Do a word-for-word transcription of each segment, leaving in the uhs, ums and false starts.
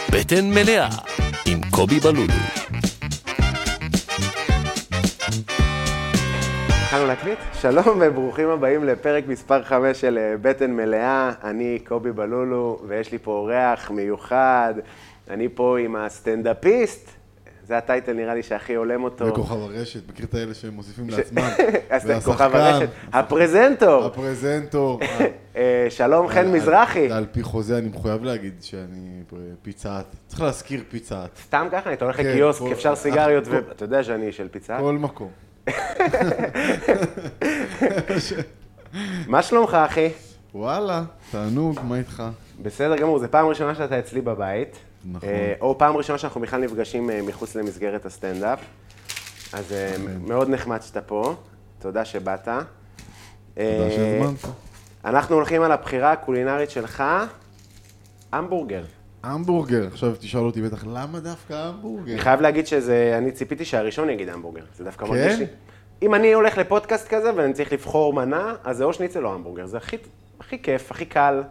בטן מלאה עם קובי בלולו. התחלנו להקליט? שלום וברוכים הבאים לפרק מספר חמש של בטן מלאה. אני קובי בלולו ויש לי פה אורח מיוחד. אני פה עם הסטנדאפיסט. זה הטייטל נראה לי שהכי עולם אותו. וכוכב הרשת, מכיר את האלה שהם מוסיפים לעצמם. כוכב הרשת, הפרזנטור. הפרזנטור. שלום חן מזרחי. על פי חוזה אני מחויב להגיד שאני פיצת. צריך להזכיר פיצת. סתם ככה, אתה הולך לקיוסק, אפשר סיגריות ואתה יודע שאני של פיצת. כל מקום. מה שלומך אחי? וואלה, תענוג, מה איתך? בסדר גמור, זו פעם ראשונה שאתה אצלי בבית. נכון. או פעם ראשונה שאנחנו בכלל נפגשים מחוץ למסגרת הסטנדאפ. אז מאוד נחמד שאתה פה, תודה שבאת. תודה שהזמנת. אנחנו הולכים על הבחירה הקולינרית שלך, המבורגר. המבורגר, עכשיו תשאל אותי בטח, למה דווקא המבורגר? אני חייב להגיד שזה, אני ציפיתי שהראשון יגיד המבורגר, זה דווקא מרגיש לי. אם אני הולך לפודקאסט כזה ואני צריך לבחור מנה, אז זה או שניצל או המבורגר, זה הכי, הכי כיף, הכי קל.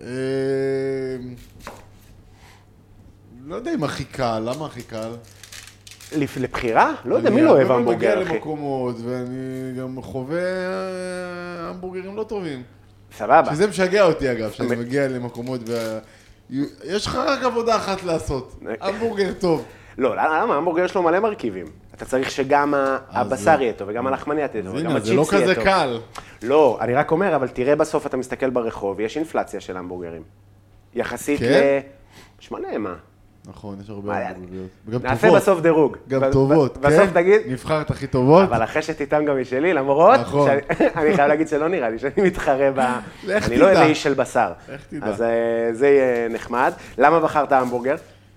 לא יודע אם הכי קל, למה הכי קל? לבחירה? לא יודע, מי לא אוהב המבורגר, אחי? אני מגיע למקומות ואני גם חווה המבורגרים לא טובים. סבבה. שזה משגע אותי אגב, שאני מגיע למקומות ו... יש לך רק עבודה אחת לעשות, המבורגר טוב. לא, למה? המבורגר יש לו מלא מרכיבים. אתה צריך שגם הבשר יהיה טוב וגם הלחמניה תהיה טוב וגם הצ'יפס יהיה טוב. זה לא כזה קל. לא, אני רק אומר, אבל תראה בסוף אתה מסתכל ברחוב, יש אינפלציה של המבורגרים. יחסית ל... שמונה, מה? נכון, יש הרבה המבורגריות. וגם טובות. נעשה בסוף דירוג. גם טובות, כן? בסוף תגיד... נבחרת הכי טובות. אבל אחרי שתיתם גם משלי, למרות... נכון. אני חייב להגיד שלא נראה לי, שאני מתחרה ב... לך תדע. אני לא איזה איש של בשר. לך תדע. אז זה יהיה נחמד. למה בחרת המבורגר?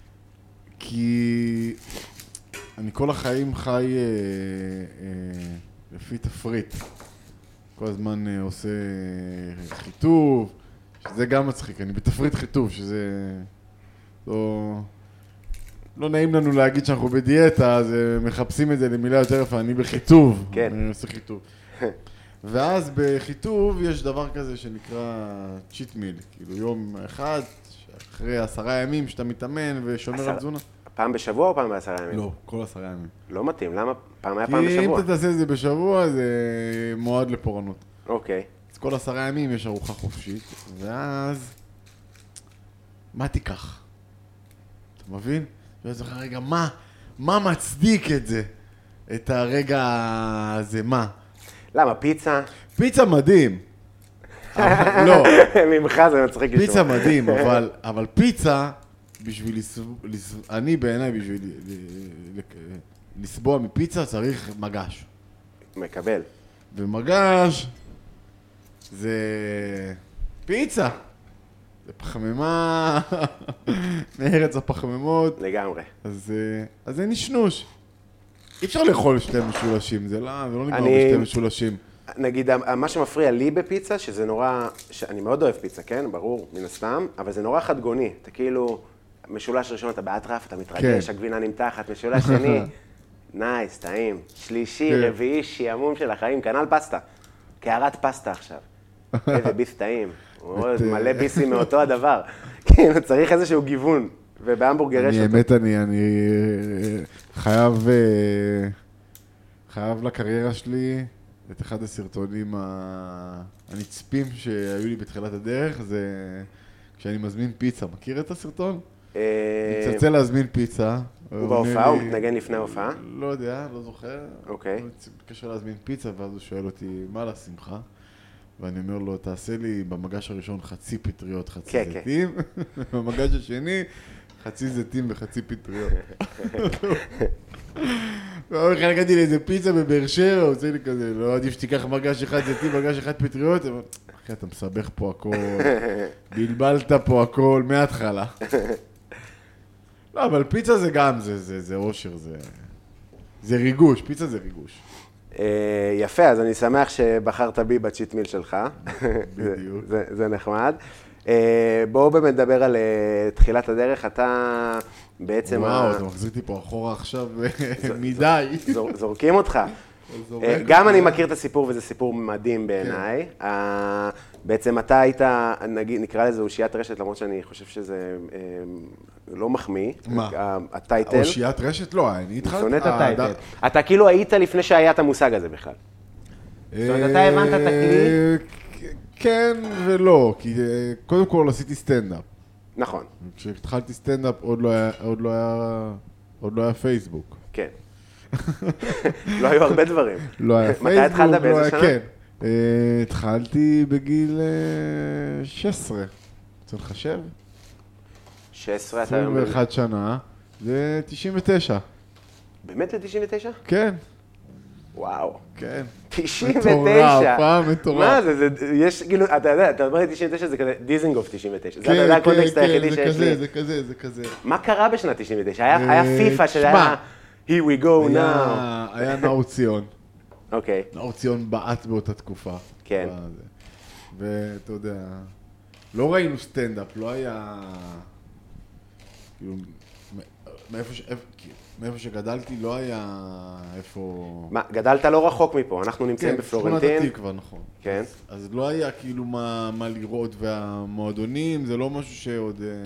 כי אני כל החיים חי אה, אה, לפי תפריט. כל הזמן אה, עושה חיטוב, שזה גם מצחיק. אני בתפריט חיטוב, שזה לא, לא נעים לנו להגיד שאנחנו בדיאטה, אז אה, מחפשים את זה למילה יותר יפה. אני בחיטוב, כן. אני עושה חיטוב. ואז בחיטוב יש דבר כזה שנקרא צ'יט מיל, כאילו יום אחד, אחרי עשרה ימים שאתה מתאמן ושומר על תזונה. פעם בשבוע או פעם בעשרה ימים? לא, כל עשרה ימים. לא מתאים, למה? פעם היה פעם כי בשבוע. אם אתה תעשה את זה בשבוע, זה מועד לפורענות. אוקיי. אז כל עשרה ימים יש ארוחה חופשית, ואז... מה תיקח? אתה מבין? ואז לך, רגע, מה? מה מצדיק את זה? את הרגע הזה, מה? למה? פיצה? פיצה מדהים. לא. ממך זה מצחיק לשמוע. פיצה מדהים, אבל, אבל פיצה, בשביל לסבוע, אני בעיניי בשביל לסבוע מפיצה צריך מגש. מקבל. ומגש זה פיצה. זה פחמימה מארץ הפחמימות. לגמרי. אז, אז זה נשנוש. אי אפשר לאכול שתי משולשים, זה לא, זה לא נגמר אני... בשתי משולשים. נגיד, מה שמפריע לי בפיצה, שזה נורא, שאני מאוד אוהב פיצה, כן? ברור, מן הסתם, אבל זה נורא חדגוני. אתה כאילו, משולש ראשון אתה באטרף, אתה מתרגש, כן. הגבינה נמתחת, משולש שני, נייס, טעים. שלישי, כן. רביעי, שיעמום של החיים, כנל פסטה. קערת פסטה עכשיו. איזה ביס טעים. מלא ביסים מאותו הדבר. כאילו, צריך איזשהו גיוון, ובהמבורגר יש אותו. האמת, אני, אני חייב, חייב לקריירה שלי את אחד הסרטונים הנצפים שהיו לי בתחילת הדרך, זה כשאני מזמין פיצה. מכיר את הסרטון? אני מצלצל להזמין פיצה. הוא בהופעה? הוא מתנגן לפני ההופעה? לא יודע, לא זוכר. אוקיי. הוא מתקשר להזמין פיצה, ואז הוא שואל אותי, מה לשמחה? ואני אומר לו, תעשה לי במגש הראשון חצי פטריות, חצי זיתים. במגש השני, חצי זיתים וחצי פטריות. ואומר, חלקתי לי איזה פיצה בבאר שבע, הוא עושה לי כזה, לא עדיף שתיקח מגש אחד זיתים, מגש אחד פטריות. אחי, אתה מסבך פה הכל, בלבלת פה הכל מההתחלה. לא, אבל פיצה זה גם, זה אושר, זה ריגוש, פיצה זה ריגוש. יפה, אז אני שמח שבחרת בי בצ'יט מיל שלך. בדיוק. זה נחמד. בואו באמת נדבר על תחילת הדרך. אתה בעצם... וואו, אתה מחזיר אותי פה אחורה עכשיו מדי. זורקים אותך. גם אני מכיר את הסיפור, וזה סיפור מדהים בעיניי. בעצם אתה היית, נגיד, נקרא לזה אושיית רשת, למרות שאני חושב שזה לא מחמיא. מה? הטייטל. אושיית רשת? לא, אני התחלתי... שונא את הטייטל. אתה כאילו היית לפני שהיה את המושג הזה בכלל. זאת אומרת, אתה הבנת את הכלי? כן ולא, כי קודם כל עשיתי סטנדאפ. נכון. כשהתחלתי סטנדאפ עוד לא היה, עוד לא היה, עוד לא היה פייסבוק. כן. לא היו הרבה דברים. לא היה פייסבוק, מתי התחלת? באיזה שנה? כן. התחלתי בגיל שש עשרה. רוצה לחשב? שש עשרה, אתה... עשרים ואחת שנה, זה תשעים ותשע. באמת זה תשעים ותשע? כן. וואו. כן. תשעים ותשע. מטורף, פעם מטורף. מה זה, זה, יש, כאילו, אתה יודע, אתה אומר לי תשעים ותשע, זה כזה דיזינגוף תשעים ותשע. כן, זה הקונטקסט כן, היחידי זה שיש לי. כזה, זה כזה, זה כזה. מה קרה בשנת תשעים ותשע? היה, היה פיפה שזה היה, here we go now. היה נאור ציון. אוקיי. נאור ציון בעט באותה תקופה. כן. ואתה יודע, לא ראינו סטנדאפ, לא היה... כאילו, מאיפה ש... מאיפה שגדלתי לא היה איפה... מה, גדלת לא רחוק מפה, אנחנו נמצאים בפלורנטין. כן, שכונת התקווה, נכון. כן. אז, אז לא היה כאילו מה, מה לראות, והמועדונים זה לא משהו שעוד אה,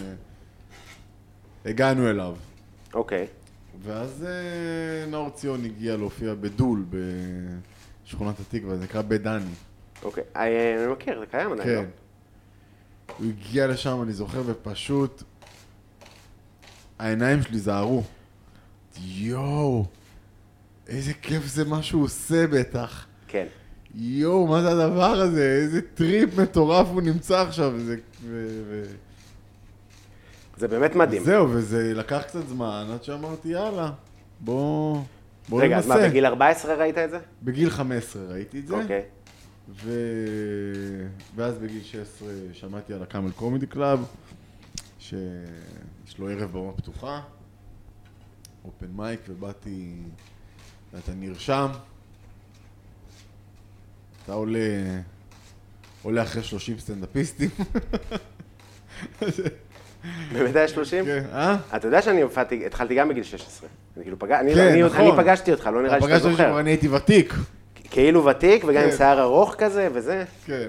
הגענו אליו. אוקיי. ואז אה, נאור ציון הגיע להופיע בדול בשכונת התקווה, זה נקרא בית דני. אוקיי, אני מכיר, זה קיים עדיין, לא? כן. הוא הגיע לשם, אני זוכר, ופשוט העיניים שלי זהרו. יואו, איזה כיף זה מה שהוא עושה בטח. כן. יואו, מה זה הדבר הזה? איזה טריפ מטורף הוא נמצא עכשיו. וזה, ו, ו... זה באמת מדהים. זהו, וזה לקח קצת זמן, עד שאמרתי, יאללה, בוא, בוא רגע, ננסה. אז מה, בגיל ארבע עשרה ראית את זה? בגיל חמש עשרה ראיתי את זה. אוקיי. ו... ואז בגיל שש עשרה שמעתי על הקאמל קומדי קלאב, שיש לו ערב במה פתוחה. אופן מייק, ובאתי, אתה נרשם, אתה עולה, עולה אחרי שלושים סטנדאפיסטים. באמת היה שלושים? כן, אה? אתה יודע שאני הופעתי, התחלתי גם בגיל שש עשרה. אני כאילו פגש, כן, אני, נכון. אני פגשתי אותך, לא נראה לי שאתה זוכר. פגשתי, אני הייתי ותיק. כאילו ותיק, וגם עם כן. שיער ארוך כזה, וזה. כן.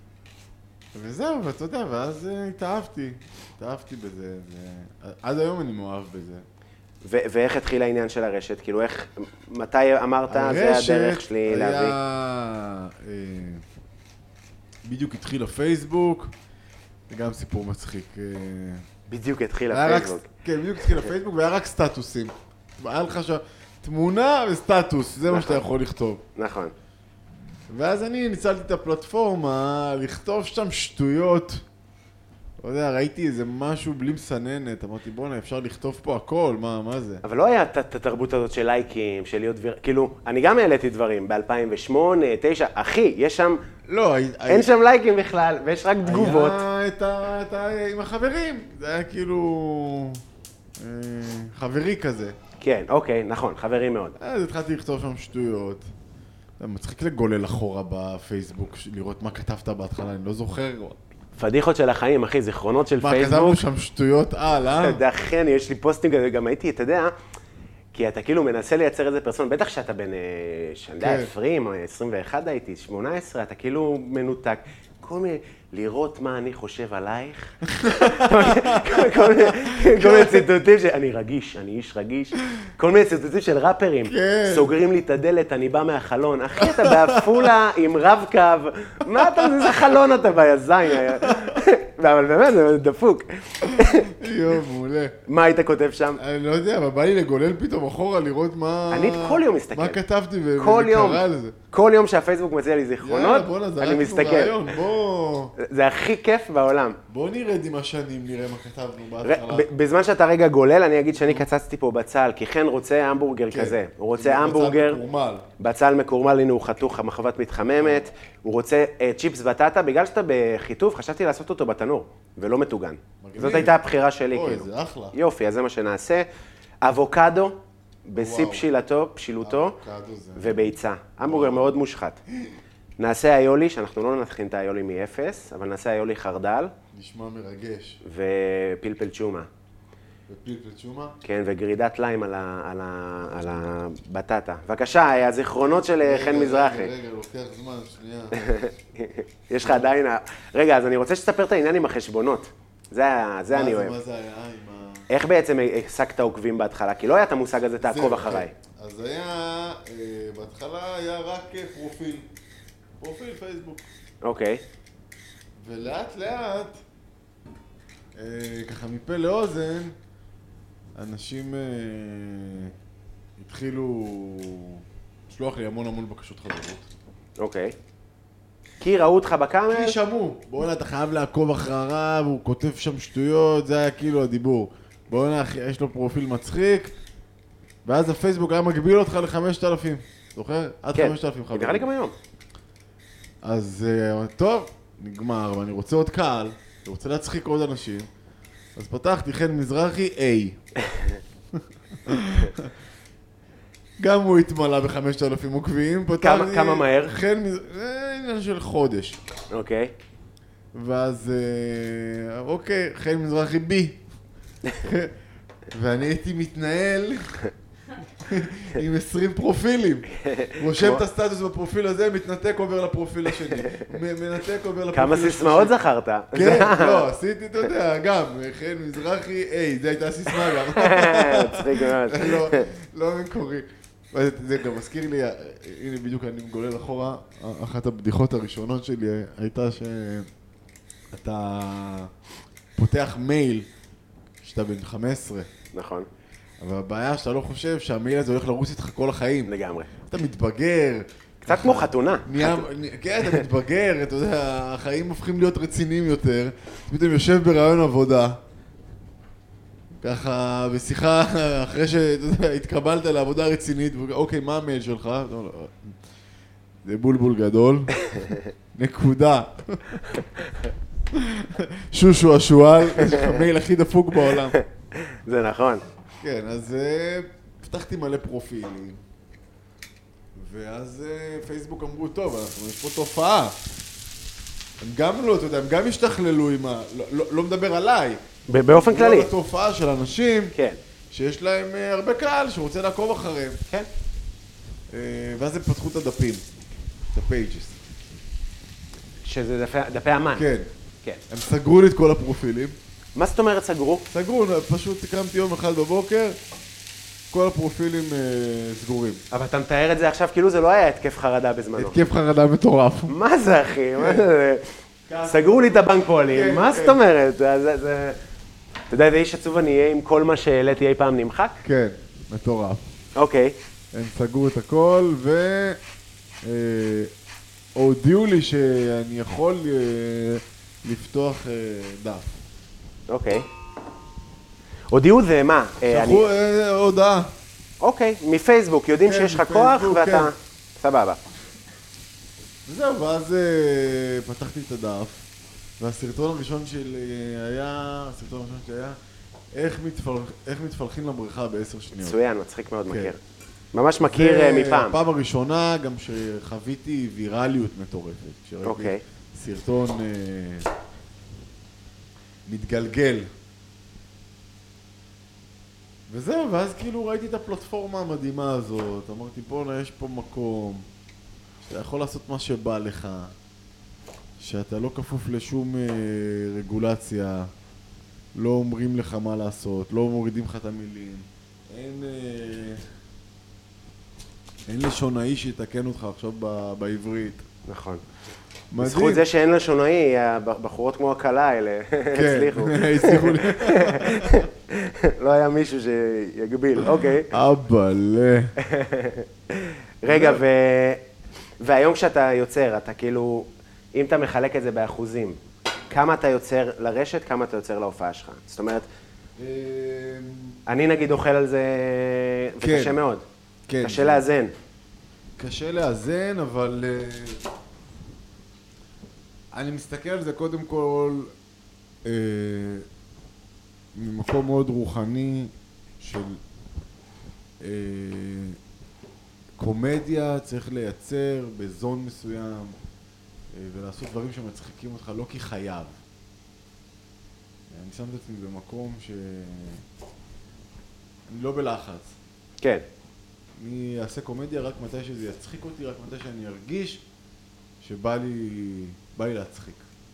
וזהו, ואתה יודע, ואז התאהבתי, התאהבתי בזה, ו... עד היום אני מאוהב בזה. ו- ואיך התחיל העניין של הרשת? כאילו איך, מתי אמרת, זה הדרך שלי להביא? הרשת היה... אה, בדיוק התחיל הפייסבוק, זה גם סיפור מצחיק. אה, בדיוק התחיל היה רק- הפייסבוק. כן, בדיוק התחיל הפייסבוק, והיה רק סטטוסים. היה לך שם תמונה וסטטוס, זה מה שאתה יכול לכתוב. נכון. ואז אני ניצלתי את הפלטפורמה לכתוב שם שטויות. לא יודע, ראיתי איזה משהו בלי מסננת, אמרתי בוא'נה, אפשר לכתוב פה הכל, מה, מה זה? אבל לא היה את התרבות הזאת של לייקים, של להיות דביר... כאילו, אני גם העליתי דברים ב-אלפיים ושמונה, תשע, אחי, יש שם... לא, אין שם לייקים בכלל, ויש רק תגובות. היה את ה... את ה... עם החברים, זה היה כאילו... אה, חברי כזה. כן, אוקיי, נכון, חברים מאוד. אז התחלתי לכתוב שם שטויות. זה מצחיק לגולל אחורה בפייסבוק, לראות מה כתבת בהתחלה, אני לא זוכר. פדיחות של החיים, אחי, זיכרונות של מה, פייסבוק. כתבנו שם שטויות על, אה? אתה יודע, אכן, יש לי פוסטים כזה, גם הייתי, אתה יודע, כי אתה כאילו מנסה לייצר איזה פרסונה, בטח שאתה בין, שאני יודע, עשרים או עשרים ואחת הייתי, שמונה עשרה, אתה כאילו מנותק. כל מיני, לראות מה אני חושב עלייך. כל מיני ציטוטים שאני רגיש, אני איש רגיש. כל מיני ציטוטים של ראפרים. סוגרים לי את הדלת, אני בא מהחלון. אחי, אתה בעפולה עם רב-קו. מה אתה, איזה חלון אתה ביזיים? אבל באמת, זה דפוק. יואו, מעולה. מה היית כותב שם? אני לא יודע, אבל בא לי לגולל פתאום אחורה, לראות מה... אני כל יום מסתכל. מה כתבתי כל יום. וקרא לזה. כל יום שהפייסבוק מציע לי זיכרונות, אני מסתכל. בוא... זה הכי כיף בעולם. בוא נרד עם השנים, נראה מה כתבנו בהתחלה. בזמן שאתה רגע גולל, אני אגיד שאני קצצתי פה בצל, כי חן רוצה המבורגר כזה. הוא רוצה המבורגר, בצל מקורמל, הנה הוא חתוך, המחבת מתחממת. הוא רוצה צ'יפס בטטה, בגלל שאתה בחיתוף, חשבתי לעשות אותו בתנור, ולא מטוגן. זאת הייתה הבחירה שלי. אוי, זה אחלה. יופי, אז זה מה שנעשה. אבוקדו, בשיא פשילתו, פשילותו, וביצה. המבורגר מאוד מושחת. נעשה איולי, שאנחנו לא נכין את האיולי מ-אפס, אבל נעשה איולי חרדל. נשמע מרגש. ופלפל צ'ומה. ופלפל שומה. כן, וגרידת ליים על ה- על ה- על הבטטה. בבקשה, הזיכרונות של חן מזרחי. רגע, רגע, לוקח זמן, שנייה. יש לך עדיין... ה- רגע, אז אני רוצה שתספר את העניין עם החשבונות. זה ה- זה אני מה זה- אוהב. מה זה היה עם ה... איך בעצם העסקת עוקבים בהתחלה? כי לא היה את המושג הזה, תעקוב זה, אחריי. כן. אז היה, אה, בהתחלה היה רק אה, פרופיל. פרופיל פייסבוק. אוקיי. ולאט לאט, אה, ככה מפה לאוזן, אנשים אה, התחילו לשלוח לי המון המון בקשות חזרות. אוקיי. כי ראו אותך בקאמר? כי שמעו, בוא'נה אתה חייב לעקוב אחריו, הוא כותב שם שטויות, זה היה כאילו הדיבור. בוא'נה אחי, יש לו פרופיל מצחיק, ואז הפייסבוק היה מגביל אותך לחמשת אלפים, זוכר? עד כן. חמשת אלפים חברים. נראה לי גם היום. אז אה, טוב, נגמר, ואני רוצה עוד קהל, אני רוצה להצחיק עוד אנשים, אז פתחתי חן מזרחי A. גם הוא התמלא בחמשת אלפים עוקבים, כמה- כמה מהר? חן מזרחי, זה עניין של חודש. אוקיי. ואז, אה, אוקיי, חן מזרחי B. ואני הייתי מתנהל עם עשרים פרופילים. רושם את הסטטוס בפרופיל הזה, מתנתק עובר לפרופיל השני. מנתק עובר לפרופיל כמה השני. סיסמאות זכרת? כן, לא, עשיתי, אתה יודע, גם, חן מזרחי A, זו הייתה סיסמה גם. צחיק מאוד. לא, לא מקורי. זה גם מזכיר לי, הנה בדיוק אני מגולל אחורה, אחת הבדיחות הראשונות שלי הייתה שאתה פותח מייל שאתה בן חמש עשרה, נכון, אבל הבעיה שאתה לא חושב שהמייל הזה הולך לרוץ איתך כל החיים. לגמרי. אתה מתבגר. קצת כמו חתונה. נהיה, כן, אתה מתבגר, אתה יודע, החיים הופכים להיות רציניים יותר. פתאום יושב ברעיון עבודה, ככה בשיחה אחרי שהתקבלת לעבודה רצינית, אוקיי, מה המייל שלך? זה בולבול גדול, נקודה. שושו השואל, יש לך מייל הכי דפוק בעולם. זה נכון. כן, אז פתחתי מלא פרופילים, ואז פייסבוק אמרו, טוב, אנחנו, יש פה תופעה. הם גם לא, אתה יודע, הם גם השתכללו עם ה... לא, לא, לא מדבר עליי. באופן כללי. לא התופעה של אנשים כן. שיש להם הרבה קהל שרוצה לעקוב אחריהם. כן. ואז הם פתחו את הדפים, את הפייג'ס. שזה דפי, דפי אמן. כן. כן. הם סגרו לי את כל הפרופילים. מה זאת אומרת סגרו? סגרו, פשוט קמתי יום אחד בבוקר, כל הפרופילים אה, סגורים. אבל אתה מתאר את זה עכשיו כאילו זה לא היה התקף חרדה בזמנו. התקף חרדה מטורף. מה זה אחי? מה זה? סגרו לי את הבנק פועלים, מה זאת אומרת? זה, זה... אתה יודע איזה איש עצוב אני אהיה אם כל מה שהעליתי אי פעם נמחק? כן, מטורף. אוקיי. הם סגרו את הכל והודיעו לי שאני יכול לפתוח דף. אוקיי. הודיעו זה מה? שלחו הודעה. אוקיי, מפייסבוק, יודעים שיש לך כוח ואתה... סבבה. וזהו, ואז פתחתי את הדף, והסרטון הראשון שלי היה, הסרטון הראשון שלי היה, איך מתפלחים לבריכה בעשר שניות. מצוין, מצחיק מאוד, מכיר. ממש מכיר מפעם. הפעם הראשונה גם שחוויתי ויראליות מטורפת. אוקיי. סרטון מתגלגל. וזהו, ואז כאילו ראיתי את הפלטפורמה המדהימה הזאת, אמרתי בוא'נה, יש פה מקום, שאתה יכול לעשות מה שבא לך, שאתה לא כפוף לשום אה, רגולציה, לא אומרים לך מה לעשות, לא מורידים לך את המילים, אין, אה, אין לשונאי שיתקן אותך עכשיו ב- בעברית. נכון. מדהים. בזכות זה שאין לשונאי, הבחורות כמו הקלה האלה הצליחו. כן, הצליחו לי. לא היה מישהו שיגביל, אוקיי. אבאלה. רגע, ו... והיום כשאתה יוצר, אתה כאילו, אם אתה מחלק את זה באחוזים, כמה אתה יוצר לרשת, כמה אתה יוצר להופעה שלך? זאת אומרת, אני נגיד אוכל על זה, זה קשה מאוד. קשה לאזן. קשה לאזן, אבל אני מסתכל על זה קודם כל ממקום מאוד רוחני של קומדיה צריך לייצר בזון מסוים ולעשות דברים שמצחיקים אותך לא כי חייב. אני שם את עצמי במקום אני לא בלחץ. כן. אני אעשה קומדיה רק מתי שזה יצחיק אותי, רק מתי שאני ארגיש שבא לי, בא לי להצחיק.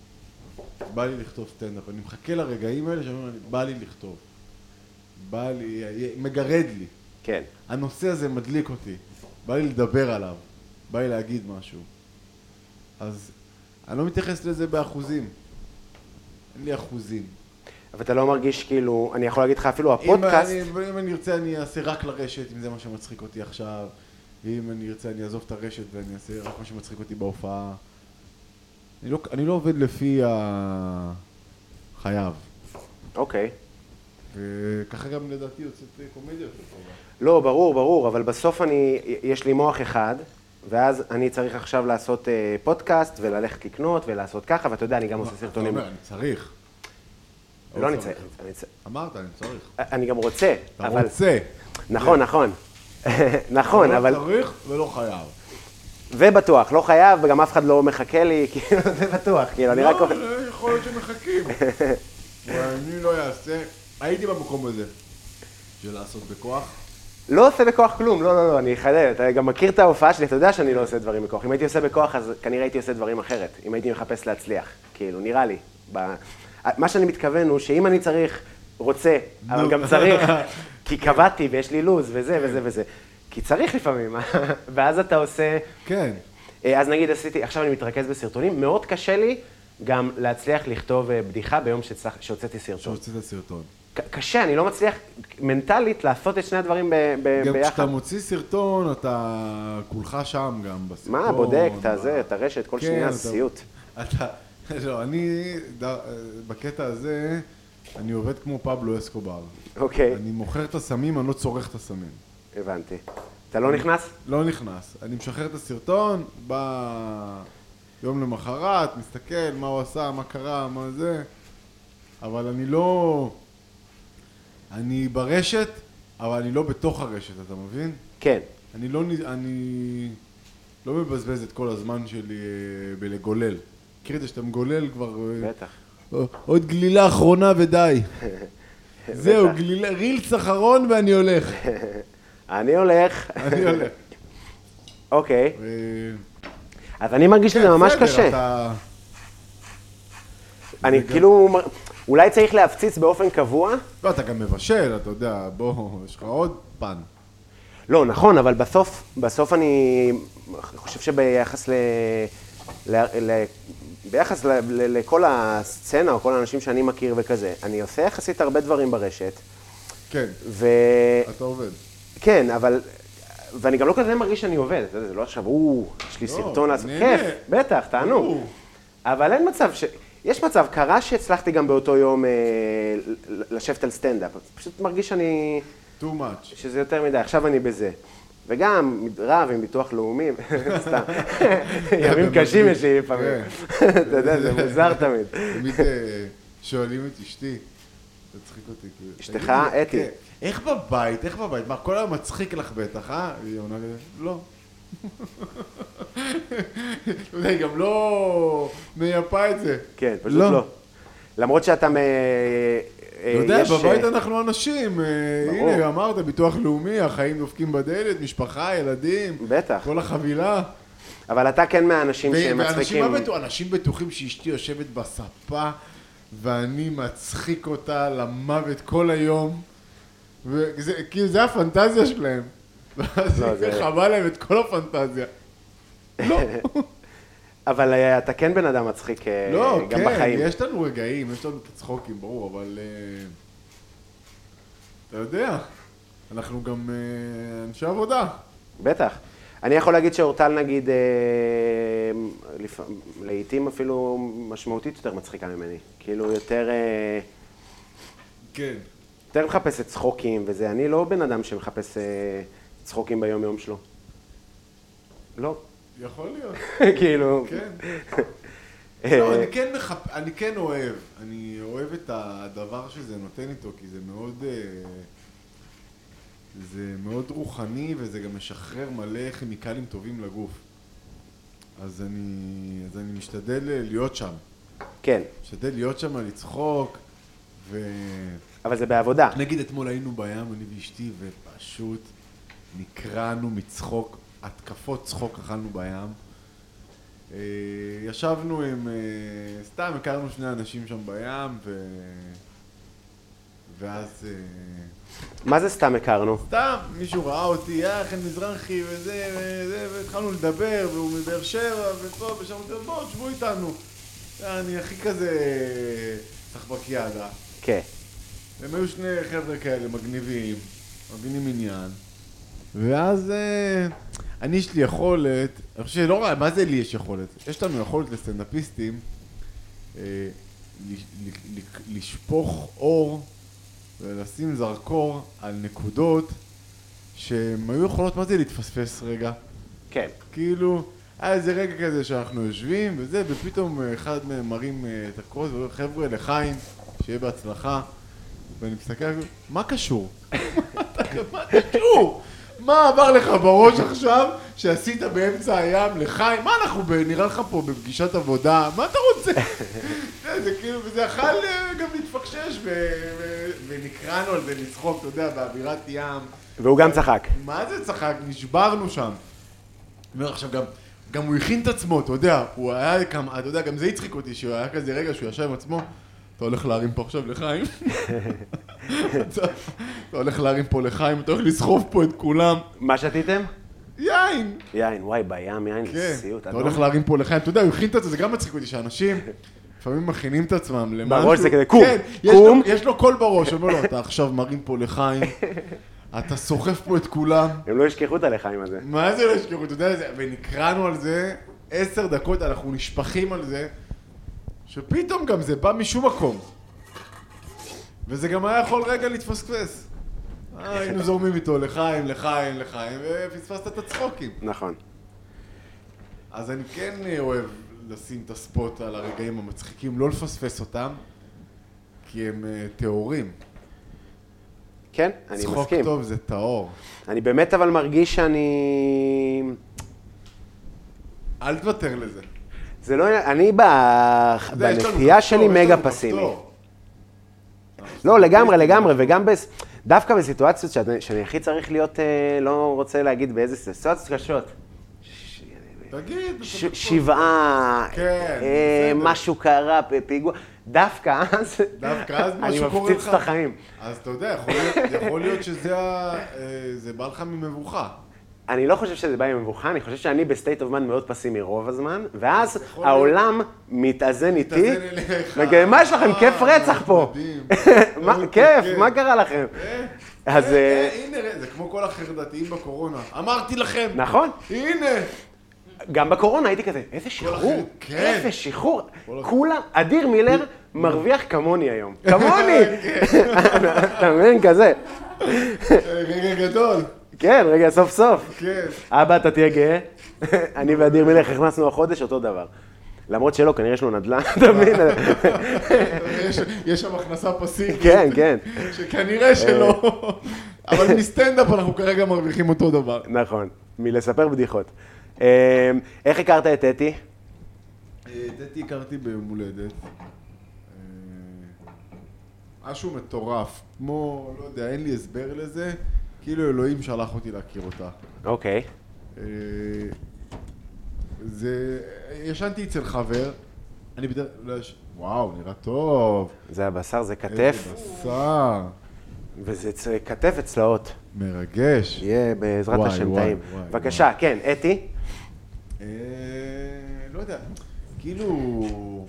בא לי לכתוב סטנדאפ. אני מחכה לרגעים האלה שאומרים, בא לי לכתוב. בא לי, מגרד לי. כן. הנושא הזה מדליק אותי. בא לי לדבר עליו. בא לי להגיד משהו. אז אני לא מתייחס לזה באחוזים. אין לי אחוזים. אבל אתה לא מרגיש כאילו, אני יכול להגיד לך אפילו הפודקאסט... אם אני, אם אני ארצה אני אעשה רק לרשת, אם זה מה שמצחיק אותי עכשיו. אם אני ארצה אני אעזוב את הרשת ואני אעשה רק מה שמצחיק אותי בהופעה. אני לא, אני לא עובד לפי החייב. אוקיי. וככה גם לדעתי יוצאת קומדיה יותר טובה. לא, ברור, ברור, אבל בסוף אני, יש לי מוח אחד, ואז אני צריך עכשיו לעשות אה, פודקאסט וללכת לקנות ולעשות ככה, ואתה יודע, אני גם עושה סרטונים. אתה אומר, אני צריך. לא, אני צריך. אני צריך. אמרת, אני צריך. אני גם רוצה, אתה אבל... רוצה. נכון, נכון. נכון, אבל... לא צריך ולא חייב. ובטוח, לא חייב, וגם אף אחד לא מחכה לי, כאילו, זה בטוח, כאילו, אני רק... לא, יכול להיות שמחכים. ואני לא אעשה... הייתי במקום הזה, של לעשות בכוח. לא עושה בכוח כלום, לא, לא, לא, אני אחדד, אתה גם מכיר את ההופעה שלי, אתה יודע שאני לא עושה דברים בכוח. אם הייתי עושה בכוח, אז כנראה הייתי עושה דברים אחרת. אם הייתי מחפש להצליח, כאילו, נראה לי. מה שאני מתכוון הוא שאם אני צריך, רוצה, אבל גם צריך, כי קבעתי ויש לי לוז וזה וזה וזה. כי צריך לפעמים, ואז אתה עושה... כן. אז נגיד עשיתי, עכשיו אני מתרכז בסרטונים, מאוד קשה לי גם להצליח לכתוב בדיחה ביום שהוצאתי סרטון. שהוצאת סרטון. קשה, אני לא מצליח מנטלית לעשות את שני הדברים ביחד. גם כשאתה מוציא סרטון, אתה כולך שם גם בסרטון. מה, בודק, את הזה, את הרשת, כל שנייה, סיוט. אתה, לא, אני, בקטע הזה, אני עובד כמו פבלו אסקובר. אוקיי. אני מוכר את הסמים, אני לא צורך את הסמים. הבנתי. אתה לא נכנס? לא נכנס. אני משחרר את הסרטון, בא יום למחרת, מסתכל מה הוא עשה, מה קרה, מה זה, אבל אני לא... אני ברשת, אבל אני לא בתוך הרשת, אתה מבין? כן. אני לא, אני לא מבזבז את כל הזמן שלי בלגולל. מכיר את זה שאתה מגולל כבר... בטח. עוד גלילה אחרונה ודי. זהו, גלילה, רילס אחרון ואני הולך. אני הולך. אני הולך. אוקיי. אז אני מרגיש שזה ממש קשה. אני כאילו... אולי צריך להפציץ באופן קבוע? לא, אתה גם מבשל, אתה יודע, בוא, יש לך עוד פן. לא, נכון, אבל בסוף, בסוף אני חושב שביחס ל... ל... ביחס ל... ל... לכל הסצנה או כל האנשים שאני מכיר וכזה, אני עושה יחסית הרבה דברים ברשת. כן, ו... אתה עובד. כן, אבל... ואני גם לא כזה מרגיש שאני עובד, אתה יודע, זה לא עכשיו, או, יש לי לא, סרטון לעשות, נהנה. כיף, בטח, תענו. אבל אין מצב ש... יש מצב, קרה שהצלחתי גם באותו יום אה, לשבת על סטנדאפ, פשוט מרגיש שאני... too much. שזה יותר מדי, עכשיו אני בזה. וגם רב עם ביטוח לאומי, סתם. ימים קשים יש לי לפעמים. אתה יודע, זה מוזר תמיד. תמיד שואלים את אשתי, זה צחיק אותי. אשתך, אתי. איך בבית, איך בבית? מה, כל היום מצחיק לך בטח, אה? היא עונה לי, לא. היא גם לא מייפה את זה. כן, פשוט לא. למרות שאתה... אתה יודע, בבית אנחנו אנשים. הנה, אמרת, ביטוח לאומי, החיים דופקים בדלת, משפחה, ילדים. בטח. כל החבילה. אבל אתה כן מהאנשים שמצחיקים. ואנשים בטוחים שאשתי יושבת בספה, ואני מצחיק אותה למוות כל היום. וכאילו, זה הפנטזיה שלהם. ואז זה חבל להם את כל הפנטזיה. לא. אבל אתה כן בן אדם מצחיק גם בחיים. לא, כן, יש לנו רגעים, יש לנו את הצחוקים, ברור, אבל... אתה יודע, אנחנו גם אנשי עבודה. בטח. אני יכול להגיד שאורטל, נגיד, לעתים אפילו משמעותית יותר מצחיקה ממני. כאילו, יותר... כן. יותר מחפשת צחוקים וזה. אני לא בן אדם שמחפש צחוקים ביום יום שלו. לא. יכול להיות. כאילו... כן. לא, אני כן מחפ... אני כן אוהב. אני אוהב את הדבר שזה נותן איתו, כי זה מאוד... זה מאוד רוחני, וזה גם משחרר מלא כימיקלים טובים לגוף. אז אני, אז אני משתדל להיות שם. כן. משתדל להיות שם, לצחוק, ו... אבל זה בעבודה. נגיד אתמול היינו בים, אני ואשתי, ופשוט נקרענו מצחוק, התקפות צחוק אכלנו בים. ישבנו עם, סתם הכרנו שני אנשים שם בים, ו... ואז... מה זה סתם הכרנו? סתם, מישהו ראה אותי, יא, חן מזרחי וזה וזה, והתחלנו לדבר, והוא מבאר שבע ופה, ושם הוא אומר, בואו, תשבו איתנו. אני הכי כזה סחבקיאדה. כן. הם היו שני חבר'ה כאלה מגניבים, מבינים עניין. ואז אני יש לי יכולת, אני חושב שלא רע, מה זה לי יש יכולת? יש לנו יכולת לסטנדאפיסטים לשפוך אור ולשים זרקור על נקודות שהן היו יכולות, מה זה להתפספס רגע? כן. כאילו, היה איזה רגע כזה שאנחנו יושבים וזה, ופתאום אחד מהם מרים את הקרוס ואומר, חבר'ה, לחיים, שיהיה בהצלחה. ואני מסתכל, מה קשור? מה קשור? מה עבר לך בראש עכשיו שעשית באמצע הים לחיים? מה אנחנו נראה לך פה בפגישת עבודה? מה אתה רוצה? זה כאילו, וזה יכול גם להתפקשש ונקראנו על זה לצחוק, אתה יודע, באווירת ים. והוא גם צחק. מה זה צחק? נשברנו שם. עכשיו גם, גם הוא הכין את עצמו, אתה יודע, הוא היה כמה, אתה יודע, גם זה הצחיק אותי, שהוא היה כזה רגע שהוא ישב עם עצמו, אתה הולך להרים פה עכשיו לחיים? אתה הולך להרים פה לחיים, אתה הולך לסחוב פה את כולם. מה שתיתם? יין. יין, וואי, בים, יין, זה סיוט. אתה הולך להרים פה לחיים, אתה יודע, הוא הכין את זה, זה גם מצחיק אותי, שאנשים לפעמים מכינים את עצמם למשהו. בראש זה כזה, קום, קום. יש לו קול בראש, אומר לו, אתה עכשיו מרים פה לחיים, אתה סוחף פה את כולם. הם לא ישכחו את הלחיים הזה. מה זה לא ישכחו? אתה יודע, ונקראנו על זה, עשר דקות, אנחנו נשפכים על זה, שפתאום גם זה בא משום מקום. וזה גם היה יכול רגע להתפספס. היינו זורמים איתו לחיים, לחיים, לחיים, ופספסת את הצחוקים. נכון. אז אני כן אוהב לשים את הספוט על הרגעים המצחיקים, לא לפספס אותם, כי הם טהורים. כן, אני מסכים. צחוק טוב זה טהור. אני באמת אבל מרגיש שאני... אל תוותר לזה. זה לא... אני בנטייה שלי מגה פסימי. לא, לגמרי, לגמרי, וגם דווקא בסיטואציות שאני הכי צריך להיות, לא רוצה להגיד באיזה סיטואציות קשות. תגיד. שבעה, משהו קרה, פיגוע. דווקא אז, אני מפציץ את החיים. אז אתה יודע, יכול להיות שזה בא לך ממבוכה. אני לא חושב שזה בא ממבוכה, אני חושב שאני בסטייט אוף מיינד מאוד פסימי רוב הזמן, ואז העולם מתאזן איתי, ומה יש לכם? כיף רצח פה. כיף, מה קרה לכם? אז... הנה, זה כמו כל החרדתיים בקורונה. אמרתי לכם. נכון. הנה. גם בקורונה הייתי כזה, איזה שחרור, איזה שחרור. כולם, אדיר מילר מרוויח כמוני היום. כמוני! אתה מבין, כזה. רגע גדול. כן, רגע, סוף סוף. כן. אבא, אתה תהיה גאה. אני ואדיר מילר הכנסנו החודש אותו דבר. למרות שלא, כנראה יש לו נדל"ן, אתה מבין? יש שם הכנסה פסיבית. כן, כן. שכנראה שלא. אבל מסטנדאפ אנחנו כרגע מרוויחים אותו דבר. נכון, מלספר בדיחות. איך הכרת את אתי? את אתי הכרתי ביום הולדת. משהו מטורף. כמו, לא יודע, אין לי הסבר לזה. כאילו אלוהים שלח אותי להכיר אותה. אוקיי. זה... ישנתי אצל חבר. אני בדרך... וואו, נראה טוב. זה הבשר, זה כתף. איזה בשר. וזה כתף אצלעות. מרגש. יהיה בעזרת השם טעים. בבקשה, כן, אתי. לא יודע, כאילו...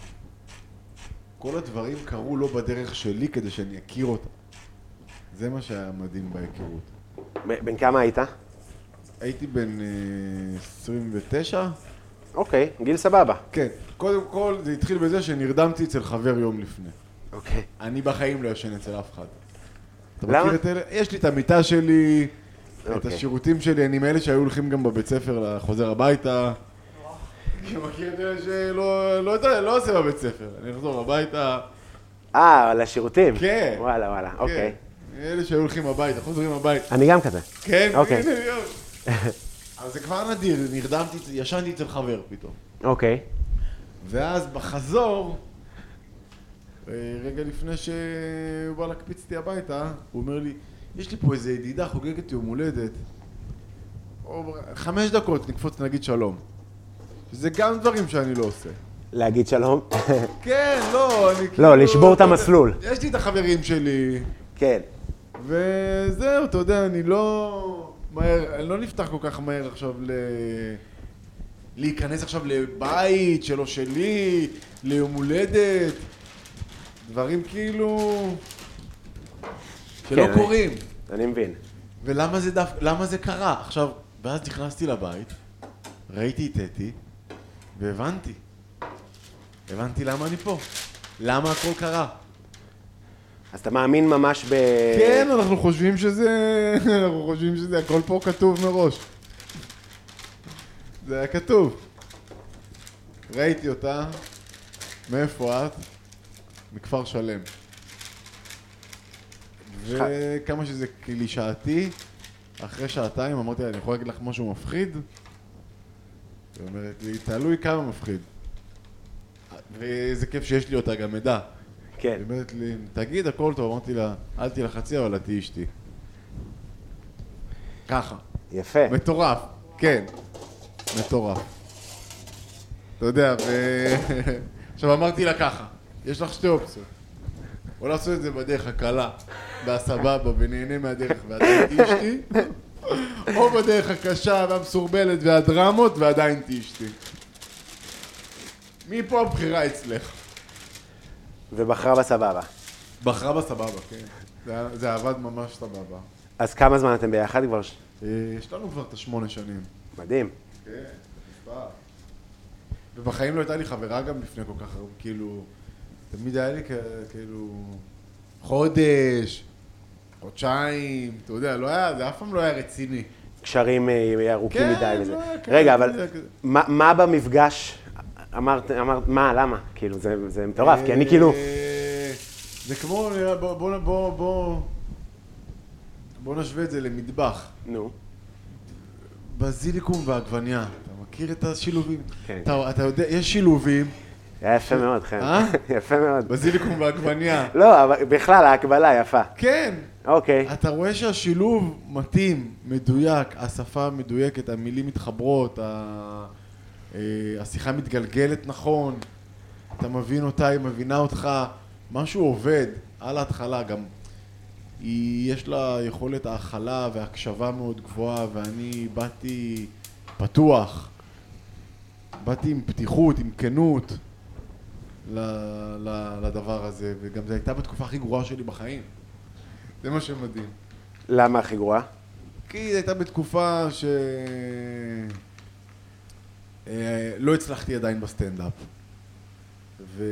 כל הדברים קרו לא בדרך שלי כדי שאני אכיר אותה. זה מה שהיה מדהים בהיכרות. בן כמה היית? הייתי בן עשרים ותשע. אוקיי, גיל סבבה. כן, קודם כל זה התחיל בזה שנרדמתי אצל חבר יום לפני. אוקיי. אני בחיים לא ישן אצל אף אחד. למה? יש לי את המיטה שלי, את השירותים שלי, אני מאלה שהיו הולכים גם בבית ספר לחוזר הביתה. אני מכיר את אלה שלא עושה בבית ספר, אני אחזור הביתה. אה, לשירותים? כן. וואלה, וואלה, אוקיי. אלה שהיו הולכים הביתה, חוזרים הביתה. אני גם כזה. כן, אוקיי. אז זה כבר נדיר, נרדמתי, ישנתי אצל חבר פתאום. אוקיי. ואז בחזור, רגע לפני שהוא בא להקפיץ אותי הביתה, הוא אומר לי, יש לי פה איזה ידידה חוגגת יום הולדת, חמש דקות נקפוץ נגיד שלום. זה גם דברים שאני לא עושה. להגיד שלום? כן, לא, אני כאילו... לא, לשבור את המסלול. יש לי את החברים שלי. כן. וזהו, אתה יודע, אני לא... מהר, אני לא נפתח כל כך מהר עכשיו ל... להיכנס עכשיו לבית שלו שלי, ליום הולדת. דברים כאילו... שלא כן, קורים. אני, אני מבין. ולמה זה דווקא, למה זה קרה? עכשיו, ואז נכנסתי לבית, ראיתי את אתי, והבנתי. הבנתי למה אני פה. למה הכל קרה. אז אתה מאמין ממש ב... כן, אנחנו חושבים שזה... אנחנו חושבים שזה... הכל פה כתוב מראש. זה היה כתוב. ראיתי אותה. מאיפה את? מכפר שלם. וכמה שזה קלישאתי, אחרי שעתיים אמרתי לה, אני יכול להגיד לך משהו מפחיד? היא אומרת לי, תעלוי כמה מפחיד. ואיזה כיף שיש לי אותה גם עדה. כן. היא אומרת לי, תגיד, הכל טוב. אמרתי לה, אל תלחצי, אבל את תהיי אשתי. ככה. יפה. מטורף, כן. מטורף. אתה יודע, ו... עכשיו אמרתי לה ככה, יש לך שתי אופציות. או לעשות את זה בדרך הקלה, והסבבה, ונהנה מהדרך, ועדיין תהיי אשתי, או בדרך הקשה והמסורבלת והדרמות, ועדיין תהיי אשתי. מי פה הבחירה אצלך? ובחרה בסבבה. בחרה בסבבה, כן. זה, זה עבד ממש סבבה. אז כמה זמן אתם ביחד כבר? יש לנו כבר את השמונה שנים. מדהים. כן, מספר. ובחיים לא הייתה לי חברה גם לפני כל כך הרבה, כאילו, תמיד היה לי כאילו חודש, חודשיים, אתה יודע, לא היה, זה אף פעם לא היה רציני. קשרים ארוכים מדי כן, וזה. לא, כן, רגע, אבל זה כזה. מה, מה במפגש, אמרת, אמרת, מה, למה? כאילו, זה, זה מטורף, כי אני כאילו... זה כמו, בוא, בוא, בוא, בוא, בוא נשווה את זה למטבח. נו. בזיליקום ועגבניה, אתה מכיר את השילובים? כן. אתה, אתה יודע, יש שילובים. היה יפה מאוד, חן. אה? יפה מאוד. בזיליקום ועגבניה. לא, אבל בכלל, ההקבלה יפה. כן. אוקיי. אתה רואה שהשילוב מתאים, מדויק, השפה מדויקת, המילים מתחברות, ה... השיחה מתגלגלת נכון, אתה מבין אותה, היא מבינה אותך, משהו עובד על ההתחלה, גם היא, יש לה יכולת האכלה והקשבה מאוד גבוהה, ואני באתי פתוח, באתי עם פתיחות, עם כנות ל, ל, לדבר הזה, וגם זו הייתה בתקופה הכי גרועה שלי בחיים. זה מה שמדהים. למה הכי גרועה? כי זו הייתה בתקופה ש... לא הצלחתי עדיין בסטנדאפ. ו...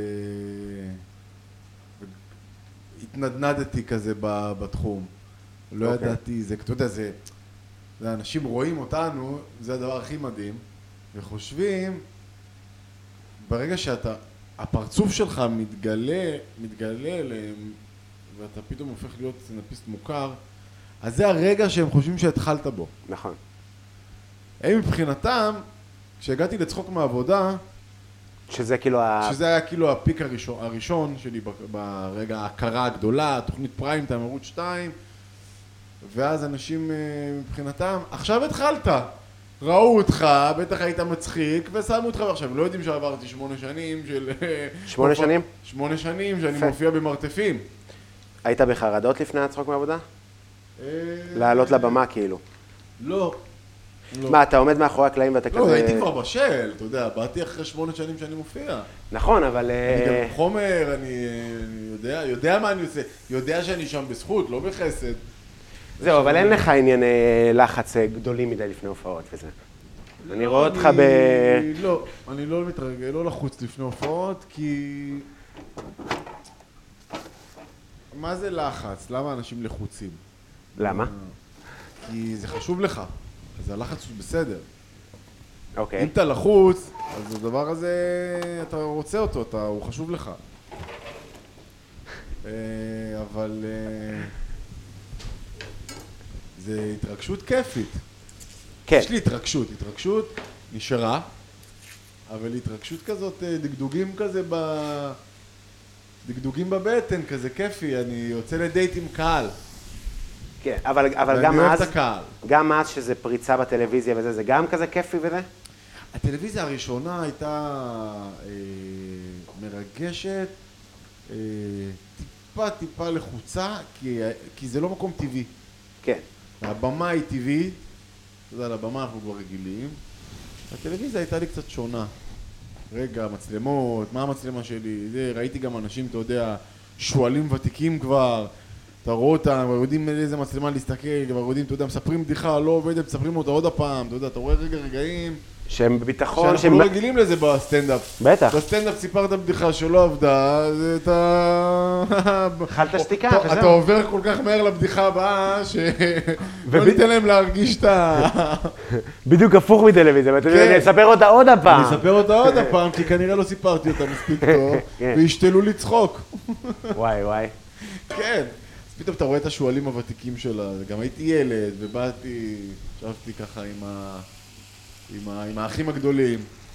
התנדנדתי כזה בתחום. לא אוקיי. ידעתי, זה, אתה יודע, זה... זה אנשים רואים אותנו, זה הדבר הכי מדהים, וחושבים, ברגע שאתה, הפרצוף שלך מתגלה, מתגלה אליהם, ואתה פתאום הופך להיות סטנדאפיסט מוכר, אז זה הרגע שהם חושבים שהתחלת בו. נכון. הם מבחינתם, כשהגעתי לצחוק מהעבודה, שזה כאילו ה... שזה היה כאילו הפיק הראשון, הראשון שלי ברגע ההכרה הגדולה, תוכנית פריים טיים, ערוץ שתיים, ואז אנשים מבחינתם, עכשיו התחלת, ראו אותך, בטח היית מצחיק, ושמו אותך, ועכשיו הם לא יודעים שעברתי שמונה שנים של... שמונה שנים? שמונה שנים שאני מופיע במרתפים. היית בחרדות לפני הצחוק מהעבודה? לעלות לבמה כאילו. לא. מה, אתה עומד מאחורי הקלעים ואתה כזה... לא, הייתי כבר בשל, אתה יודע, באתי אחרי שמונה שנים שאני מופיע. נכון, אבל... אני גם חומר, אני יודע, יודע מה אני עושה, יודע שאני שם בזכות, לא בחסד. זהו, אבל אין לך ענייני לחץ גדולים מדי לפני הופעות וזה. אני רואה אותך ב... לא, אני לא מתרגל, לא לחוץ לפני הופעות, כי... מה זה לחץ? למה אנשים לחוצים? למה? כי זה חשוב לך, אז הלחץ הוא בסדר. אוקיי. אם אתה לחוץ, אז הדבר הזה, אתה רוצה אותו, אתה, הוא חשוב לך. אבל... זה התרגשות כיפית. כן. יש לי התרגשות, התרגשות נשארה, אבל התרגשות כזאת, דגדוגים כזה ב... דגדוגים בבטן, כזה כיפי, אני יוצא לדייט עם קהל. כן, אבל, אבל גם ואני אוהב אז, את הקהל. גם אז שזה פריצה בטלוויזיה וזה, זה גם כזה כיפי וזה? הטלוויזיה הראשונה הייתה אה, מרגשת, אה, טיפה טיפה לחוצה, כי, כי זה לא מקום טבעי. כן. הבמה היא טבעית, אתה יודע, לבמה אנחנו כבר רגילים. הטלוויזיה הייתה לי קצת שונה. רגע, מצלמות, מה המצלמה שלי? זה, ראיתי גם אנשים, אתה יודע, שואלים ותיקים כבר, אתה רואה אותם, יודעים איזה מצלמה להסתכל, כבר יודעים, אתה יודע, מספרים בדיחה, לא עובדת, מספרים אותה עוד הפעם, אתה יודע, אתה רואה רגע רגעים שהם בביטחון, שאנחנו שהם... לא רגילים לזה בסטנדאפ. בטח. בסטנדאפ סיפרת בדיחה שלא עבדה, אז אתה... אכלת שתיקה, וזהו. אתה עובר כל כך מהר לבדיחה הבאה, שלא ניתן להם להרגיש את ה... בדיוק הפוך מטלוויזיה, ואתה יודע, כן. אני אספר אותה עוד הפעם. אני אספר אותה עוד הפעם, כי כנראה לא סיפרתי אותה מספיק טוב, כן. והשתלו לצחוק. וואי, וואי. כן. אז פתאום אתה רואה את השואלים הוותיקים שלה, גם הייתי ילד, ובאתי, ישבתי ככה עם ה... עם, ה... עם האחים הגדולים.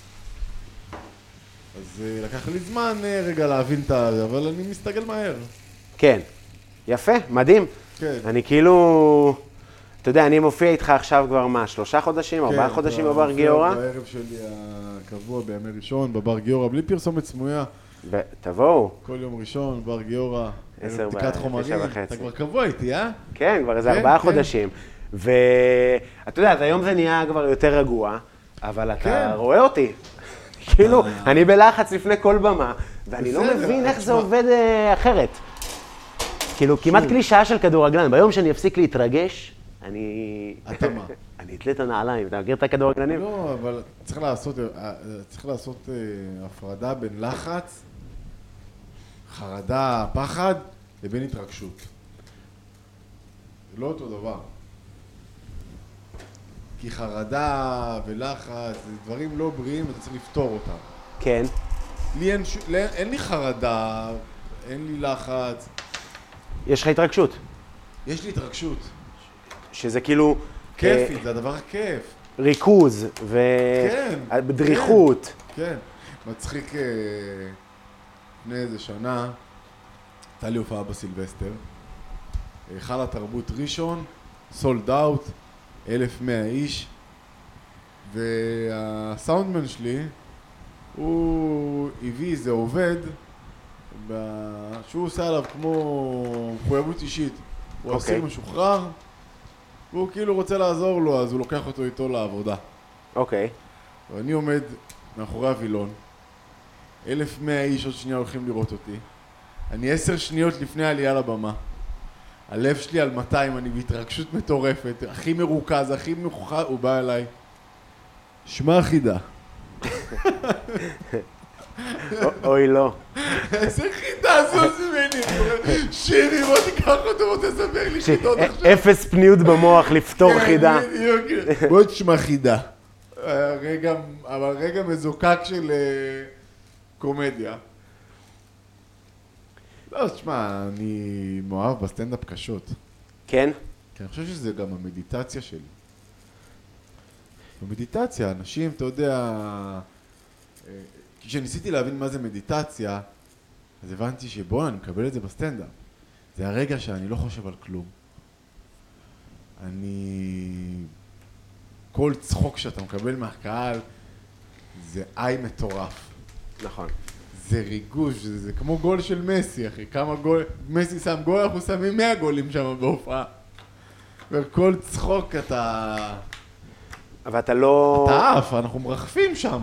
אז uh, לקח לי זמן uh, רגע להבין את זה, אבל אני מסתגל מהר. כן. יפה, מדהים. כן. אני כאילו... אתה יודע, אני מופיע איתך עכשיו כבר מה, שלושה חודשים, ארבעה כן, חודשים בבר גיורא? בערב שלי הקבוע בימי ראשון, בבר גיורא, בלי פרסומת סמויה. ותבואו. כל יום ראשון, בר גיורא, עשר בדיקת ב- חומרים. תשע וחצי. אתה כבר קבוע איתי, אה? כן, כבר איזה כן, ארבעה כן. חודשים. ואתה יודע, אז היום זה נהיה כבר יותר רגוע, אבל אתה כן. רואה אותי. כאילו, אני בלחץ לפני כל במה, ואני לא בסדר, מבין איך זה תשמע. עובד אה, אחרת. כאילו, כמעט קלישאה של כדורגלן. ביום שאני אפסיק להתרגש, אני... אתה מה? אני אתלה את הנעליים. אתה מכיר את הכדורגלנים? לא, אבל צריך לעשות, אה, צריך לעשות אה, הפרדה בין לחץ, חרדה, פחד, לבין התרגשות. זה לא אותו דבר. כי חרדה ולחץ זה דברים לא בריאים ואתה צריך לפתור אותם. כן. לי אין, ש... אין, אין לי חרדה, אין לי לחץ, יש לך התרגשות. יש לי התרגשות. שזה כאילו... כיפי, אה, זה הדבר הכיף. ריכוז כן, ודריכות. כן. מצחיק, אה, לפני איזה שנה, הייתה לי הופעה בסילבסטר, היכל התרבות ראשון, סולד אאוט, אלף מאה איש, והסאונדמן שלי, הוא הביא איזה עובד, שהוא עושה עליו כמו מחויבות אישית. הוא אוקיי. אסיר משוחרר, והוא כאילו רוצה לעזור לו, אז הוא לוקח אותו איתו לעבודה. אוקיי. ואני עומד מאחורי הווילון, אלף מאה איש עוד שנייה הולכים לראות אותי. אני עשר שניות לפני העלייה לבמה. הלב שלי על מאתיים, אני בהתרגשות מטורפת, הכי מרוכז, הכי מוכח, הוא בא אליי. שמע חידה. אוי לא. איזה חידה זו ממני. שירי, בוא תיקח אותו, בוא תספר לי חידות עכשיו. אפס פניות במוח לפתור חידה. בוא תשמע חידה. רגע, אבל רגע מזוקק של קומדיה. לא, תשמע, אני מאוהב בסטנדאפ קשות. כן? כי אני חושב שזה גם המדיטציה שלי. במדיטציה, אנשים, אתה יודע, כשניסיתי להבין מה זה מדיטציה, אז הבנתי שבוא, אני מקבל את זה בסטנדאפ. זה הרגע שאני לא חושב על כלום. אני... כל צחוק שאתה מקבל מהקהל, זה איי מטורף. נכון. זה ריגוש, זה, זה כמו גול של מסי, אחי. כמה גול... מסי שם גול, אנחנו שמים מאה גולים שם בהופעה. וכל צחוק אתה... אבל אתה לא... אתה עף, אנחנו מרחפים שם.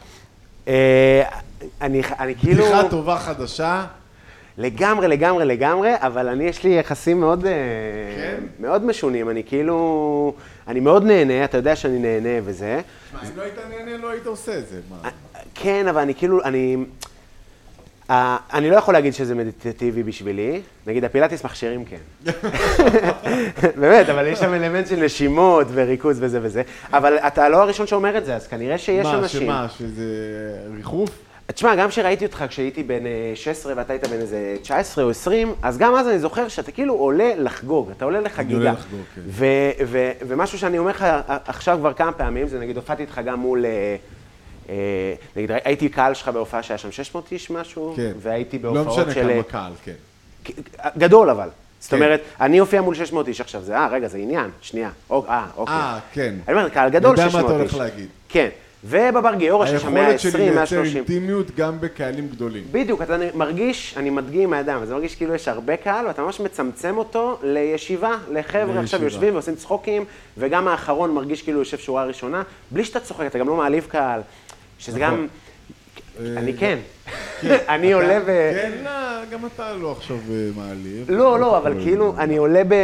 אני אני כאילו... בדיחה טובה חדשה. לגמרי, לגמרי, לגמרי, אבל אני יש לי יחסים מאוד... כן? מאוד משונים. אני כאילו... אני מאוד נהנה, אתה יודע שאני נהנה וזה. מה, אם לא היית נהנה, לא היית עושה את זה. מה? כן, אבל אני כאילו... אני... אני לא יכול להגיד שזה מדיטטיבי בשבילי, נגיד הפילאטיס מכשירים כן. באמת, אבל יש שם אלמנט של נשימות וריכוז וזה וזה, אבל אתה לא הראשון שאומר את זה, אז כנראה שיש אנשים. מה, שמה, שזה ריחוף? תשמע, גם שראיתי אותך כשהייתי בן שש עשרה ואתה היית בן איזה תשע עשרה או עשרים, אז גם אז אני זוכר שאתה כאילו עולה לחגוג, אתה עולה לחגיגה. אני עולה לחגוג, כן. ומשהו שאני אומר לך עכשיו כבר כמה פעמים, זה נגיד הופעתי איתך גם מול... נגיד, הייתי קהל שלך בהופעה שהיה שם שש מאות איש משהו, כן. והייתי לא בהופעות משנה של... כמה קהל, כן. גדול אבל. זאת כן. אומרת, אני הופיע מול שש מאות איש עכשיו, זה, אה, רגע, זה עניין, שנייה. או, אה, אוקיי. אה, כן. אני אומר, קהל גדול שש מאות איש. יודע מה אתה הולך להגיד. כן. ובבר גיורא שיש שם מאה היכולת שלי עשרים, מאה לייצר שלושים. אינטימיות גם בקהלים גדולים. בדיוק, אתה מרגיש, אני מדגים מהאדם, זה מרגיש כאילו יש הרבה קהל, ואתה ממש מצמצם אותו לישיבה, לחבר'ה עכשיו יושבים ועושים צחוקים, וגם האחרון מרגיש כאילו יושב שורה ראשונה, בלי שאתה צוחק, אתה גם לא מעליב קהל, שזה גם... אני כן. אני עולה ב... כן, לא, גם אתה לא עכשיו מעליב. לא, לא, אבל כאילו, אני עולה ב...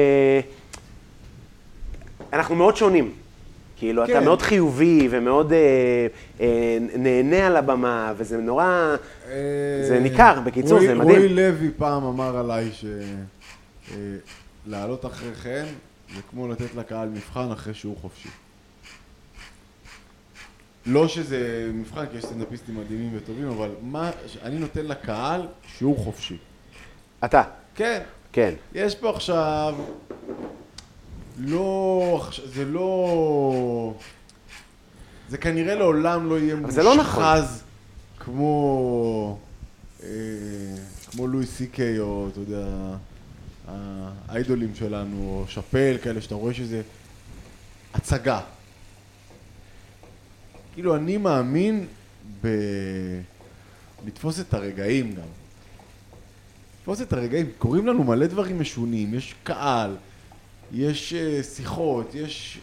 אנחנו מאוד שונים. כאילו, אתה מאוד חיובי ומאוד נהנה על הבמה, וזה נורא... זה ניכר, בקיצור, זה מדהים. רועי לוי פעם אמר עליי שלעלות אחריכם זה כמו לתת לקהל מבחן אחרי שהוא חופשי. לא שזה מבחן, כי יש סטנדאפיסטים מדהימים וטובים, אבל מה, אני נותן לקהל שהוא חופשי. אתה? כן. כן. יש פה עכשיו, לא, זה לא, זה כנראה לעולם לא יהיה מושחז, לא נכון. כמו, אה, כמו לואי סי קיי, או אתה יודע, האיידולים שלנו, או שאפל, כאלה שאתה רואה שזה הצגה. כאילו, אני מאמין ב... לתפוס את הרגעים גם. לתפוס את הרגעים. קוראים לנו מלא דברים משונים. יש קהל, יש uh, שיחות, יש...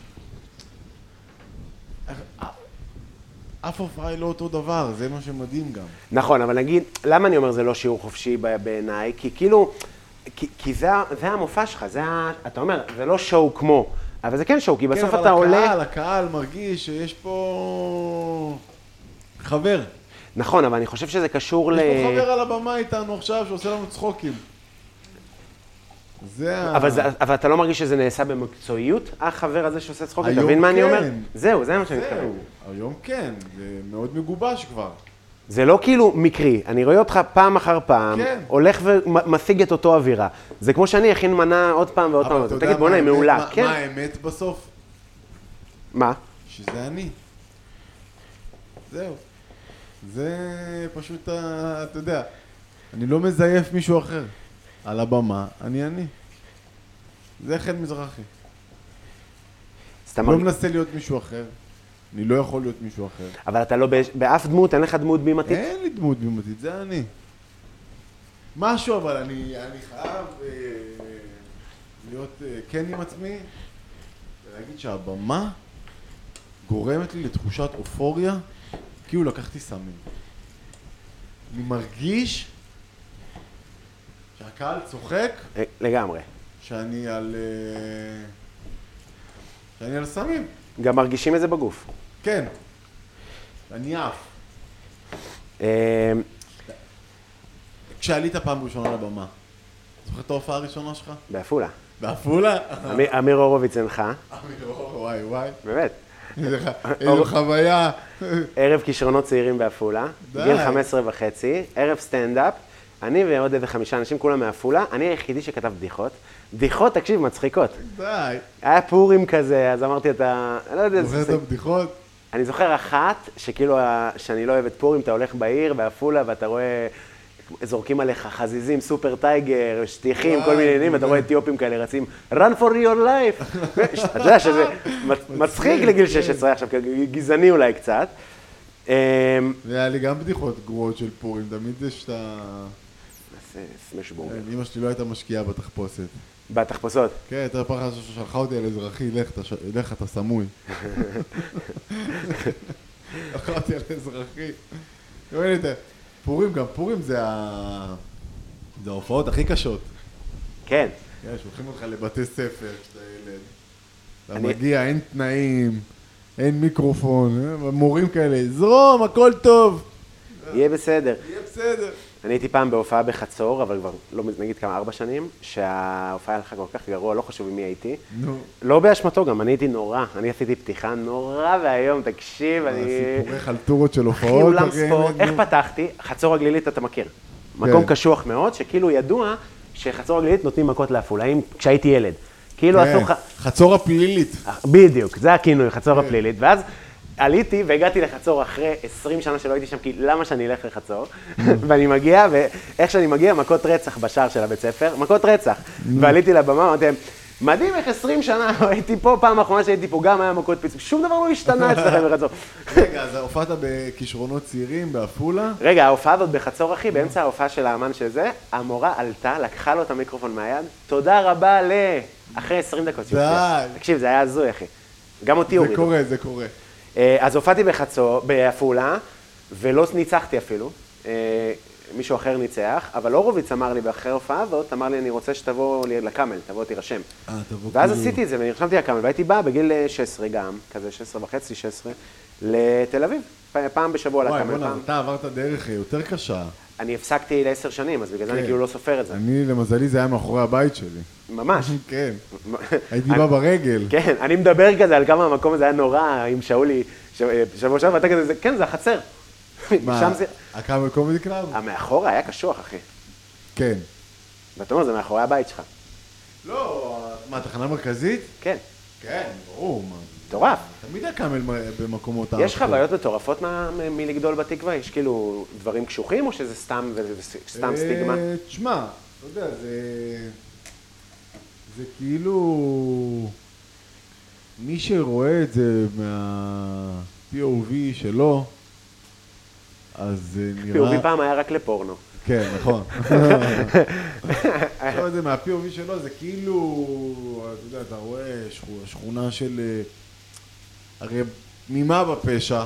אף הופעה היא לא אותו דבר, זה מה שמדהים גם. נכון, אבל נגיד, למה אני אומר זה לא שיעור חופשי בעיניי? כי כאילו, כי, כי זה, זה המופע שלך, זה, אתה אומר, זה לא שואו כמו... אבל זה כן שואו, כי בסוף כן, אתה עולה... כן, אבל הקהל, הקהל מרגיש שיש פה חבר. נכון, אבל אני חושב שזה קשור ל... יש פה חבר על הבמה איתנו עכשיו שעושה לנו צחוקים. זה אבל, זה, אבל אתה לא מרגיש שזה נעשה במקצועיות, החבר הזה שעושה צחוקים? היום תבין מה אני אומר? כן. זהו, זה מה שאני מתכוון. זהו, היום כן, זה מאוד מגובש כבר. זה לא כאילו מקרי, אני רואה אותך פעם אחר פעם, כן. הולך ומשיג את אותו אווירה. זה כמו שאני אכין מנה עוד פעם ועוד פעם. אבל אתה יודע תגיד, בוא'נה, היא מעולה. מה, כן. מה האמת בסוף? מה? שזה אני. זהו. זה פשוט, ה- אתה יודע, אני לא מזייף מישהו אחר. על הבמה, אני אני. זה חן מזרחי. סתם לא מרגיש... מנסה להיות מישהו אחר. אני לא יכול להיות מישהו אחר. אבל אתה לא באש- באף דמות, אין לך דמות בימתית? אין לי דמות בימתית, זה אני. משהו, אבל אני, אני חייב אה, להיות אה, כן עם עצמי, ולהגיד שהבמה גורמת לי לתחושת אופוריה, כאילו לקחתי סמים. אני מרגיש שהקהל צוחק, אה, לגמרי. שאני על... אה, שאני על סמים. גם מרגישים את זה בגוף. כן. אני עף. אה, כשעלית פעם ראשונה לבמה, זוכר את ההופעה הראשונה שלך? בעפולה. בעפולה? אמיר- אמיר הורוביץ הנחה, וואי וואי. באמת. איזו חוויה. ערב כישרונות צעירים בעפולה, די. גיל חמש עשרה וחצי, ערב סטנדאפ, אני ועוד איזה חמישה אנשים, כולם מעפולה, אני היחידי שכתב בדיחות. בדיחות, תקשיב, מצחיקות. די. היה פורים כזה, אז אמרתי, אתה... אני לא יודע, זוכר את זה- הבדיחות? אני זוכר אחת, שכאילו, ה- שאני לא אוהב את פורים, אתה הולך בעיר, בעפולה, ואתה רואה, זורקים עליך חזיזים, סופר טייגר, שטיחים, כל וואי, מיני עניינים, ואתה רואה אתיופים כאלה רצים, run for your life. אתה יודע שזה מצחיק לגיל שש עשרה עכשיו, גזעני אולי קצת. אמ, והיה לי גם בדיחות גרועות של פורים, תמיד יש את ה... נעשה סמש בורגר. אמא שלי לא הייתה משקיעה בתחפושת. בתחפושות. כן, יותר פחד ששלחה אותי על אזרחי, לך, אתה ש- לך, אתה סמוי. שלחה אותי על אזרחי. רואה לי, פורים, גם פורים זה ה... זה ההופעות הכי קשות. כן. כן, שולחים אותך לבתי ספר כשאתה ילד. אתה אני- מגיע, אין תנאים, אין מיקרופון, אה, מורים כאלה, זרום, הכל טוב. יהיה בסדר. יהיה בסדר. אני הייתי פעם בהופעה בחצור, אבל כבר לא נגיד כמה ארבע שנים, שההופעה הלכה כל כך גרוע, לא חשוב עם מי הייתי. נו. לא באשמתו גם, אני הייתי נורא, אני עשיתי פתיחה נורא והיום, תקשיב, אני... סיפורי חלטורות של אחי, הופעות. אולם אחי, ספורט, איך נו. פתחתי? חצור הגלילית אתה מכיר. מקום כן. קשוח מאוד, שכאילו ידוע שחצור הגלילית נותנים מכות לעפולאים כשהייתי ילד. כאילו כן, עשו ח... חצור הפלילית. בדיוק, זה הכינוי, חצור הפלילית, ואז עליתי והגעתי לחצור אחרי עשרים שנה שלא הייתי שם, כי למה שאני אלך לחצור? ואני מגיע, ואיך שאני מגיע, מכות רצח בשער של הבית ספר, מכות רצח. ועליתי לבמה, אמרתי להם, מדהים איך עשרים שנה הייתי פה, פעם האחרונה שהייתי פה גם היה מכות פיצוץ, שום דבר לא השתנה אצלכם בחצור. רגע, אז הופעת בכישרונות צעירים, בעפולה? רגע, ההופעה הזאת בחצור, אחי, באמצע ההופעה של האמן של זה, המורה עלתה, לקחה לו את המיקרופון מהיד, תודה רבה ל... אחרי עשרים דקות. די. תקשיב, זה היה הזוי, אחי. גם אותי הורידו. זה קורה, זה קורה. אז הופעתי בחצור, בעפולה, ולא ניצחתי אפילו. מישהו אחר ניצח, אבל הורוביץ אמר לי באחרי ההופעה הזאת, אמר לי, אני רוצה שתבוא לקאמל, תבוא תירשם. אה, תבוא ואז כאילו... עשיתי את זה, ונרשמתי לקאמל, והייתי בא בגיל שש עשרה גם, כזה שש עשרה וחצי, שש עשרה, לתל אביב, פעם בשבוע לקאמל. וואי, בוא'נה, אתה עברת דרך יותר קשה. אני הפסקתי לעשר שנים, אז בגלל זה אני כאילו לא סופר את זה. אני, למזלי, זה היה מאחורי הבית שלי. ממש. כן. הייתי בא ברגל. כן, אני מדבר כזה על כמה המקום הזה היה נורא עם שאולי, שבוע שעבר, ואתה כזה, כן, זה החצר. מה, הקאמל קומדי קלאב? המאחורה היה קשוח, אחי. כן. ואתה אומר, זה מאחורי הבית שלך. לא, מה, תחנה מרכזית? כן. כן, ברור, מה. מטורף. תמיד הקאמל במקומות... יש חוויות מטורפות מלגדול בתקווה? יש כאילו דברים קשוחים, או שזה סתם סטיגמה? תשמע, אתה יודע, זה... זה כאילו... מי שרואה את זה מה-פי או וי שלו, אז זה נראה... פי או וי פעם היה רק לפורנו. כן, נכון. לא יודע, מה-פי או וי שלו זה כאילו, אתה יודע, אתה רואה שכונה של... הרי ממה בפשע?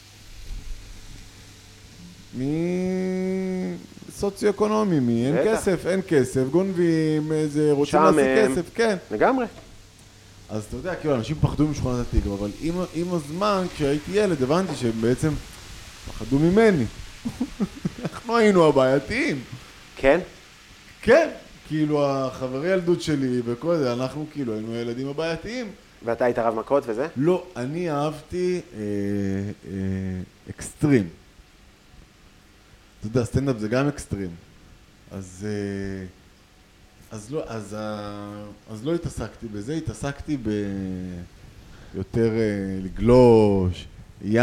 מסוציו-אקונומי, מי? אין כסף, אין כסף, גונבים, איזה רוצים לעשות כסף, כן. לגמרי. אז אתה יודע, כאילו, אנשים פחדו משכונת התקווה, אבל עם, עם הזמן, כשהייתי ילד, הבנתי שהם בעצם פחדו ממני. אנחנו היינו הבעייתיים. כן? כן. כאילו, החברי ילדות שלי וכל זה, אנחנו כאילו היינו ילדים הבעייתיים. ואתה היית רב מכות וזה? לא, אני אהבתי אה, אה, אקסטרים. אתה יודע, סטנדאפ זה גם אקסטרים. אז... אה, אז לא, אז, אז לא התעסקתי בזה, התעסקתי ביותר לגלוש, ים.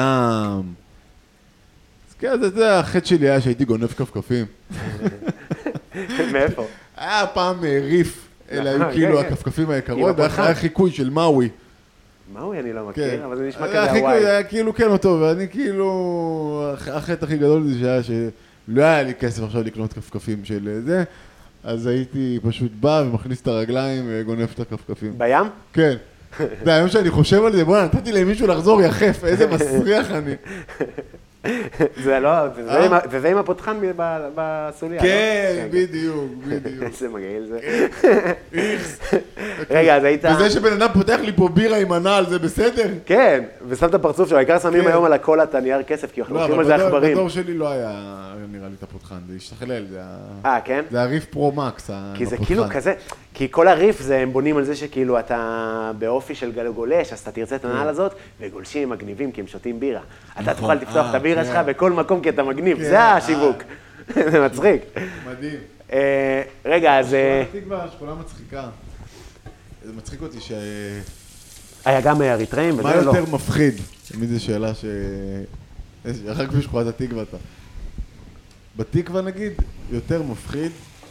אז כן, אתה יודע, החטא שלי היה שהייתי גונב כפכפים. מאיפה? היה פעם ריף, אלה היו כאילו הכפכפים היקרות, היה חיקוי של מאווי. מאווי אני לא מכיר, אבל זה נשמע כזה הוואי. זה היה כאילו כן אותו, ואני כאילו, החטא הכי גדול זה שהיה שלא היה לי כסף עכשיו לקנות כפכפים של זה. אז הייתי פשוט בא ומכניס את הרגליים וגונף את הכפכפים. בים? כן. זה היום שאני חושב על זה, בוא'נה, נתתי למישהו לחזור יחף, איזה מסריח אני. זה לא, וזה עם הפותחן בסוליה. כן, בדיוק, בדיוק. איזה מגעיל זה. רגע, אז היית... וזה שבן אדם פותח לי פה בירה עם הנעל, זה בסדר? כן, ושם את הפרצוף שלו, העיקר שמים היום על הכל את הנייר כסף, כי הולכים על זה עכברים. בדור שלי לא היה, נראה לי, את הפותחן, זה השתכלל, זה ה... אה, כן? זה הריף פרו-מקס, הפותחן. כי זה כאילו כזה, כי כל הריף זה, הם בונים על זה שכאילו אתה באופי של גולש, אז אתה תרצה את הנעל הזאת, וגולשים מגניבים כי הם שותים בירה. אתה תוכל לפתוח את הבירה שלך בכל מקום כי אתה מגניב, זה השיווק. זה מצחיק. מדהים. רגע, אז... שכונת התקווה, שכונה מצחיקה. זה מצחיק אותי ש... היה גם אריתראים וזה מה לא. יותר מפחיד? תמיד זו שאלה ש... רק בשכונת התקווה אתה. בתקווה נגיד, יותר מפחיד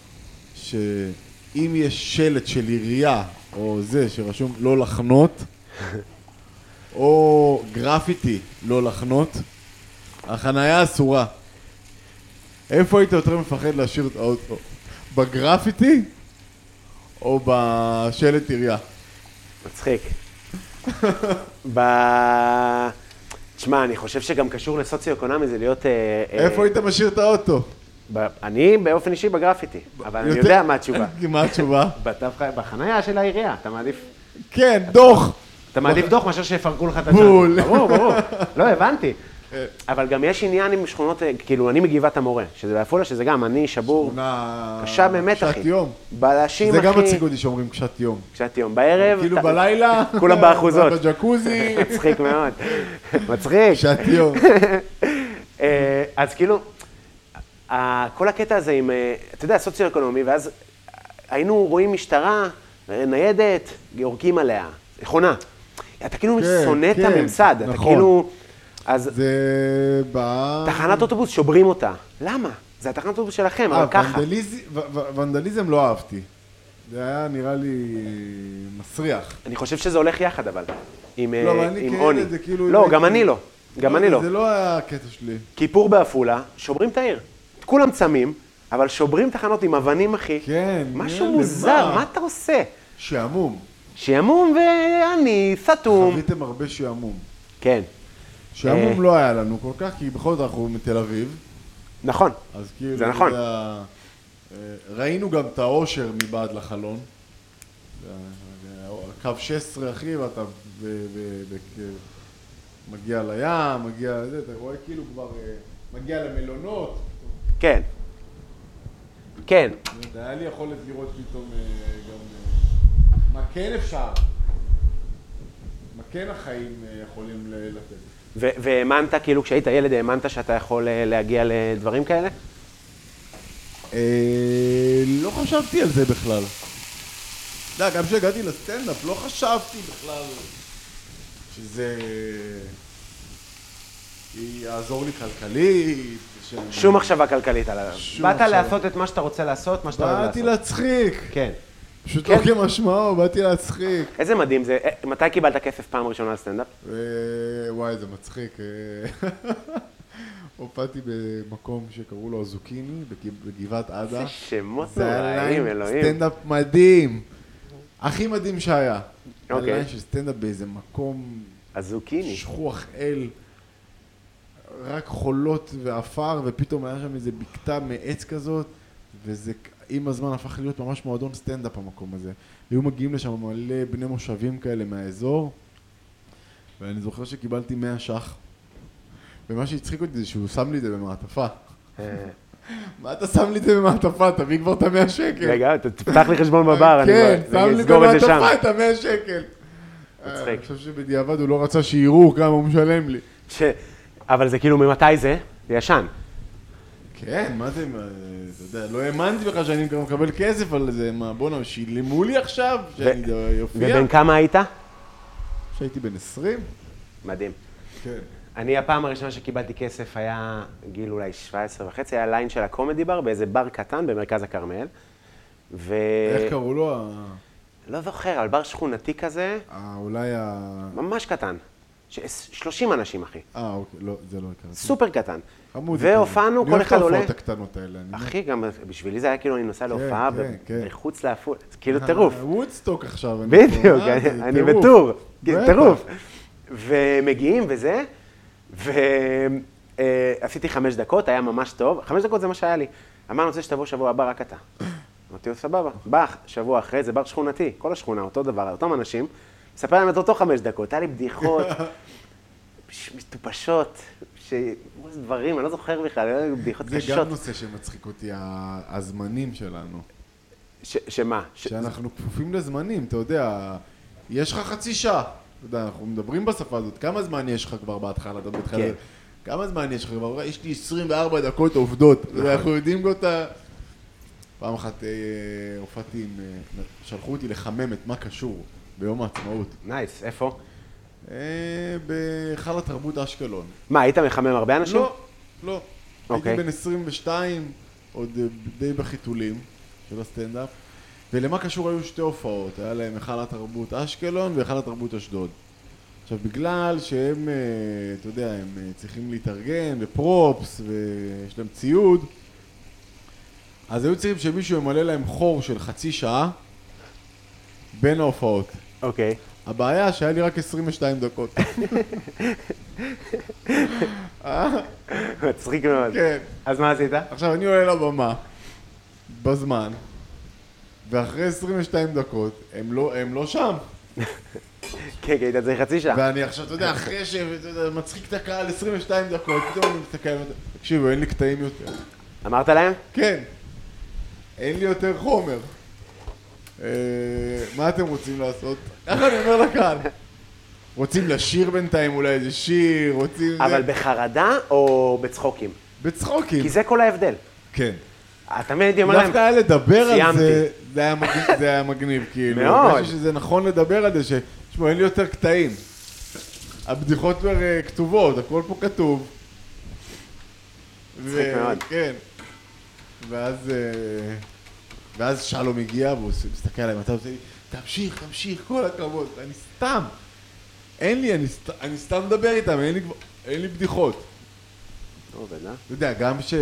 שאם יש שלט של עירייה או זה שרשום לא לחנות, או גרפיטי לא לחנות, החנייה אסורה. איפה היית יותר מפחד להשאיר את האוטו? בגרפיטי או בשלט עירייה? מצחיק. ב... תשמע, אני חושב שגם קשור לסוציו-אקונומי זה להיות... איפה היית משאיר את האוטו? אני באופן אישי בגרפיטי, אבל אני יודע מה התשובה. מה התשובה? בחנייה של העירייה, אתה מעדיף... כן, דוח. אתה מעדיף דוח מאשר שיפרקו לך את הצ'אנס. בול. ברור, ברור. לא, הבנתי. אבל גם יש עניין עם שכונות, כאילו, אני מגבעת המורה, שזה בעפולה, שזה גם, אני שבור, קשה באמת, אחי. קשת יום. בלשים, אחי. זה גם מציג אותי שאומרים קשת יום. קשת יום. בערב... כאילו בלילה. כולם באחוזות. בג'קוזי. מצחיק מאוד. מצחיק. קשת יום. אז כאילו, כל הקטע הזה עם, אתה יודע, סוציו-אקונומי, ואז היינו רואים משטרה, ניידת, יורקים עליה, חונה. אתה כאילו כן, שונא את כן, הממסד, אתה נכון. כאילו... אז זה בא... תחנת אוטובוס שוברים אותה. למה? זה התחנת אוטובוס שלכם, אבל ככה. ונדליז... ו- ו- ונדליזם לא אהבתי. זה היה נראה לי מסריח. אני חושב שזה הולך יחד, אבל. עם לא, אבל אני עם כילד עוני. זה כאילו... לא, הייתי- גם אני לא. גם אני לא. זה לא היה הקטע שלי. כיפור בעפולה, שוברים את העיר. כולם צמים, אבל שוברים תחנות עם אבנים, אחי. כן. משהו ילד, מוזר, מה? מה אתה עושה? שעמום. שעמום ואני, סתום. חוויתם הרבה שעמום. כן, שעמום אה. לא היה לנו כל כך, כי בכל זאת אנחנו מתל אביב. נכון. אז כאילו... זה נכון. היה- ראינו גם את האושר מבעד לחלון. זה- קו שש עשרה, אחי, ואתה ב- ב- ב- מגיע לים, מגיע לזה, אתה רואה כאילו כבר אה, מגיע למלונות. כן. כן. היה לי יכולת לראות פתאום אה, גם אה, מה כן אפשר, מה כן החיים אה, יכולים ל- לתת. ו- והאמנת, כאילו, כשהיית ילד, האמנת שאתה יכול אה, להגיע לדברים כאלה? אה, לא חשבתי על זה בכלל. אתה יודע, גם כשהגעתי לסטנדאפ, לא חשבתי בכלל שזה יעזור לי כלכלית. שאני- שום מחשבה כלכלית על ה... שום באת מחשבה. לעשות את מה שאתה רוצה לעשות, מה שאתה אוהב לעשות. באתי להצחיק. כן. פשוט כן. לא כמשמעו, באתי להצחיק. איזה מדהים זה. אה, מתי קיבלת כסף פעם ראשונה על סטנדאפ? אה, וואי, זה מצחיק. אה, הופעתי במקום שקראו לו הזוקיני, בג- בגבעת עדה. איזה שמות זה היה נוראים, ליין אלוהים. סטנדאפ מדהים. הכי מדהים שהיה. אוקיי. הליין של סטנדאפ באיזה מקום הזוקיני. שכוח אל, רק חולות ועפר, ופתאום היה שם איזה בקתה מעץ כזאת, וזה עם הזמן הפך להיות ממש מועדון סטנדאפ המקום הזה. היו מגיעים לשם מלא בני מושבים כאלה מהאזור, ואני זוכר שקיבלתי מאה ש"ח, ומה שהצחיק אותי זה שהוא שם לי את זה במעטפה. מה אתה שם לי את זה במעטפה? תביא כבר את המאה שקל. רגע, ת- תפתח לי חשבון בבר, אני כן, ב- שם אני לי אסגור את זה שם. במעטפה את המאה שקל. מצחיק. אני חושב שבדיעבד הוא לא רצה שיראו כמה הוא משלם לי. ש- אבל זה כאילו, ממתי זה? זה ישן. כן, מה זה, מה, אתה יודע, לא האמנתי בכלל שאני גם מקבל כסף על זה, מה, בוא'נה, שילמו לי עכשיו, שאני יופיע? ובן כמה היית? שהייתי בן עשרים? מדהים. כן. אני, הפעם הראשונה שקיבלתי כסף היה גיל אולי שבע עשרה וחצי, היה ליין של הקומדי בר באיזה בר קטן במרכז הכרמל. ו... איך קראו לו? ה- לא זוכר, על בר שכונתי כזה, ה- אולי ה... ממש קטן. ש- שלושים אנשים, אחי. אה, אוקיי, לא, זה לא הכרתי. סופר קטן. חמוד. והופענו, כל אחד עולה. אני אוהב את ההופעות הקטנות האלה. אני אחי, גם בשבילי זה היה כאילו, אני נוסע להופעה כן, כן. מחוץ לעפולה, זה כאילו אומר, טירוף. וודסטוק עכשיו. אני בדיוק, פה, אה, אני- זה אני טירוף. בטור, בטח. טירוף. ומגיעים וזה, ועשיתי חמש דקות, היה ממש טוב, חמש דקות זה מה שהיה לי. אמרנו, אני רוצה שתבוא שבוע הבא רק אתה. אמרתי לו, סבבה. בא שבוע אחרי, זה בר שכונתי, כל השכונה, אותו דבר, אותם אנשים, מספר להם את אותו חמש דקות, היה לי בדיחות ש- מטופשות, ש... דברים, אני לא זוכר בכלל, היו לי בדיחות זה קשות. גם נושא שמצחיק אותי, ה- הזמנים שלנו. ש- שמה? ש- שאנחנו כפופים לזמנים, אתה יודע, יש לך חצי שעה, אתה יודע, אנחנו מדברים בשפה הזאת, כמה זמן יש לך כבר בהתחלה, אתה בהתחלה, כן. כמה זמן יש לך כבר, יש לי עשרים וארבע דקות עובדות, אתה יודע, אנחנו יודעים גם את ה... פעם אחת אה, הופעתי עם, אה, שלחו אותי לחמם את מה קשור ביום העצמאות, נייס, איפה? אה, בהיכל התרבות אשקלון. מה, היית מחמם הרבה אנשים? לא, לא, אוקיי. הייתי בן עשרים ושתיים, עוד אה, די בחיתולים של הסטנדאפ. ולמה קשור היו שתי הופעות, היה להם היכל התרבות אשקלון והיכל התרבות אשדוד. עכשיו, בגלל שהם, אה, אתה יודע, הם אה, צריכים להתארגן ופרופס ויש להם ציוד, אז היו צריכים שמישהו ימלא להם חור של חצי שעה בין ההופעות. אוקיי. הבעיה שהיה לי רק עשרים ושתיים דקות. מצחיק מאוד. כן. אז מה עשית? עכשיו, אני עולה לבמה בזמן, ואחרי עשרים ושתיים דקות, הם לא, הם לא שם. כן, כי היית צריך חצי שעה. ואני עכשיו, אתה יודע, אחרי שמצחיק את הקהל עשרים ושתיים דקות, פתאום אני מסתכל, תקשיבו, אין לי קטעים יותר. אמרת להם? כן, אין לי יותר חומר. אה, מה אתם רוצים לעשות? איך אני אומר לקהל? רוצים לשיר בינתיים אולי איזה שיר, רוצים... אבל זה... בחרדה או בצחוקים? בצחוקים. כי זה כל ההבדל. כן. תמיד הייתי אומר להם, דווקא היה לדבר על סיימתי. זה, זה היה מגניב, זה היה מגניב, כאילו. מאוד. אני חושב שזה נכון לדבר על זה, ש... תשמעו, אין לי יותר קטעים. הבדיחות כבר אה, כתובות, הכל פה כתוב. מצחיק מאוד. כן. ואז... אה, ואז שלום הגיע, והוא מסתכל עליי, אתה עושה לי, תמשיך, תמשיך, כל הכבוד. אני סתם. אין לי, אני, סת... אני סתם מדבר איתם, אין לי, אין לי בדיחות. טוב, אתה יודע. אתה יודע, גם ש...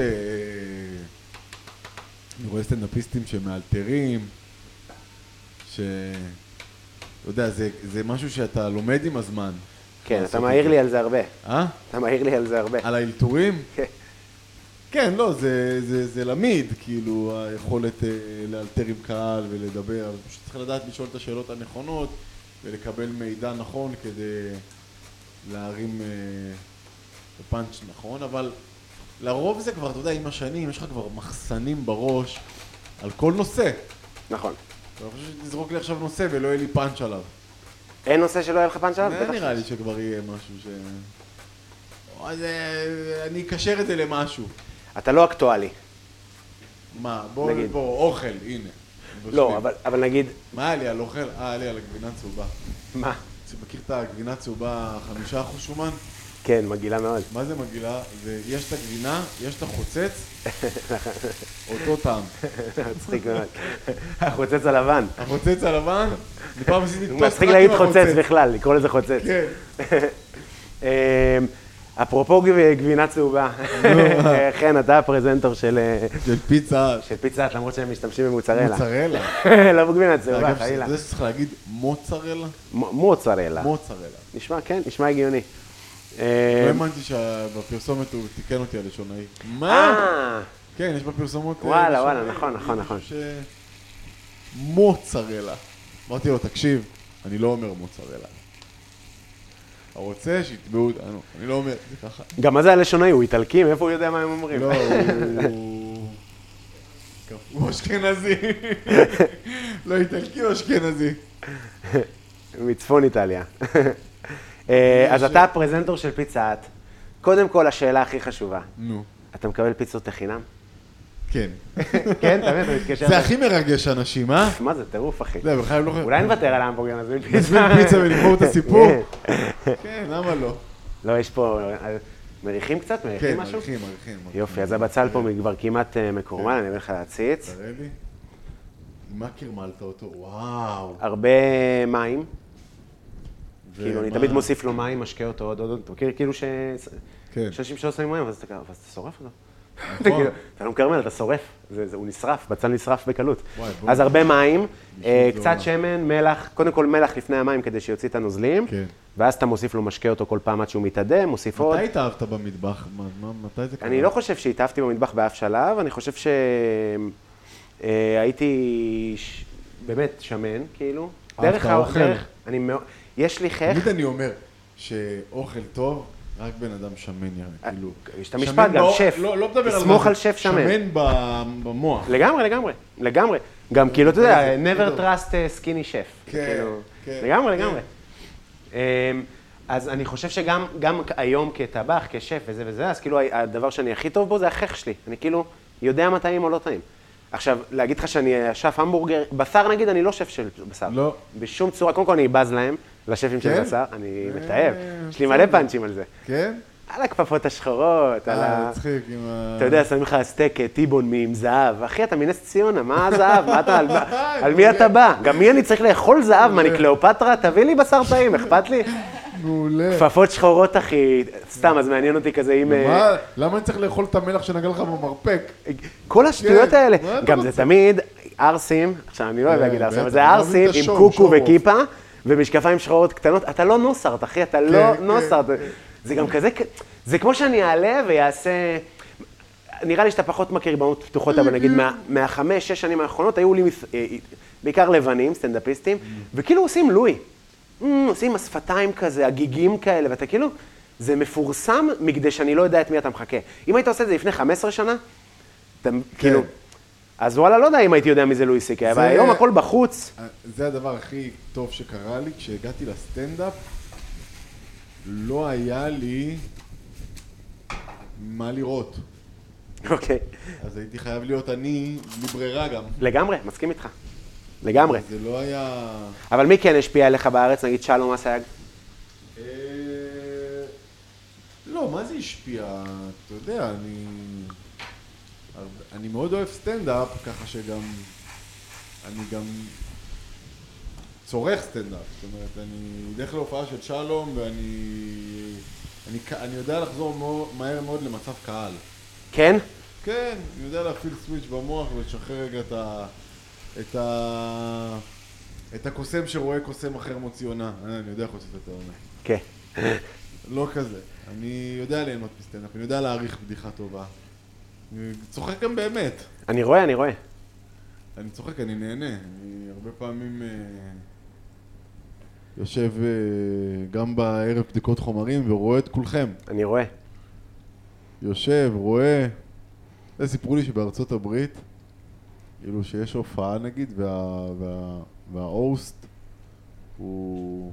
אני רואה סטנדאפיסטים שמאלתרים, ש... אתה יודע, זה, זה משהו שאתה לומד עם הזמן. כן, אתה מעיר לי על זה הרבה. אה? אתה מעיר לי על זה הרבה. על האלתורים? כן. כן, לא, זה, זה, זה למיד, כאילו, היכולת אה, לאלתר עם קהל ולדבר. פשוט צריך לדעת לשאול את השאלות הנכונות ולקבל מידע נכון כדי להרים אה, פאנץ' נכון, אבל לרוב זה כבר, אתה יודע, עם השנים, יש לך כבר מחסנים בראש על כל נושא. נכון. אתה חושב שתזרוק לי עכשיו נושא ולא יהיה לי פאנץ' עליו. אין נושא שלא יהיה לך פאנץ' עליו? זה נראה לי שכבר יהיה משהו ש... או, זה... אני אקשר את זה למשהו. אתה לא אקטואלי. מה? בוא נגיד. פה, אוכל, הנה. לא, אבל, אבל נגיד... מה היה לי על אוכל? אה, היה לי על הגבינה צהובה. מה? אתה מכיר את הגבינה צהובה חמישה אחוז שומן? כן, מגעילה מאוד. מה זה מגעילה? זה, יש את הגבינה, יש את החוצץ, אותו טעם. מצחיק מאוד. החוצץ הלבן. החוצץ הלבן, אני פעם עשיתי טוסט מצחיק רק להגיד עם חוצץ החוצץ. בכלל, לקרוא לזה חוצץ. כן. אמ, אפרופו גב- גבינה צהובה, כן, אתה הפרזנטור של של פיצה, של פיצה, למרות שהם משתמשים במוצרלה. מוצרלה. לא בגבינה צהובה, אגב, חלילה. זה שצריך להגיד מוצרלה? מ- מוצרלה. מוצרלה. נשמע, כן, נשמע הגיוני. לא אמ, האמנתי שבפרסומת הוא תיקן אותי הלשונאי. מה? אה, כן, יש בפרסומות... אה, וואלה, לשונאי, וואלה, נכון, נכון, נכון. ש- מוצרלה. אמרתי לו, תקשיב, אני לא אומר מוצרלה. הרוצה שיתבעו אותנו, אני לא אומר, זה ככה. גם מה זה הלשונאי? הוא איטלקי? מאיפה הוא יודע מה הם אומרים? לא, הוא... הוא אשכנזי. לא איטלקי או אשכנזי. מצפון איטליה. אה, אז אתה הפרזנטור של פיצה האט. קודם כל, השאלה הכי חשובה. נו. אתה מקבל פיצות לחינם? כן. כן, תמיד אתה מתקשר. זה הכי מרגש אנשים, אה? מה זה, טירוף, אחי. זה בכלל לא... אולי נוותר על ההמבורגר, נזמין פיצה. נזמין פיצה ונגמור את הסיפור? כן, למה לא? לא, יש פה... מריחים קצת? מריחים כן, משהו? מריחים, מריחים. יופי, אז הבצל פה כבר כמעט אה, מקורמן, אני אביא לך להציץ. תראה לי. עם מה קרמלת אותו? וואו. הרבה מים. כאילו, אני ומה- תמיד מוסיף לו מים, משקה אותו עוד עוד עוד. אתה מכיר כאילו ש... כן. יש אנשים שלא שמים מים, אז אתה אז אתה שורף אותו. נכון. כאילו, אתה לא מקרמל, אתה שורף. זה- זה- הוא נשרף, בצל נשרף בקלות. וואי, בוא אז הרבה מים, אה, זה קצת עולם. שמן, מלח, קודם כל מלח לפני המים כדי שיוציא את הנוזלים. כן. ואז אתה מוסיף לו משקה אותו כל פעם עד שהוא מתאדה, מוסיף עוד. מתי התאהבת במטבח? מה- מה- מתי זה קרה? אני לא חושב שהתאהבתי במטבח באף שלב, אני חושב שהייתי באמת שמן, כאילו. אהבת דרך האוכל, אוכל? דרך- אני מאוד... יש לי חך. תמיד אני אומר שאוכל טוב, רק בן אדם שמן יראה, כאילו. יש את שמן המשפט, גם באור- שף. לא, לא מדבר על... תסמוך מה על זה, שף שמן. שמן ב- במוח. לגמרי, לגמרי, לגמרי. גם כאילו, אתה יודע, איזה- never איזה- trust a skinny chef. כן, כאילו, כן, לגמרי, כן. לגמרי. אמ, אז אני חושב שגם גם היום כטבח, כשף וזה וזה, אז כאילו הדבר שאני הכי טוב בו זה החך שלי. אני כאילו יודע מה טעים או לא טעים. עכשיו, להגיד לך שאני שף המבורגר, בשר נגיד, אני לא שף של בשר. לא. בשום צורה, קודם כל אני בז להם, לשפים של כן? בשר, אני אה, מתאהב. יש לי מלא בסדר. פאנצ'ים על זה. כן? על הכפפות השחורות, על אה, ה... מצחיק עם ה... אתה יודע, שמים לך סטייק טיבון עם זהב. אחי, אתה מנס ציונה, מה הזהב? מה אתה, על, על מי אתה בא? גם מי אני צריך לאכול זהב? מה, אני קליאופטרה? תביא לי בשר טעים, אכפת לי? מעולה. כפפות שחורות, אחי. סתם, אז מעניין אותי כזה אם... מה? למה אני צריך לאכול את המלח שנגע לך במרפק? כל השטויות כן, האלה. מה אתה גם זה רוצה? תמיד ערסים, עכשיו אני לא אוהב כן, להגיד ערסים, אבל בטח, זה אני לא ערסים מבין את עם השואו, קוקו שואו אוף. וכיפה ומשקפיים שחורות קטנות. אתה לא נוסארט, אחי, אתה לא כן, נוסארט. זה גם כזה, זה כמו שאני אעלה ויעשה... נראה לי שאתה פחות מכיר ריבונות פתוחות, אבל נגיד מה- מהחמש, שש שנים האחרונות היו לי מס- אה, בעיקר לבנים, סטנדאפיסטים, וכאילו עושים לואי. אמ, עושים השפתיים כזה, הגיגים כאלה, ואתה כאילו, זה מפורסם מכדי שאני לא יודע את מי אתה מחכה. אם היית עושה את זה לפני חמש עשרה שנה, אתה כאילו, אז וואלה, לא יודע אם הייתי יודע מי זה לואי סי-קיי, אבל זה- היום הכל בחוץ. זה הדבר הכי טוב שקרה לי, כשהגעתי לסטנדאפ, לא היה לי מה לראות. אוקיי. אז הייתי חייב להיות אני, בלי ברירה גם. לגמרי, מסכים איתך. לגמרי. זה לא היה... אבל מי כן השפיע עליך בארץ? נגיד שלום אסייג? אה, לא, מה זה השפיע? אתה יודע, אני... אני מאוד אוהב סטנדאפ, ככה שגם... אני גם... צורך סטנדאפ. זאת אומרת, אני אלך להופעה של שלום ואני... אני, אני יודע לחזור מאוד, מהר מאוד למצב קהל. כן? כן, אני יודע להפעיל סוויץ' במוח ולשחרר רגע את ה... את ה... את הקוסם שרואה קוסם אחר מוציא עונה. אני יודע איך עושה את העונה. כן. לא כזה. אני יודע ליהנות מסטנדאפ, אני יודע להעריך בדיחה טובה. אני צוחק גם באמת. אני רואה, אני רואה. אני צוחק, אני נהנה. אני הרבה פעמים אה, יושב אה, גם בערב בדיקות חומרים ורואה את כולכם. אני רואה. יושב, רואה. זה סיפרו לי שבארצות הברית, כאילו שיש הופעה נגיד, וה, וה, והאוסט הוא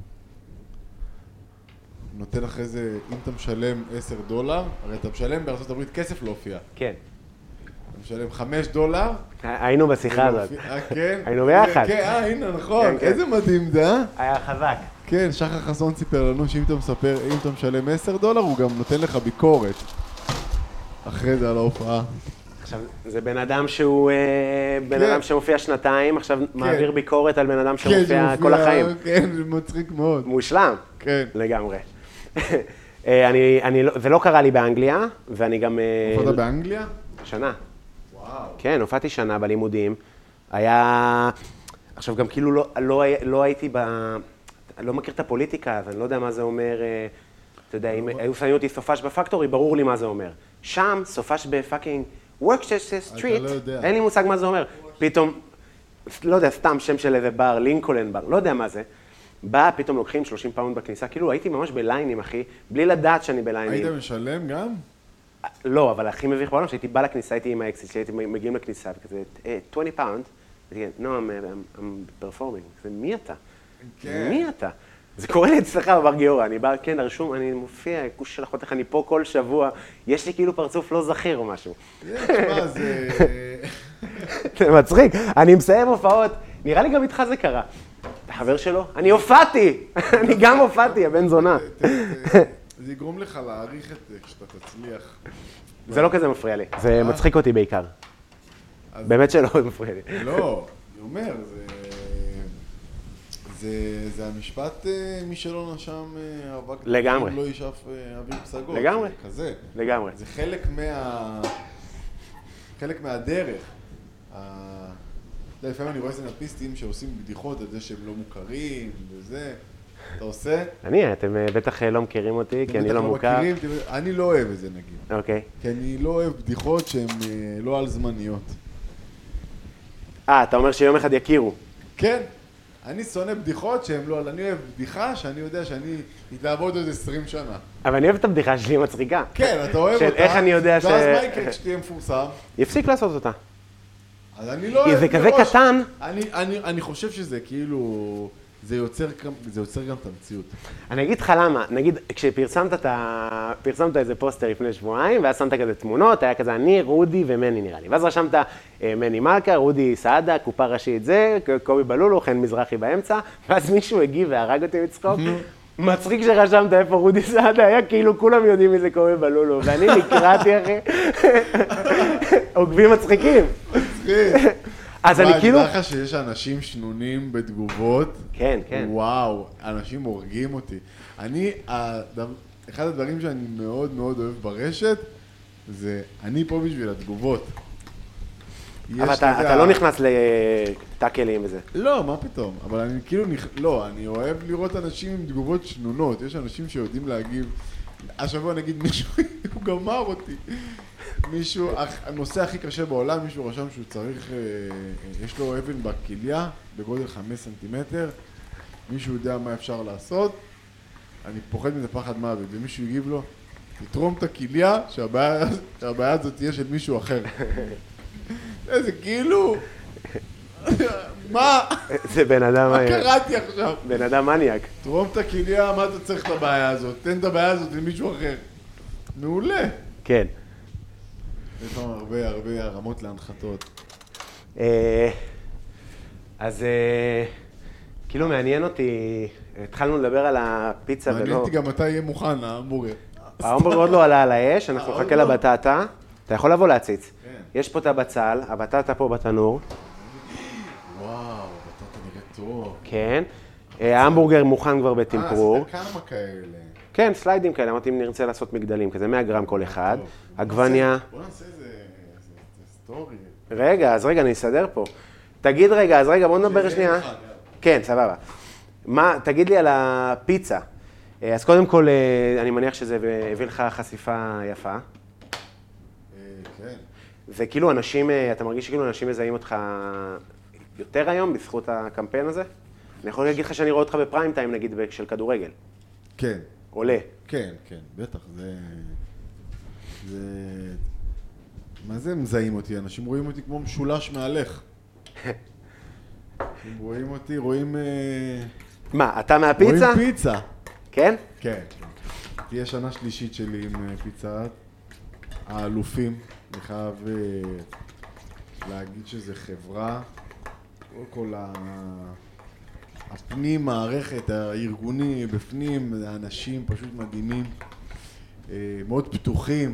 נותן אחרי זה, אם אתה משלם עשר דולר, הרי אתה משלם בארצות הברית כסף להופיע. כן. אתה משלם חמש דולר. היינו בשיחה הזאת. אה, כן? היינו ביחד. כן, אה, הנה, נכון. כן, כן. איזה מדהים זה, אה? היה חזק. כן, שחר חסון סיפר לנו שאם אתה מספר, אם אתה משלם עשר דולר, הוא גם נותן לך ביקורת. אחרי זה על ההופעה. עכשיו, זה בן אדם שהוא, אה, בן כן. אדם שמופיע שנתיים, עכשיו מעביר ביקורת על בן אדם כן, שמופיע כל החיים. כן, זה מצחיק מאוד. מושלם. כן. לגמרי. אה, אני, אני, לא- זה לא קרה לי באנגליה, ואני גם... אה, הופעת באנגליה? שנה. וואו. כן, הופעתי שנה בלימודים. היה... עכשיו, גם כאילו לא, לא, לא הייתי ב... אני לא מכיר את הפוליטיקה, אז אני לא יודע מה זה אומר... אה, אתה יודע, אם היו שמים אותי סופש בפקטורי, ברור לי מה זה אומר. שם, סופש בפאקינג וורקצ'סטר סטריט, לא יודע. אין לי מושג מה זה אומר. פתאום, לא יודע, סתם שם של איזה בר, לינקולן בר, לא יודע מה זה. בא, פתאום לוקחים שלושים פאונד בכניסה, כאילו הייתי ממש בליינים, אחי, בלי לדעת שאני בליינים. היית משלם גם? לא, אבל הכי מביך בעולם, שהייתי בא לכניסה, הייתי עם האקסיט, שהייתי מגיעים לכניסה, וכזה, עשרים פאונד, והייתי, no, I'm, I'm performing. זה מי אתה? כן. מי אתה? זה קורה לי אצלך בבר גיורא, אני בא, כן, רשום, אני מופיע, כוש של אחותך, אני פה כל שבוע, יש לי כאילו פרצוף לא זכיר או משהו. תשמע, זה... זה מצחיק, אני מסיים הופעות, נראה לי גם איתך זה קרה. אתה חבר שלו? אני הופעתי! אני גם הופעתי, הבן זונה. זה יגרום לך להעריך את זה כשאתה תצליח. זה לא כזה מפריע לי, זה מצחיק אותי בעיקר. באמת שלא מפריע לי. לא, אני אומר, זה... זה, זה המשפט, מי שלא נשם אבק... לגמרי. לא ישאף אוויר פסגות. לגמרי. זה כזה. לגמרי. זה חלק מה... חלק מהדרך. ה- אתה יודע, לפעמים אני רואה סטנדאפיסטים שעושים בדיחות על זה שהם לא מוכרים וזה. אתה עושה? אני, אתם בטח לא מכירים אותי, כי אני בטח לא מוכר. מכירים, תראה, אני לא אוהב את זה נגיד. אוקיי. כי אני לא אוהב בדיחות שהן אה, לא על זמניות. אה, אתה אומר שיום אחד יכירו. כן. אני שונא בדיחות שהן לא על... אני אוהב בדיחה שאני יודע שאני אתעבוד עוד עשרים שנה. אבל אני אוהב את הבדיחה שלי מצחיקה. כן, אתה אוהב של אותה. איך אני יודע ש... ואז מה יקרה כשתהיה מפורסם? יפסיק לעשות אותה. אז אני לא אוהב... זה כזה מראש. קטן. אני, אני, אני חושב שזה כאילו... זה יוצר, גם- זה יוצר גם את המציאות. אני אגיד לך למה, נגיד, כשפרסמת את ה... פרסמת איזה פוסטר לפני שבועיים, ואז שמת כזה תמונות, היה כזה אני, רודי ומני נראה לי. ואז רשמת אה, מני מלכה, רודי סעדה, קופה ראשית זה, קובי בלולו, חן מזרחי באמצע, ואז מישהו הגיב והרג אותי מצחוק. מצחיק שרשמת איפה רודי סעדה, היה כאילו כולם יודעים מי זה קובי בלולו, ואני נקראתי אחי. עוקבים מצחיקים. מצחיק. אז אני כאילו... אני יודע לך שיש אנשים שנונים בתגובות. כן, כן. וואו, אנשים הורגים אותי. אני, הדבר, אחד הדברים שאני מאוד מאוד אוהב ברשת, זה אני פה בשביל התגובות. אבל יש אתה, לזה אתה ה- לא נכנס לטאקלים וזה. לא, מה פתאום? אבל אני כאילו, נכ... לא, אני אוהב לראות אנשים עם תגובות שנונות. יש אנשים שיודעים להגיב. השבוע נגיד מישהו, הוא גמר אותי. מישהו, הנושא הכי קשה בעולם, מישהו רשם שהוא צריך, אה, אה, יש לו אבן בכליה, בגודל חמישה סנטימטר. מישהו יודע מה אפשר לעשות. אני פוחד מזה פחד מוות, ומישהו יגיב לו, תתרום את הכליה, שהבעיה, שהבעיה הזאת תהיה של מישהו אחר. זה כאילו... מה? זה בן אדם... מה קראתי עכשיו? בן אדם מניאק. תרום את הכליה, מה אתה צריך את הבעיה הזאת? תן את הבעיה הזאת למישהו אחר. מעולה. כן. יש לנו הרבה הרבה הרמות להנחתות. אז כאילו מעניין אותי, התחלנו לדבר על הפיצה ולא... מעניין אותי גם מתי יהיה מוכן, ההמבורגר. ההמבורגר עוד לא עלה על האש, אנחנו נחכה לבטטה. אתה יכול לבוא להציץ. כן. יש פה את הבצל, הבטטה פה בתנור. וואו, הבטטה נראית טוב. כן. ההמבורגר מוכן כבר בתמפרור. אה, עשית כמה כאלה. כן, סליידים כאלה, אמרתי אם נרצה לעשות מגדלים, כזה מאה גרם כל אחד. עגבניה. בוא נעשה איזה סטורי. רגע, אז רגע, אני אסדר פה. תגיד רגע, אז רגע, בוא נדבר שנייה. כן, סבבה. מה, תגיד לי על הפיצה. אז קודם כל, אני מניח שזה הביא לך חשיפה יפה. כן. זה כאילו אנשים, אתה מרגיש שכאילו אנשים מזהים אותך יותר היום בזכות הקמפיין הזה? אני יכול להגיד לך שאני רואה אותך בפריים טיים, נגיד, של כדורגל. כן. עולה. כן, כן, בטח, זה... זה... מה זה מזהים אותי? אנשים רואים אותי כמו משולש מהלך. הם רואים אותי, רואים... מה, אתה מהפיצה? רואים פיצה. כן? כן. תהיה שנה שלישית שלי עם פיצה. האלופים, אני חייב להגיד שזה חברה. קודם כל, הפנים, מערכת, הארגוני, בפנים, האנשים פשוט מדהימים. מאוד פתוחים.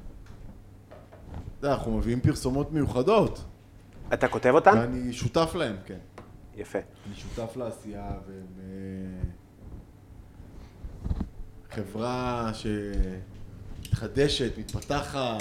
אנחנו מביאים פרסומות מיוחדות. אתה כותב אותן? ואני שותף להם, כן. יפה. אני שותף לעשייה, והם חברה שמתחדשת, מתפתחת,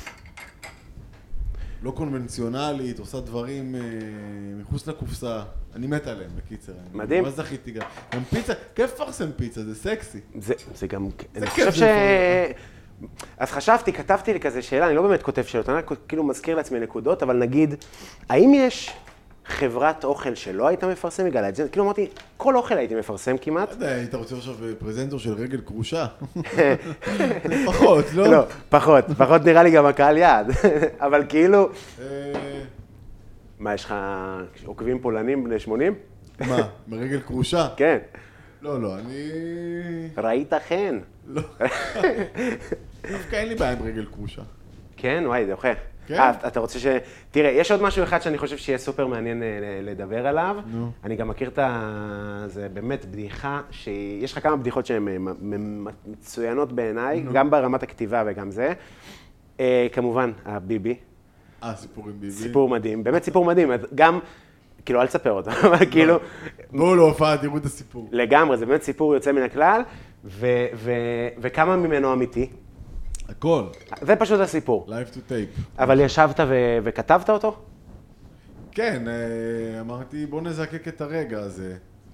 לא קונבנציונלית, עושה דברים מחוץ לקופסה. אני מת עליהם, בקיצר. מדהים. מה זכיתי גם? גם פיצה, כיף לפרסם פיצה, זה סקסי. זה, זה גם... זה אני כיף. חושב ש... אז חשבתי, כתבתי לי כזה שאלה, אני לא באמת כותב שאלות, אני רק כאילו מזכיר לעצמי נקודות, אבל נגיד, האם יש חברת אוכל שלא היית מפרסם בגלל את זה? כאילו אמרתי, כל אוכל הייתי מפרסם כמעט. לא יודע, היית רוצה עכשיו פרזנטור של רגל קרושה? פחות, לא? לא, פחות, פחות נראה לי גם הקהל יעד, אבל כאילו... מה, יש לך עוקבים פולנים בני שמונים? מה, מרגל קרושה? כן. לא, לא, אני... ראית חן. לא. דווקא אין לי בעיה עם רגל קרושה. כן, וואי, זה אוכל. כן? אה, אתה רוצה ש... תראה, יש עוד משהו אחד שאני חושב שיהיה סופר מעניין לדבר עליו. נו. אני גם מכיר את ה... זה באמת בדיחה, שיש לך כמה בדיחות שהן מצוינות בעיניי, גם ברמת הכתיבה וגם זה. כמובן, הביבי. אה, סיפור עם ביבי. סיפור מדהים, באמת סיפור מדהים. גם, כאילו, אל תספר אותו, אבל כאילו... בואו להופעה, תראו את הסיפור. לגמרי, זה באמת סיפור יוצא מן הכלל, וכמה ממנו אמיתי. הכל. זה פשוט הסיפור. Live to tape. אבל ישבת ו- וכתבת אותו? כן, אמרתי בוא נזקק את הרגע הזה.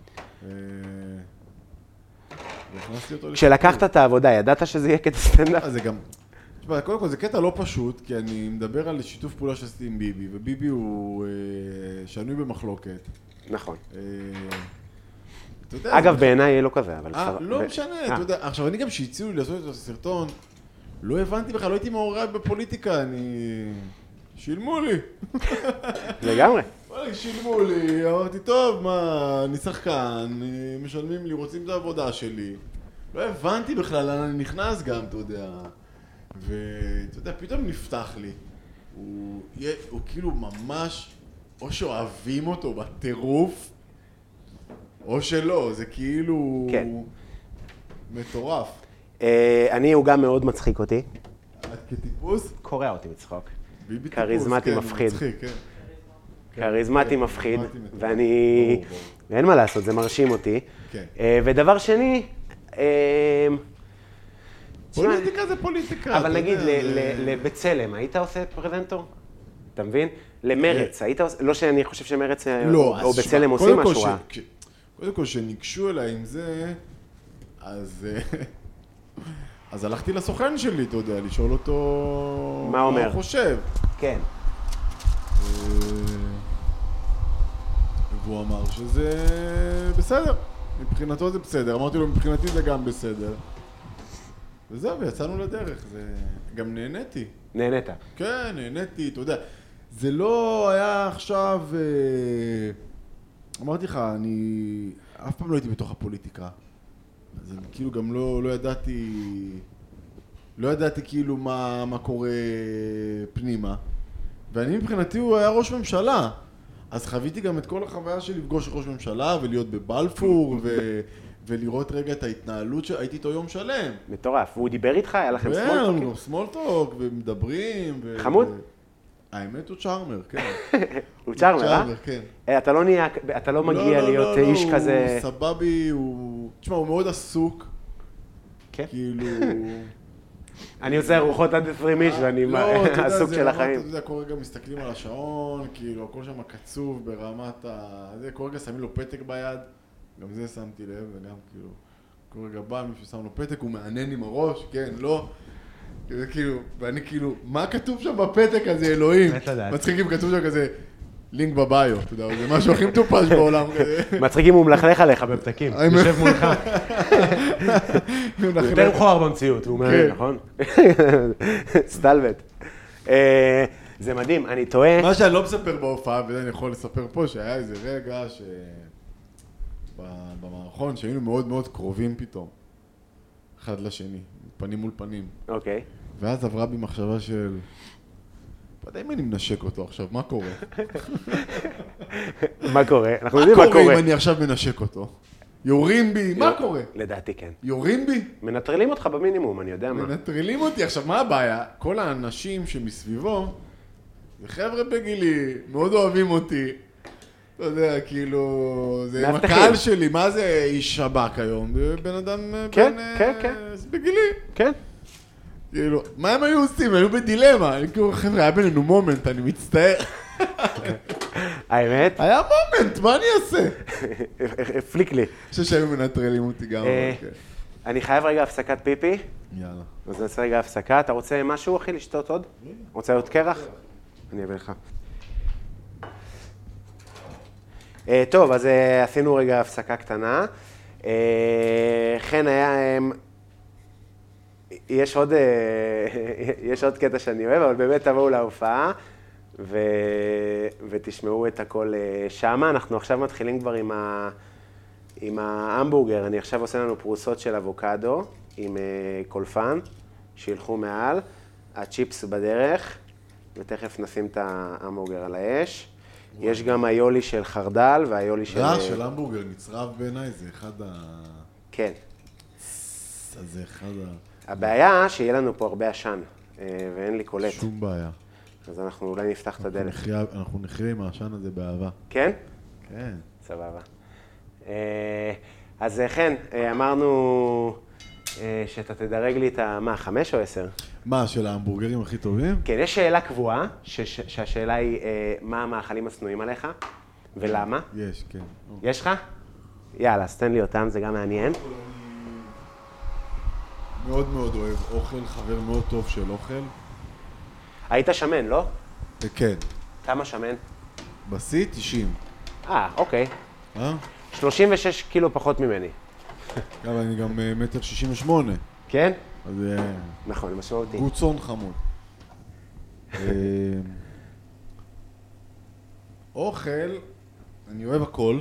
והכנסתי אותו... כשלקחת את העבודה, ידעת שזה יהיה קטע סטנדאפ? זה גם... תשמע, קודם כל זה קטע לא פשוט, כי אני מדבר על שיתוף פעולה שעשיתי עם ביבי, וביבי הוא שנוי במחלוקת. נכון. אתה יודע, אגב, בעיניי יהיה לא כזה, אבל... אה, לא משנה, אתה יודע. עכשיו, אני גם שהציעו לי לעשות את הסרטון, לא הבנתי בכלל, לא הייתי מעורב בפוליטיקה, אני... שילמו לי. לגמרי. וואלה, שילמו לי, אמרתי, טוב, מה, אני שחקן, משלמים לי, רוצים את העבודה שלי. לא הבנתי בכלל לאן אני נכנס גם, אתה יודע. ואתה יודע, פתאום נפתח לי. הוא, הוא כאילו ממש, או שאוהבים אותו בטירוף, או שלא, זה כאילו... כן. מטורף. אני, הוא גם מאוד מצחיק אותי. את כטיפוס? קורע אותי מצחוק. ביבי טיפוס, כריזמטי כן, מפחיד. מצחיק, כן. כריזמטי מפחיד, ואני... אין מה לעשות, זה מרשים אותי. כן. ודבר שני... פוליטיקה זה פוליטיקה. אבל נגיד, לבצלם, היית עושה פרזנטור? אתה מבין? למרץ, היית עושה... לא שאני חושב שמרץ או בצלם עושים משהו רע. קודם כל, שניגשו אליי עם זה, אז... אז הלכתי לסוכן שלי, אתה יודע, לשאול אותו... מה אומר? מה הוא חושב. כן. והוא אמר שזה בסדר. מבחינתו זה בסדר. אמרתי לו, מבחינתי זה גם בסדר. וזהו, ויצאנו לדרך. זה... גם נהניתי. נהנית. כן, נהניתי, אתה יודע. זה לא היה עכשיו... אמרתי לך, אני אף פעם לא הייתי בתוך הפוליטיקה. אז אני כאילו גם לא, לא ידעתי לא ידעתי כאילו מה, מה קורה פנימה. ואני מבחינתי הוא היה ראש ממשלה. אז חוויתי גם את כל החוויה של לפגוש ראש ממשלה ולהיות בבלפור ו... ולראות רגע את ההתנהלות שהייתי איתו יום שלם. מטורף. והוא דיבר איתך? היה לכם סמולטוק? כן, סמולטוק, ומדברים. ו... חמוד? האמת הוא צ'ארמר, כן. הוא צ'ארמר, אה? צ'ארמר, כן. אתה לא נהיה, אתה לא מגיע להיות איש כזה... הוא סבבי, הוא... תשמע, הוא מאוד עסוק. כן. כאילו... אני עושה ארוחות עד עשרים איש ואני עסוק של החיים. אתה יודע, כל רגע מסתכלים על השעון, כאילו, הכל שם קצוב ברמת ה... זה, כל רגע שמים לו פתק ביד, גם זה שמתי לב, וגם כאילו, כל רגע בא מישהו שם לו פתק, הוא מענן עם הראש, כן, לא. זה כאילו, ואני כאילו, מה כתוב שם בפתק הזה, אלוהים? מצחיקים, כתוב שם כזה, לינק בביו, אתה יודע, זה משהו הכי מטופש בעולם כזה. מצחיקים, הוא מלכלך עליך בפתקים, יושב מולך. הוא יותר מכוער במציאות, הוא מעניין, נכון? סטלבט. זה מדהים, אני טועה. מה שאני לא מספר בהופעה, ואני יכול לספר פה, שהיה איזה רגע ש... במערכון, שהיינו מאוד מאוד קרובים פתאום. אחד לשני, פנים מול פנים. אוקיי. ואז עברה בי מחשבה של... לא יודע אם אני מנשק אותו עכשיו, מה קורה? מה קורה? אנחנו יודעים מה קורה. מה קורה אם אני עכשיו מנשק אותו? יורים בי, מה קורה? לדעתי כן. יורים בי? מנטרלים אותך במינימום, אני יודע מה. מנטרלים אותי. עכשיו, מה הבעיה? כל האנשים שמסביבו, זה חבר'ה בגילי, מאוד אוהבים אותי. אתה יודע, כאילו, זה עם הקהל שלי, מה זה איש שב"כ היום? בן אדם כן, כן, כן. בגילי. כן. כאילו, מה הם היו עושים? היו בדילמה. אני כאילו, חבר'ה, היה בינינו מומנט, אני מצטער. האמת? היה מומנט, מה אני אעשה? הפליק לי. אני חושב שהיו מנטרלים אותי גם. אני חייב רגע הפסקת פיפי. יאללה. אז נעשה רגע הפסקה. אתה רוצה משהו, אחי, לשתות עוד? רוצה עוד קרח? אני אביא לך. טוב, אז עשינו רגע הפסקה קטנה. כן, היה... יש עוד, יש עוד קטע שאני אוהב, אבל באמת תבואו להופעה ו... ותשמעו את הכל שמה. אנחנו עכשיו מתחילים כבר עם, ה... עם ההמבורגר. אני עכשיו עושה לנו פרוסות של אבוקדו עם קולפן, שילכו מעל, הצ'יפס בדרך, ותכף נשים את ההמבורגר על האש. יש גם היולי של חרדל והיולי של... רע של המבורגר נצרב בעיניי, זה אחד ה... כן. זה אחד ה... הבעיה שיהיה לנו פה הרבה עשן, ואין לי קולט. שום בעיה. אז אנחנו אולי נפתח את הדלת. אנחנו נחיה עם העשן הזה באהבה. כן? כן. סבבה. אז כן, אמרנו שאתה תדרג לי את ה... מה, חמש או עשר? מה, של ההמבורגרים הכי טובים? כן, יש שאלה קבועה, שהשאלה היא מה המאכלים השנואים עליך, ולמה? יש, כן. יש לך? יאללה, אז תן לי אותם, זה גם מעניין. מאוד מאוד אוהב אוכל, חבר מאוד טוב של אוכל. היית שמן, לא? כן. כמה שמן? בשיא תשעים. אה, אוקיי. אה? שלושים ושש קילו פחות ממני. אבל אני גם מטר שישים ושמונה. כן? אז... נכון, משמעותי. גוצון חמוד. אוכל, אני אוהב הכל,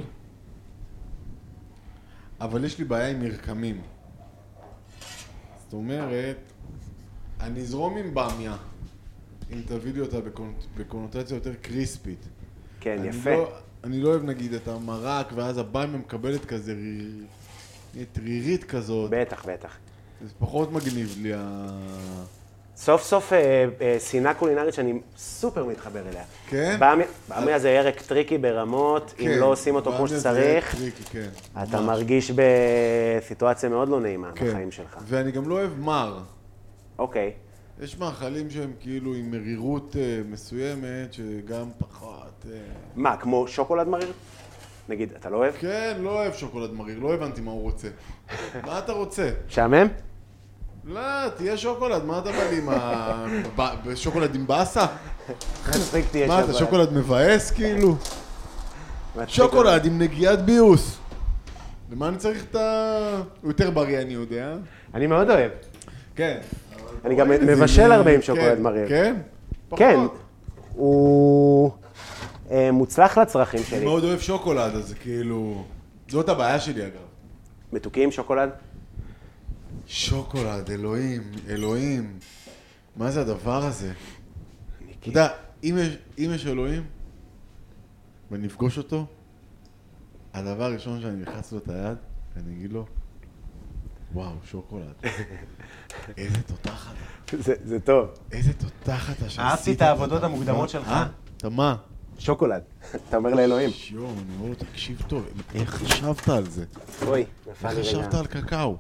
אבל יש לי בעיה עם מרקמים. זאת אומרת, אני אזרום עם במיה, אם תביא לי אותה בקונוטציה יותר קריספית. כן, אני יפה. לא, אני לא אוהב נגיד את המרק, ואז הבמיה מקבלת כזה רירית כזאת. בטח, בטח. זה פחות מגניב לי ה... סוף סוף סינה קולינרית שאני סופר מתחבר אליה. כן? במיה זה ירק טריקי ברמות, אם לא עושים אותו כמו שצריך, אתה מרגיש בסיטואציה מאוד לא נעימה בחיים שלך. ואני גם לא אוהב מר. אוקיי. יש מאכלים שהם כאילו עם מרירות מסוימת, שגם פחות... מה, כמו שוקולד מריר? נגיד, אתה לא אוהב? כן, לא אוהב שוקולד מריר, לא הבנתי מה הוא רוצה. מה אתה רוצה? שעמם? לא, תהיה שוקולד, מה אתה בא לי עם ה... שוקולד עם באסה? מצחיק תהיה מה, אתה שוקולד מבאס כאילו? שוקולד עם נגיעת ביוס. למה אני צריך את ה... הוא יותר בריא, אני יודע. אני מאוד אוהב. כן. אני גם מבשל הרבה עם שוקולד מריר. כן? כן. הוא מוצלח לצרכים שלי. אני מאוד אוהב שוקולד, אז כאילו... זאת הבעיה שלי אגב. מתוקים, שוקולד? שוקולד, אלוהים, אלוהים. מה זה הדבר הזה? אתה יודע, אם יש, אם יש אלוהים, ואני אפגוש אותו, הדבר הראשון שאני נכנס לו את היד, אני אגיד לו, וואו, שוקולד. איזה תותחת. זה, זה טוב. איזה תותחת שעשית. אהבתי את העבודות המוקדמות שלך. אה? אתה מה? שוקולד. אתה אומר לאלוהים. יואו, אני אומר לו, תקשיב טוב, איך חשבת על זה? אוי, נפל לי איך רגע. חשבת על קקאו?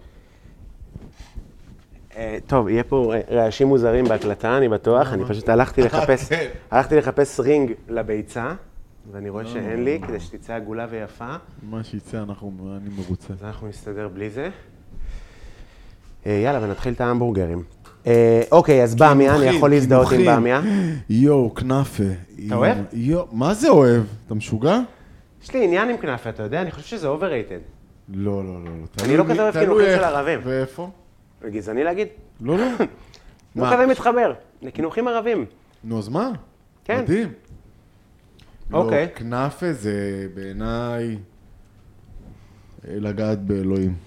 טוב, יהיה פה רעשים מוזרים בהקלטה, אני בטוח. אני פשוט הלכתי לחפש, הלכתי לחפש רינג לביצה, ואני רואה שאין לי, כדי שתצא עגולה ויפה. מה שיצא, אנחנו, אני מרוצה. אז אנחנו נסתדר בלי זה. יאללה, ונתחיל את ההמבורגרים. אוקיי, אז במיה, אני יכול להזדהות עם במיה. יואו, כנאפה. אתה אוהב? יואו, מה זה אוהב? אתה משוגע? יש לי עניין עם כנאפה, אתה יודע? אני חושב שזה overrated. לא, לא, לא. אני לא כזה אוהב קינוחים של ערבים. ואיפה? גזעני להגיד? לא, לא. לא כזה מתחבר. לקינוחים ערבים. נו, אז מה? כן. מדהים. אוקיי. לא, כנאפה זה בעיניי לגעת באלוהים.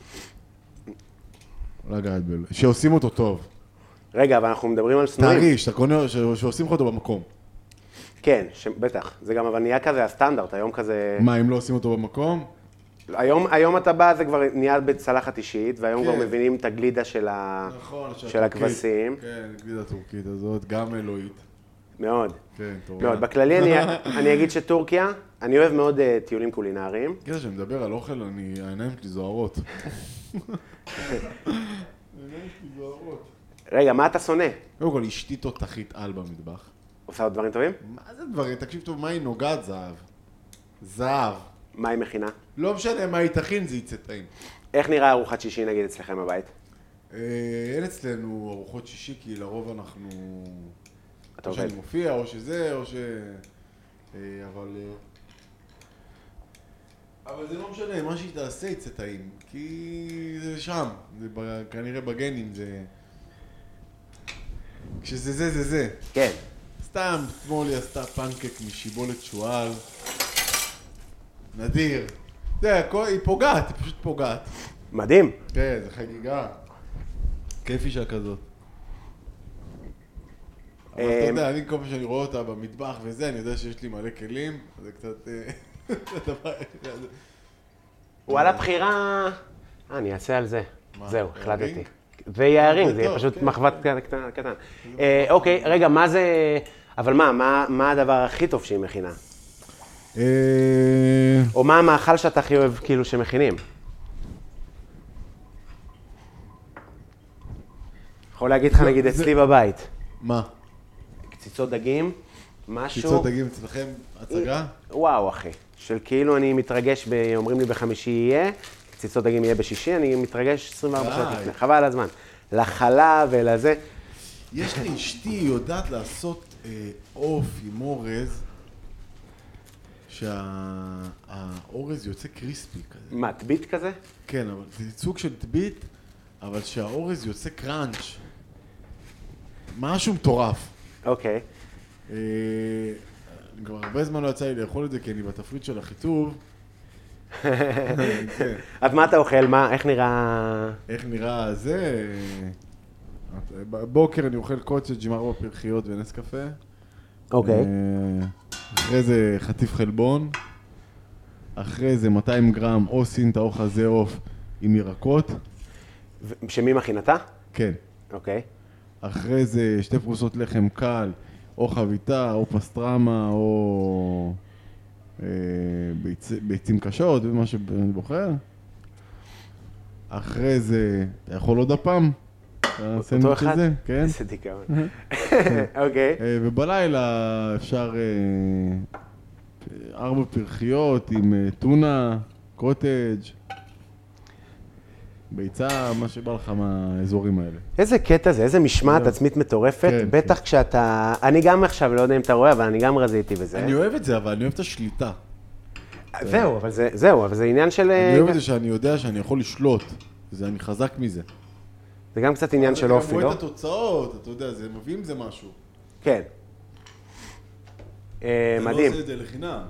לגעת באלוהים. שעושים אותו טוב. רגע, אבל אנחנו מדברים על סנויים. תרגיש, אתה קונה, שעושים לך אותו במקום. כן, בטח. זה גם אבל נהיה כזה הסטנדרט, היום כזה... מה, אם לא עושים אותו במקום? היום, היום אתה בא, זה כבר נהיה בצלחת אישית, והיום כן. כבר מבינים את הגלידה של, ה... נכון, של הכבשים. כן, גלידה טורקית הזאת, גם אלוהית. מאוד. כן, טוב. מאוד. בכללי אני, אני אגיד שטורקיה, אני אוהב מאוד uh, טיולים קולינריים. כזה שאני מדבר על אוכל, אני, העיניים שלי זוהרות. העיניים שלי זוהרות. רגע, מה אתה שונא? קודם כל, אשתי תותחית על במטבח. עושה עוד דברים טובים? מה זה דברים? תקשיב טוב, מה היא נוגעת? זהב. זהב. מה היא מכינה? לא משנה מה היא תכין, זה יצא טעים. איך נראה ארוחת שישי נגיד אצלכם בבית? אה, אין אצלנו ארוחות שישי, כי לרוב אנחנו... אתה או עובד. שאני מופיע, או שזה, או ש... אה, אבל... אה, אבל זה לא משנה, מה שהיא תעשה יצא טעים, כי זה שם, זה ב- כנראה בגנים, זה... כשזה זה, זה זה. כן. סתם, אתמול היא עשתה פנקק משיבולת שועל. נדיר. זה, הכל- היא פוגעת, היא פשוט פוגעת. מדהים. כן, זה חגיגה. כיף אישה כזאת. אבל אתה יודע, אני כל פעם שאני רואה אותה במטבח וזה, אני יודע שיש לי מלא כלים, זה קצת... אה, זה דבר... וואלה, בחירה... אה, אני אעשה על זה. מה, זהו, יערינג? החלטתי. זה יערינג, זה יהיה טוב, פשוט כן, מחבת כן. קטן. קטן. אה, אוקיי, רגע, מה זה... אבל מה, מה- מה הדבר הכי טוב שהיא מכינה? אה, או מה המאכל שאתה הכי אוהב כאילו שמכינים? יכול להגיד לך נגיד זה- אצלי בבית. מה? קציצות דגים, משהו... קיצות דגים אצלכם הצגה? וואו, אחי. של כאילו אני מתרגש, ב... אומרים לי בחמישי יהיה, קציצות דגים יהיה בשישי, אני מתרגש עשרים וארבע שעות די. לפני, חבל על הזמן. לחלב ולזה. יש לי אשתי, היא יודעת לעשות אה, עוף עם אורז, שהאורז יוצא קריספי כזה. מה, טבית כזה? כן, אבל זה סוג של טבית, אבל שהאורז יוצא קראנץ'. משהו מטורף. אוקיי. אה, כבר הרבה זמן לא יצא לי לאכול את זה, כי אני בתפריט של החיטוב. כן. אז מה אתה אוכל? מה, איך נראה... איך נראה זה? בבוקר אני אוכל קוטג' עם ארבע פרחיות ונס קפה. אוקיי. אה, אחרי זה חטיף חלבון. אחרי זה מאתיים גרם או סינטה או חזה עוף עם ירקות. ו- שמי מכינתה? כן. אוקיי. אחרי זה שתי פרוסות לחם קל, או חביתה, או פסטרמה, או אה, ביצ... ביצים קשות, ומה שאני בוחר. אחרי זה, אתה יכול עוד הפעם? אותו אחד? הזה, כן? איזה דיכאון. אוקיי. אה, ובלילה אפשר אה, ארבע פרחיות עם אה, טונה, קוטג', ביצה, מה שבא לך מהאזורים האלה. איזה קטע זה, איזה משמעת עצמית מטורפת, כן, בטח כשאתה... אני גם עכשיו, לא יודע אם אתה רואה, אבל אני גם רזיתי בזה. אני אוהב את זה, אבל אני אוהב את השליטה. זהו, אבל זה, זהו, אבל זה עניין של... אני אוהב את זה שאני יודע שאני יכול לשלוט. זה, אני חזק מזה. זה גם קצת עניין של אופי, אתה גם לא? רואה את התוצאות, אתה יודע, זה מביא עם זה משהו. כן. אה, אתה לא מדהים. עושה את זה לחינם.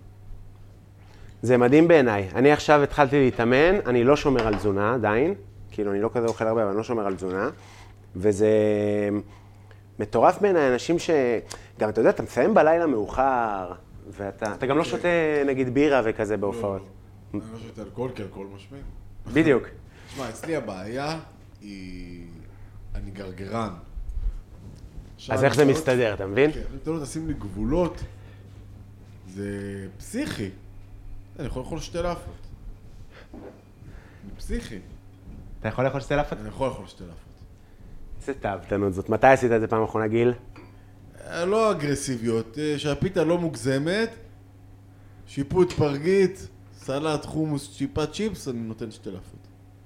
זה מדהים בעיניי. אני עכשיו התחלתי להתאמן, אני לא שומר על תזונה עדיין, כאילו, אני לא כזה אוכל הרבה, אבל אני לא שומר על תזונה. וזה מטורף בין האנשים ש... גם, אתה יודע, אתה מסיים בלילה מאוחר, ואתה אתה גם לא שותה, נגיד, בירה וכזה בהופעות. אני לא שותה אלכוהול, כי אלכוהול משמין. בדיוק. תשמע, אצלי הבעיה היא... אני גרגרן. אז איך זה מסתדר, אתה מבין? כן, אם אתה לא תשים לי גבולות, זה פסיכי. אני יכול לאכול שתי לאפות. זה פסיכי. אתה יכול לאכול שתי לאפות? אני יכול לאכול שתי לאפות. איזה תאוותנות זאת. מתי עשית את זה פעם אחרונה, גיל? לא אגרסיביות, שהפיתה לא מוגזמת, שיפוט פרגית, סלט, חומוס, צ'יפת צ'יפס, אני נותן שתי לאפות.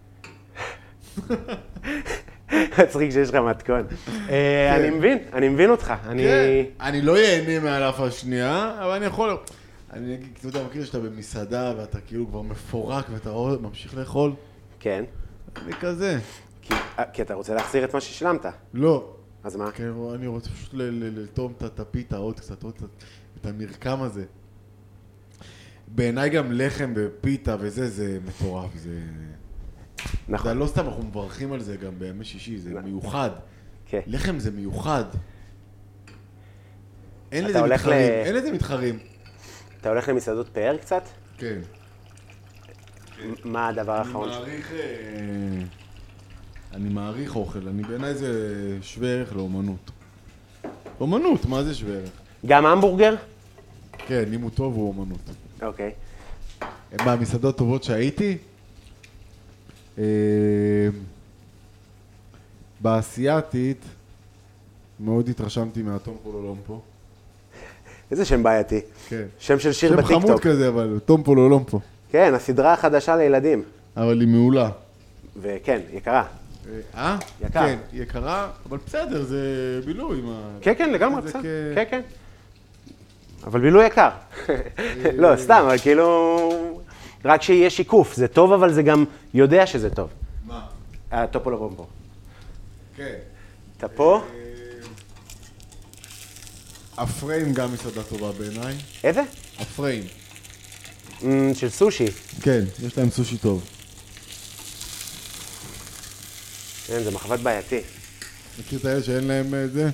מצחיק שיש לך מתכון. אני מבין, אני מבין אותך. אני לא ייהנה מהלאפה השנייה, אבל אני יכול... אני אגיד, אתה יודע, מכיר שאתה במסעדה ואתה כאילו כבר מפורק ואתה ממשיך לאכול? כן. אני כזה. כי אתה רוצה להחזיר את מה ששילמת. לא. אז מה? כי אני רוצה פשוט לטום את הפיתה עוד קצת, עוד קצת, את המרקם הזה. בעיניי גם לחם ופיתה וזה, זה מטורף, זה... נכון. לא סתם, אנחנו מברכים על זה גם בימי שישי, זה מיוחד. כן. לחם זה מיוחד. אין לזה מתחרים, אין לזה מתחרים. אתה הולך למסעדות פאר קצת? כן. מה הדבר האחרון? אני מעריך... אני מעריך אוכל, אני בעיניי זה שווה ערך לאומנות. אומנות, מה זה שווה ערך? גם המבורגר? כן, אם הוא טוב הוא אומנות. אוקיי. מהמסעדות טובות שהייתי, באסייתית, מאוד התרשמתי מהטום פולולומפו. איזה שם בעייתי. כן. שם של שיר בטיקטוק. שם חמוד כזה, אבל טום פולולומפו. כן, הסדרה החדשה לילדים. אבל היא מעולה. וכן, יקרה. אה? יקר. כן, יקרה, אבל בסדר, זה בילוי. כן, כן, לגמרי, בסדר. כן, כן. אבל בילוי יקר. לא, סתם, אבל כאילו... רק שיהיה שיקוף, זה טוב, אבל זה גם יודע שזה טוב. מה? הטופולורומפו. כן. אתה פה? הפריים גם מסעדה טובה בעיניי. איזה? הפריים. של סושי. כן, יש להם סושי טוב. כן, זה מחבת בעייתי. מכיר את האלה שאין להם את זה?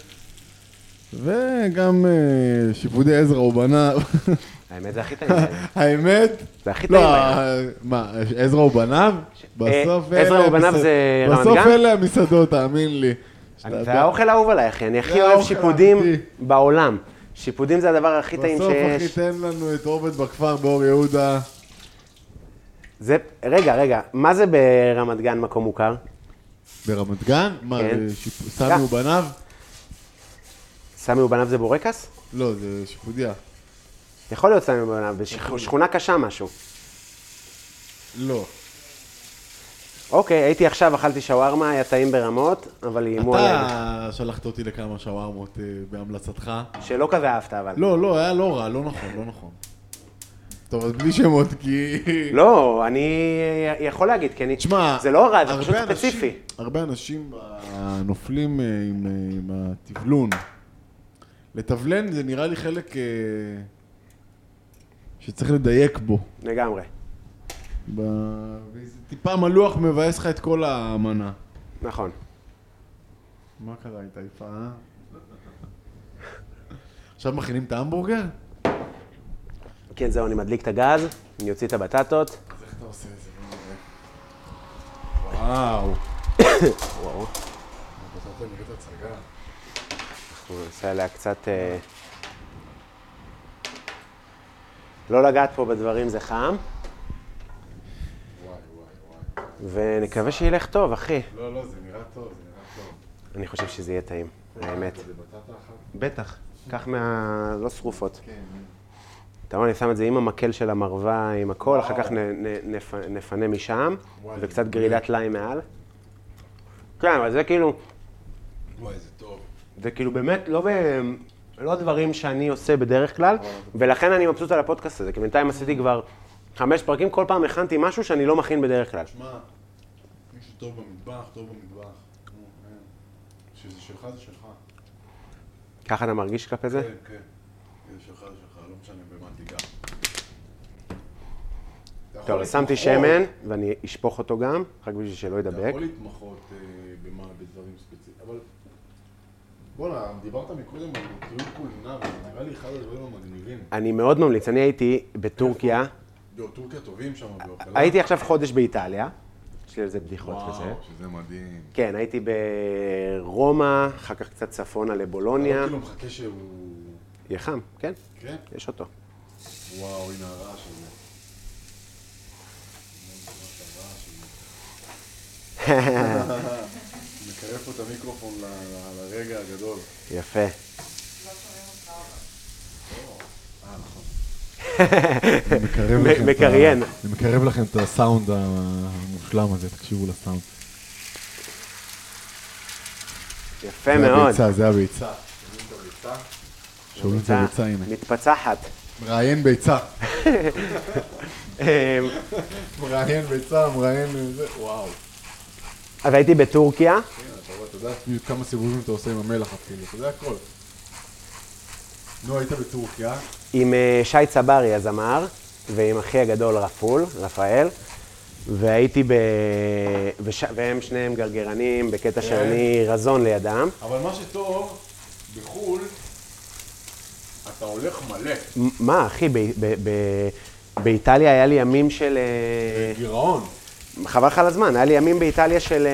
וגם שיפודי עזרא ובניו. האמת זה הכי טעים. האמת? זה הכי טעים. לא, מה, עזרא ובניו? בסוף עזרא ובניו זה רמת גן? בסוף אלה המסעדות, תאמין לי. זה האוכל האהוב עליי, אחי. אני הכי אוהב שיפודים בעולם. שיפודים זה הדבר הכי טעים שיש. בסוף הכי תן לנו את עובד בכפר באור יהודה. זה, רגע, רגע, מה זה ברמת גן מקום מוכר? ברמת גן? מה, סמי ובניו? סמי ובניו זה בורקס? לא, זה שיפודיה. יכול להיות סמי ובניו, בשכונה קשה משהו. לא. אוקיי, הייתי עכשיו, אכלתי שווארמה, היה טעים ברמות, אבל איימו עליי. אתה שלחת אותי לכמה שווארמות בהמלצתך. שלא כזה אהבת, אבל. לא, לא, היה לא רע, לא נכון, לא נכון. טוב, אז בלי שמות, כי... לא, אני יכול להגיד, כי אני... תשמע, זה לא רע, זה פשוט ספציפי. הרבה אנשים נופלים עם התבלון. לתבלן זה נראה לי חלק שצריך לדייק בו. לגמרי. וזה טיפה מלוח מבאס לך את כל האמנה. נכון. מה קרה איתה יפה, אה? עכשיו מכינים את ההמבורגר? כן, זהו, אני מדליק את הגז, אני יוציא את הבטטות. אז איך אתה עושה את זה? וואו. וואו. הבטטה נראית הצגה. אנחנו נעשה עליה קצת... לא לגעת פה בדברים, זה חם. וואי, וואי, וואי. ונקווה שילך טוב, אחי. לא, לא, זה נראה טוב, זה נראה טוב. אני חושב שזה יהיה טעים, האמת. זה בטטה אחת? בטח, קח מה... לא שרופות. כן. אתה רואה, אני שם את זה עם המקל של המרווה, עם הכל, אחר כך נפנה משם, וקצת גרידת ליים מעל. כן, אבל זה כאילו... וואי, זה טוב. זה כאילו באמת לא ב... לא דברים שאני עושה בדרך כלל, ולכן אני מבסוט על הפודקאסט הזה, כי בינתיים עשיתי כבר חמש פרקים, כל פעם הכנתי משהו שאני לא מכין בדרך כלל. שמע, מישהו טוב במטבח, טוב במטבח. שזה שלך זה שלך. ככה אתה מרגיש כלפי זה? כן, כן. זה שלך זה שלך, לא משנה במה תיגע. טוב, שמתי שמן, ואני אשפוך אותו גם, רק בשביל שלא ידבק. אתה יכול להתמחות במה, בדברים ספציפיים, אבל... בוא'נה, דיברת מקודם על טיול קולינרי, נראה לי אחד הדברים המגניבים. אני מאוד ממליץ, אני הייתי בטורקיה. טורקיה טובים שם באוכל. הייתי עכשיו חודש באיטליה, יש לי על זה בדיחות וזה. וואו, שזה מדהים. כן, הייתי ברומא, אחר כך קצת צפונה לבולוניה. אתה כאילו מחכה שהוא... יהיה חם, כן? כן? יש אותו. וואו, הנה הרעש הזה. מקרב פה את המיקרופון לרגע הגדול. יפה. אה, נכון. מקריין. אני מקרב לכם את הסאונד המושלם הזה, תקשיבו לסאונד. יפה מאוד. זה הביצה, זה הביצה. שומעים את הביצה, הנה. מתפצחת. מראיין ביצה. מראיין ביצה, מראיין זה, וואו. אז הייתי בטורקיה. אתה יודע כמה סיבובים אתה עושה עם המלח אפילו, אתה יודע הכל. נו, היית בטורקיה. עם שי צברי הזמר, ועם אחי הגדול רפול, רפאל, והייתי ב... וש... והם שניהם גרגרנים בקטע שאני רזון לידם. אבל מה שטוב, בחול, אתה הולך מלא. מה, אחי, ב... ב... ב... באיטליה היה לי ימים של... גירעון. חבל לך על הזמן, היה לי ימים באיטליה של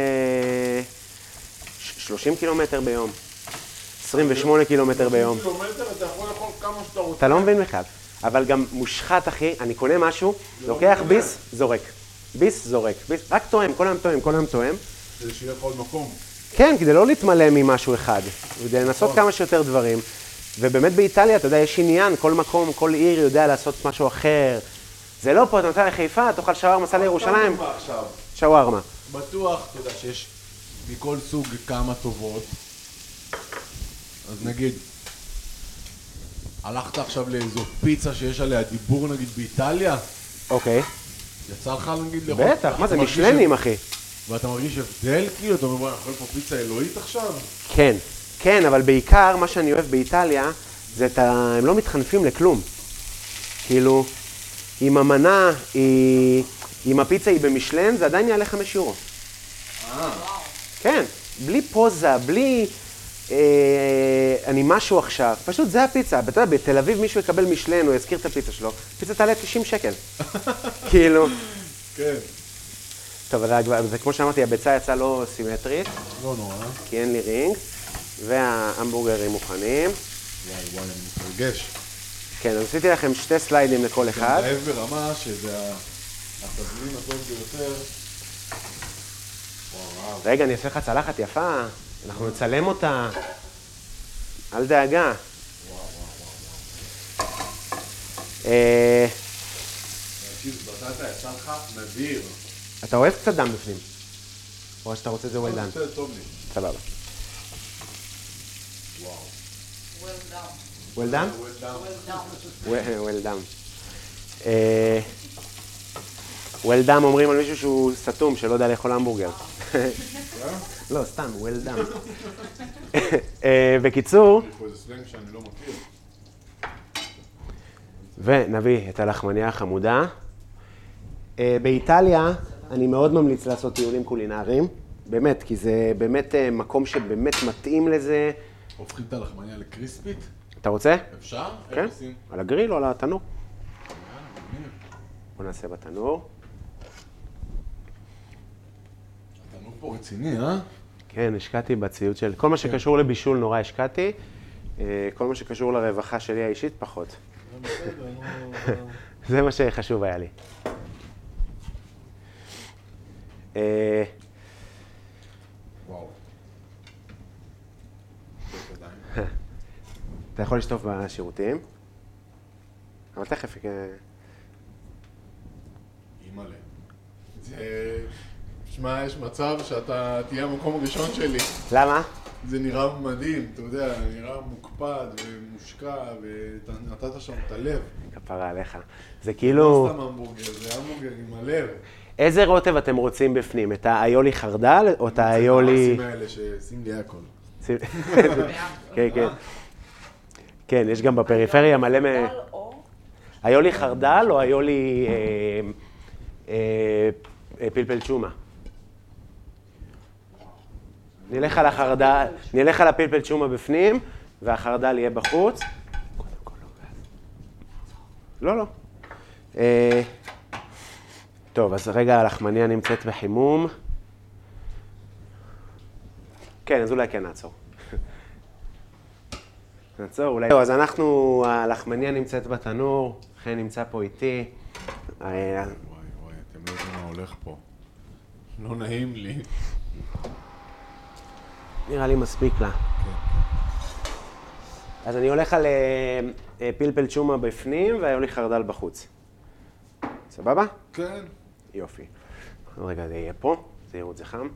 שלושים קילומטר ביום, עשרים ושמונה קילומטר ביום. שלושים קילומטר אתה יכול לאכול כמה שאתה רוצה. אתה לא מבין בכלל, אבל גם מושחת, אחי, אני קונה משהו, לוקח ביס, זורק. ביס, זורק. רק תואם, כל היום תואם, כל היום תואם. כדי שיהיה כל מקום. כן, כדי לא להתמלא ממשהו אחד, כדי לנסות כמה שיותר דברים. ובאמת באיטליה, אתה יודע, יש עניין, כל מקום, כל עיר יודע לעשות משהו אחר. זה לא פה, אתה נותן לחיפה, תאכל שווארמה, סע לירושלים. שווארמה. בטוח, אתה יודע שיש מכל סוג כמה טובות. אז נגיד, הלכת עכשיו לאיזו פיצה שיש עליה דיבור נגיד באיטליה? אוקיי. יצא לך נגיד לאכול? בטח, מה זה משלנים, אחי. ואתה מרגיש הבדל כאילו? אתה אומר, בוא, אני אוכל פה פיצה אלוהית עכשיו? כן, כן, אבל בעיקר מה שאני אוהב באיטליה, זה את ה... הם לא מתחנפים לכלום. כאילו... אם המנה, היא... אם הפיצה היא במשלן, זה עדיין יעלה חמש יורו. אה. כן, בלי פוזה, בלי... אה, אני משהו עכשיו. פשוט זה הפיצה. אתה יודע, בתל אביב מישהו יקבל משלן, הוא יזכיר את הפיצה שלו, פיצה תעלה תשעים שקל. כאילו... כן. טוב, זה כמו שאמרתי, הביצה יצאה לא סימטרית. לא נורא. כי אין לי רינג, וההמבורגרים מוכנים. וואי וואי, אני מתרגש. כן, אז עשיתי לכם שתי סליידים לכל אחד. אני אוהב ברמה שזה התבלין הטוב ביותר. רגע, אני אעשה לך צלחת יפה. אנחנו נצלם אותה. אל דאגה. וואו, וואו, וואו. תקשיב, בטטה יצא לך נדיר. אתה אוהב קצת דם בפנים? או שאתה רוצה את זה well done? זה טוב לי. סבבה. וואו. well done? well done. well done אומרים על מישהו שהוא סתום, שלא יודע לאכול המבורגר. לא, סתם, well done. בקיצור... יש פה איזה סלנג שאני לא מכיר. ונביא את הלחמניה החמודה. באיטליה אני מאוד ממליץ לעשות טיולים קולינריים, באמת, כי זה באמת מקום שבאמת מתאים לזה. הופכים את הלחמניה לקריספית? אתה רוצה? אפשר? כן, על הגריל או על התנור. בוא נעשה בתנור. התנור פה רציני, אה? כן, השקעתי בציוד של... כל מה שקשור לבישול נורא השקעתי, כל מה שקשור לרווחה שלי האישית פחות. זה מה שחשוב היה לי. וואו. אתה יכול לשטוף בשירותים, אבל תכף... אימא'לה. זה... שמע, יש מצב שאתה תהיה המקום הראשון שלי. למה? זה נראה מדהים, אתה יודע, נראה מוקפד ומושקע, ונתת שם את הלב. כפרה עליך. זה כאילו... לא סתם המבורגר, זה המבורגר עם הלב. איזה רוטב אתם רוצים בפנים? את האיולי חרדל או את האיולי... זה האלה ששים לי הכל. כן, כן. כן, יש גם בפריפריה מלא מ... איולי חרדל או איולי אה, פלפל צ'ומה. נלך על החרדל, נלך על הפלפל צ'ומה בפנים, והחרדל יהיה בחוץ. לא, לא. אה, טוב, אז רגע, הלחמניה נמצאת בחימום. כן, אז אולי כן נעצור. נעצור, אולי... טוב, אז אנחנו, הלחמניה נמצאת בתנור, חן נמצא פה איתי. וואי, וואי, אתם לא יודעים מה הולך פה. לא נעים לי. נראה לי מספיק לה. אז אני הולך על פלפל צ'ומה בפנים, והיו לי חרדל בחוץ. סבבה? כן. יופי. רגע, זה יהיה פה, זה יראו את זה חם.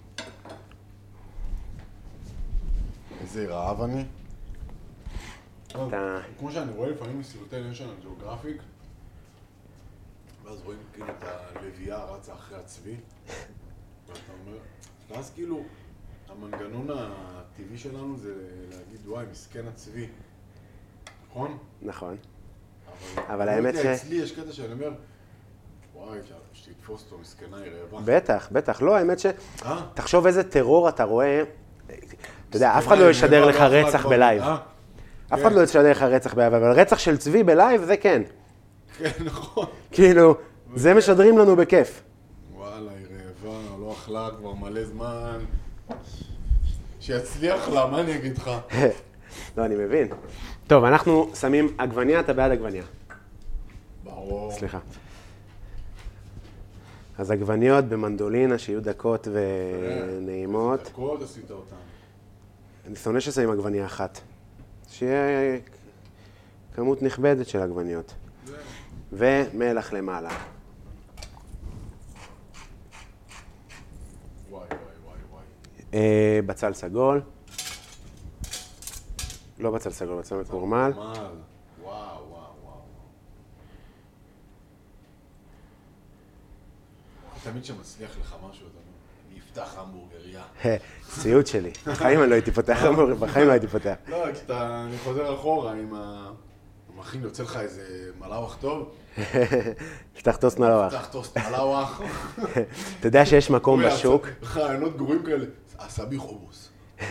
איזה רעב אני. אתה... כמו שאני רואה לפעמים מסרטי נשיונל ג'אוגרפיק, ואז רואים כאילו את הלוויה רצה אחרי הצבי, ואתה אומר, ואז כאילו המנגנון הטבעי שלנו זה להגיד, וואי, מסכן הצבי, נכון? נכון. אבל, אבל האמת ש... אצלי יש קטע שאני אומר, וואי, שתתפוס אותו, מסכנה, היא רעבה. בטח, בטח. לא, האמת ש... אה? תחשוב איזה טרור אתה רואה. אתה יודע, אף אחד לא ישדר לך רצח בלייב. אף אחד לא ישדר לך רצח בלייב, אבל רצח של צבי בלייב זה כן. כן, נכון. כאילו, זה משדרים לנו בכיף. וואלה, היא רעבה, לא אכלה כבר מלא זמן. שיצליח לה, מה אני אגיד לך? לא, אני מבין. טוב, אנחנו שמים עגבניה, אתה בעד עגבניה. ברור. סליחה. אז עגבניות במנדולינה שיהיו דקות ונעימות. דקות עשית אותן. אני שונא ששמים עגבניה אחת. שיהיה כמות נכבדת של עגבניות. ומלח למעלה. וואי, וואי, וואי, וואי. בצל סגול. לא בצל סגול, בצל מקורמל. וואו, וואו, וואו. תמיד שמצליח לך משהו, אתה אומר, אני אפתח המבורגריה. ציוד שלי. בחיים אני לא הייתי פותח המבורגריה, בחיים לא הייתי פותח. לא, כשאתה, אני חוזר אחורה עם המכין, יוצא לך איזה מלאווח טוב. פתח טוסט מלאווח. פתח טוסט מלאווח. אתה יודע שיש מקום בשוק. רעיונות גרועים כאלה, הסביח חומוס.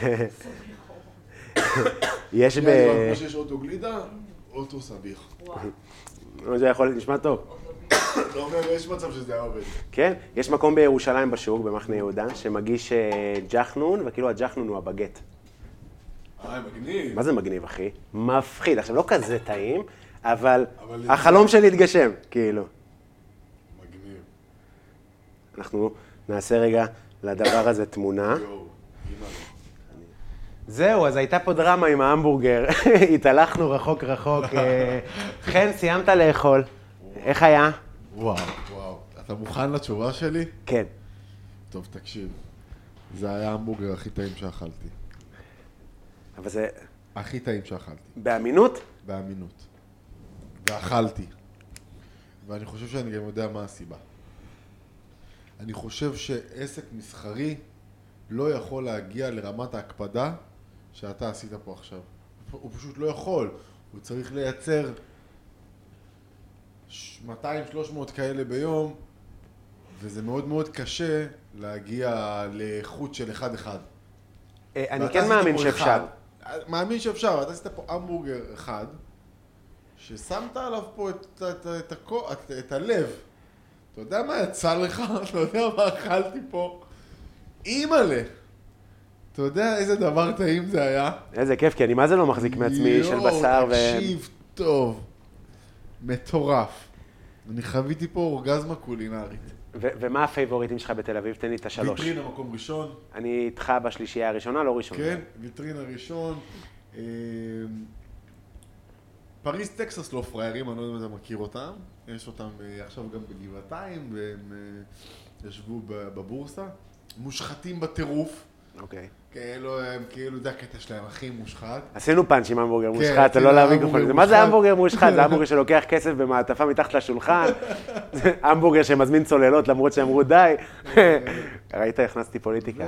יש ב... כמו שיש אוטו גלידה, אוטו סביח. זה יכול נשמע טוב. לא אומר, יש מצב שזה היה עובד. כן, יש מקום בירושלים בשוק, במחנה יהודה, שמגיש ג'חנון, וכאילו הג'חנון הוא הבגט. אה, מגניב. מה זה מגניב, אחי? מפחיד. עכשיו, לא כזה טעים, אבל החלום שלי התגשם, כאילו. מגניב. אנחנו נעשה רגע לדבר הזה תמונה. יואו, אימא. זהו, אז הייתה פה דרמה עם ההמבורגר. התהלכנו רחוק רחוק. חן, סיימת לאכול. איך היה? וואו, וואו. אתה מוכן לתשובה שלי? כן. טוב, תקשיב. זה היה ההמבורגר הכי טעים שאכלתי. אבל זה... הכי טעים שאכלתי. באמינות? באמינות. ואכלתי. ואני חושב שאני גם יודע מה הסיבה. אני חושב שעסק מסחרי לא יכול להגיע לרמת ההקפדה שאתה עשית פה עכשיו. הוא פשוט לא יכול. הוא צריך לייצר מאתיים שלוש מאות כאלה ביום, וזה מאוד מאוד קשה להגיע לאיכות של אחד אחד. אני כן מאמין שאפשר. מאמין שאפשר, אתה עשית פה המבורגר אחד, ששמת עליו פה את, את, את, את, את הלב. אתה יודע מה יצא לך? אתה יודע מה אכלתי פה? אימא'לה! אתה יודע איזה דבר טעים זה היה? איזה כיף, כי אני מה זה לא מחזיק מעצמי של בשר ו... יואו, תקשיב טוב. מטורף. אני חוויתי פה אורגזמה קולינרית. ומה הפייבוריטים שלך בתל אביב? תן לי את השלוש. ויטרינה מקום ראשון. אני איתך בשלישייה הראשונה, לא ראשון. כן, ויטרינה ראשון. פריז טקסס לא פריירים, אני לא יודע אם אתה מכיר אותם. יש אותם עכשיו גם בגבעתיים, והם ישבו בבורסה. מושחתים בטירוף. אוקיי. כאילו, הם כאילו, זה הקטע שלהם, הכי מושחת. עשינו פאנץ' עם המבורגר מושחת, לא להבין כפול. מה זה המבורגר מושחת? זה המבורגר שלוקח כסף במעטפה מתחת לשולחן. זה המבורגר שמזמין צוללות למרות שאמרו די. ראית, הכנסתי פוליטיקה.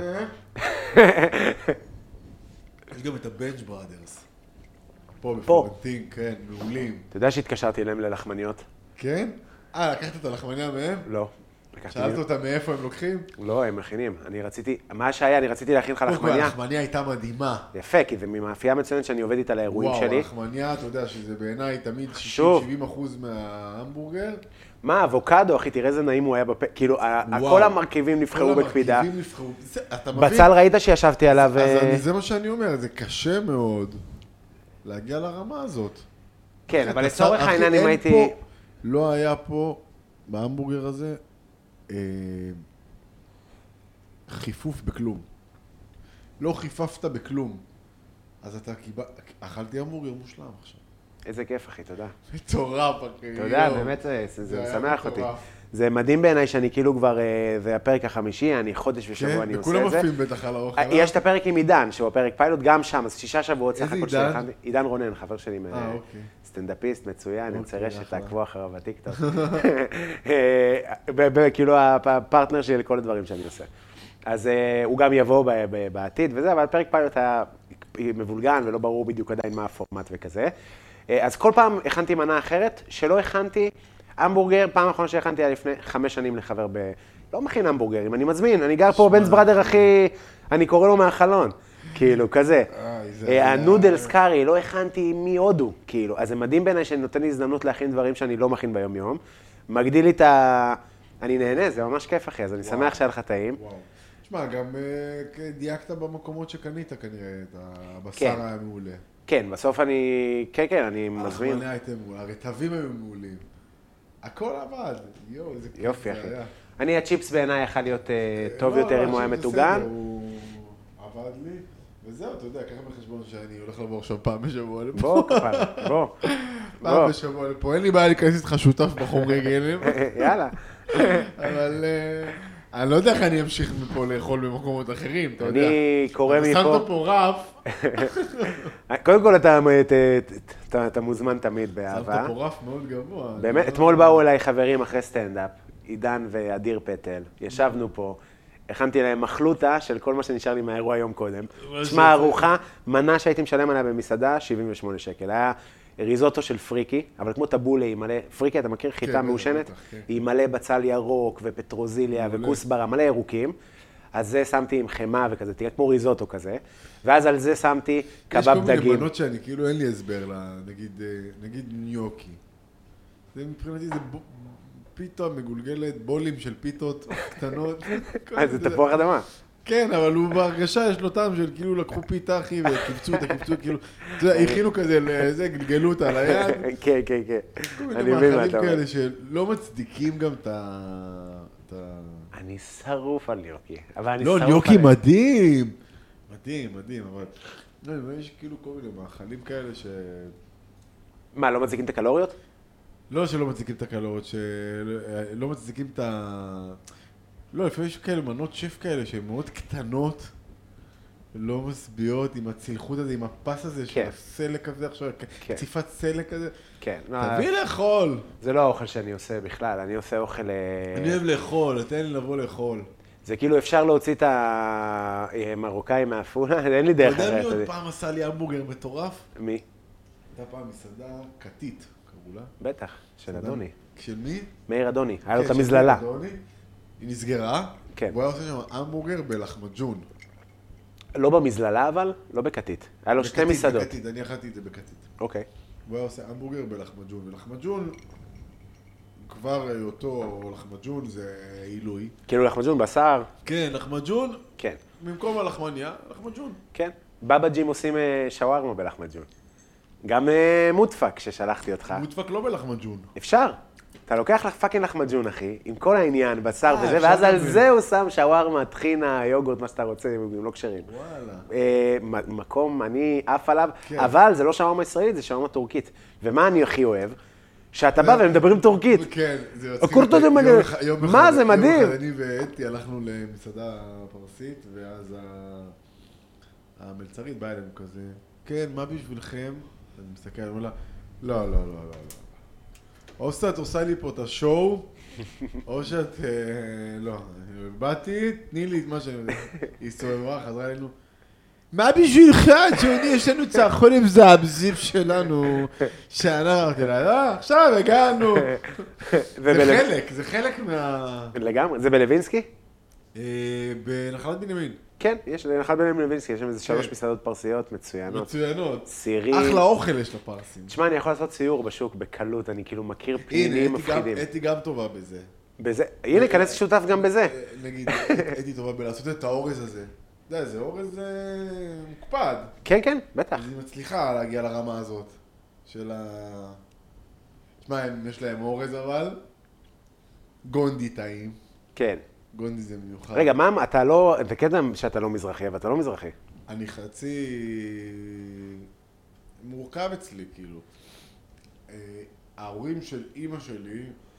יש גם את הבנג' בראדרס. פה בפלורנטין, כן, מעולים. אתה יודע שהתקשרתי אליהם ללחמניות? כן? אה, לקחת את הלחמניה מהם? לא. שאלת אותם מאיפה הם לוקחים? לא, הם מכינים. אני רציתי, מה שהיה, אני רציתי להכין לך לחמניה. הלחמניה הייתה מדהימה. יפה, כי זה ממאפייה מצוינת שאני עובד איתה לאירועים שלי. וואו, הלחמניה, אתה יודע שזה בעיניי תמיד שישים שבעים אחוז מההמבורגר. מה, אבוקדו, אחי, תראה איזה נעים הוא היה בפה. כאילו, כל המרכיבים נבחרו בקפידה. כל המרכיבים נבחרו. אתה מבין? בצל ראית שישבתי עליו... אז זה מה שאני אומר, זה קשה מאוד להגיע לרמה הזאת. כן, אבל לצורך העניין אם הייתי... לא היה פה, בהמבורגר הזה, חיפוף בכלום. לא חיפפת בכלום. אז אתה קיבל... אכלתי המבורגר מושלם עכשיו. איזה כיף, אחי, תודה. מטורף, אחי. אתה יודע, באמת זה משמח אותי. זה מדהים בעיניי שאני כאילו כבר, זה הפרק החמישי, אני חודש ושבוע אני עושה את זה. וכולם עפים בטח על האוכל. יש את הפרק עם עידן, שהוא הפרק פיילוט, גם שם, אז שישה שבועות סך הכל איזה עידן? עידן רונן, חבר שלי, סטנדאפיסט מצוין, אני צריך שתעקבו אחריו בטיקטוק. כאילו הפרטנר שלי לכל הדברים שאני עושה. אז הוא גם יבוא בעתיד וזה, אבל הפרק פיילוט היה מבולגן ולא ברור בדיוק עדיין מה הפורמט וכזה. אז כל פעם הכנתי מנה אחרת, שלא הכנתי המבורגר, פעם האחרונה שהכנתי היה לפני חמש שנים לחבר ב... לא מכין המבורגרים, אני מזמין, אני גר פה בנס בראדר הכי... אני קורא לו מהחלון, כאילו, כזה. הנודלס קארי, לא הכנתי מהודו, כאילו. אז זה מדהים בעיניי שאני נותן לי הזדמנות להכין דברים שאני לא מכין ביום יום. מגדיל לי את ה... אני נהנה, זה ממש כיף, אחי, אז אני שמח שהיה לך טעים. תשמע, גם דייקת במקומות שקנית כנראה, את הבשר היה מעולה. כן, בסוף אני... כן, כן, אני מזמין. הלחמניה הייתם מעולה, הרטבים היו מעולים. הכל עבד, יואו, איזה כיף זה היה. יופי, אחי. אני, הצ'יפס בעיניי יכל להיות טוב יותר אם הוא היה מטוגן. הוא עבד לי, וזהו, אתה יודע, ככה בחשבון שאני הולך לבוא עכשיו פעם בשבוע לפה. בוא, כפרה, בוא. פעם בשבוע לפה, אין לי בעיה להיכנס איתך שותף בחומרי גלם. יאללה. אבל... אני לא יודע איך אני אמשיך מפה לאכול במקומות אחרים, אתה יודע. אני קורא מפה... אתה שמת פה רף. קודם כל, אתה מוזמן תמיד באהבה. שמת פה רף מאוד גבוה. באמת, אתמול באו אליי חברים אחרי סטנדאפ, עידן ואדיר פטל. ישבנו פה, הכנתי להם מחלוטה של כל מה שנשאר לי מהאירוע יום קודם. תשמע, ארוחה, מנה שהייתי משלם עליה במסעדה, שבעים ושמונה שקל. היה ריזוטו של פריקי, אבל כמו טבולה, היא מלא, פריקי, אתה מכיר? חיטה מעושנת? היא מלא בצל ירוק ופטרוזיליה וכוסברה, מלא ירוקים. אז זה שמתי עם חמה וכזה, תראה כמו ריזוטו כזה. ואז על זה שמתי קבב דגים. יש כל מיני מנות שאני, כאילו אין לי הסבר לה, נגיד, נגיד ניוקי. זה מבחינתי זה פיתה מגולגלת, בולים של פיתות קטנות. אז זה תפוח אדמה. כן, אבל הוא בהרגשה, יש לו טעם של כאילו לקחו פיתה אחי וקיבצו אותה, קיבצו, כאילו, אתה יודע, הכינו כזה לזה, גלגלו אותה על היד. כן, כן, כן. אני מבין מה אתה אומר. כאלה שלא מצדיקים גם את ה... אני שרוף על ניוקי. לא, ניוקי מדהים. מדהים, מדהים, אבל... לא, יש כאילו כל מיני מאכלים כאלה ש... מה, לא מצדיקים את הקלוריות? לא שלא מצדיקים את הקלוריות, שלא מצדיקים את ה... לא, לפעמים יש כאלה מנות שף כאלה שהן מאוד קטנות, לא משביעות, עם הצלחות הזה, עם הפס הזה, של הסלק הזה עכשיו, קציפת סלק הזה. כן. תביא לאכול. זה לא האוכל שאני עושה בכלל, אני עושה אוכל... אני אוהב לאכול, תן לי לבוא לאכול. זה כאילו אפשר להוציא את המרוקאים מהפולה, אין לי דרך אחרת. אתה יודע מי עוד פעם עשה לי המבורגר מטורף? מי? הייתה פעם מסעדה קטית, קראו לה. בטח, של אדוני. של מי? מאיר אדוני, היה לו את המזללה. היא נסגרה, כן. והוא היה עושה שם המבורגר בלחמג'ון. לא במזללה אבל, לא בקטית. היה לו שתי מסעדות. בקטית, אני אכלתי את זה בקטית. אוקיי. והוא היה עושה המבורגר בלחמג'ון, ולחמג'ון, כבר אותו לחמג'ון זה עילוי. כאילו לחמג'ון בשר? כן, לחמג'ון. כן. במקום הלחמניה, לחמג'ון. כן. בבג'ים עושים שווארמה בלחמג'ון. גם מודפק ששלחתי אותך. מודפק לא בלחמג'ון. אפשר. אתה לוקח לך פאקינג לחמג'ון, אחי, עם כל העניין, בשר וזה, ואז על זה הוא שם שווארמה, טחינה, יוגורט, מה שאתה רוצה, הם לא קשרים. וואלה. מקום, אני עף עליו, אבל זה לא שווארמה ישראלית, זה שווארמה טורקית. ומה אני הכי אוהב? שאתה בא והם מדברים טורקית. כן, זה יוצאים. מה זה מדהים? יום אחד אני ואתי הלכנו למסעדה פרסית, ואז המלצרית באה אלינו כזה, כן, מה בשבילכם? אני מסתכל, אני אומר לה, לא, לא, לא, לא. או שאת עושה לי פה את השואו, או שאת, לא, באתי, תני לי את מה שאני יודע. היא סובבה, חזרה אלינו. מה בשבילך, ג'וני, יש לנו צרכונים זעבזיב שלנו, שאנחנו אמרתי לה, לא, עכשיו הגענו. זה חלק, זה חלק מה... לגמרי, זה בלווינסקי? בנחלת בנימין. כן, יש לנחלת בנימין בלווינסקי, יש שם איזה שלוש מסעדות פרסיות מצוינות. מצוינות. סירים. אחלה אוכל יש לפרסים. תשמע, אני יכול לעשות סיור בשוק בקלות, אני כאילו מכיר פנינים מפחידים. הנה, אתי גם טובה בזה. בזה, הנה, כנס שותף גם בזה. נגיד, אתי טובה בלעשות את האורז הזה. אתה יודע, זה אורז מוקפד. כן, כן, בטח. היא מצליחה להגיע לרמה הזאת של ה... תשמע, יש להם אורז אבל, גונדי טעים. כן. גונדי זה מיוחד. רגע, מה, אתה לא, זה קטע שאתה לא מזרחי, אבל אתה לא מזרחי. אני חצי... מורכב אצלי, כאילו. ההורים של אימא שלי,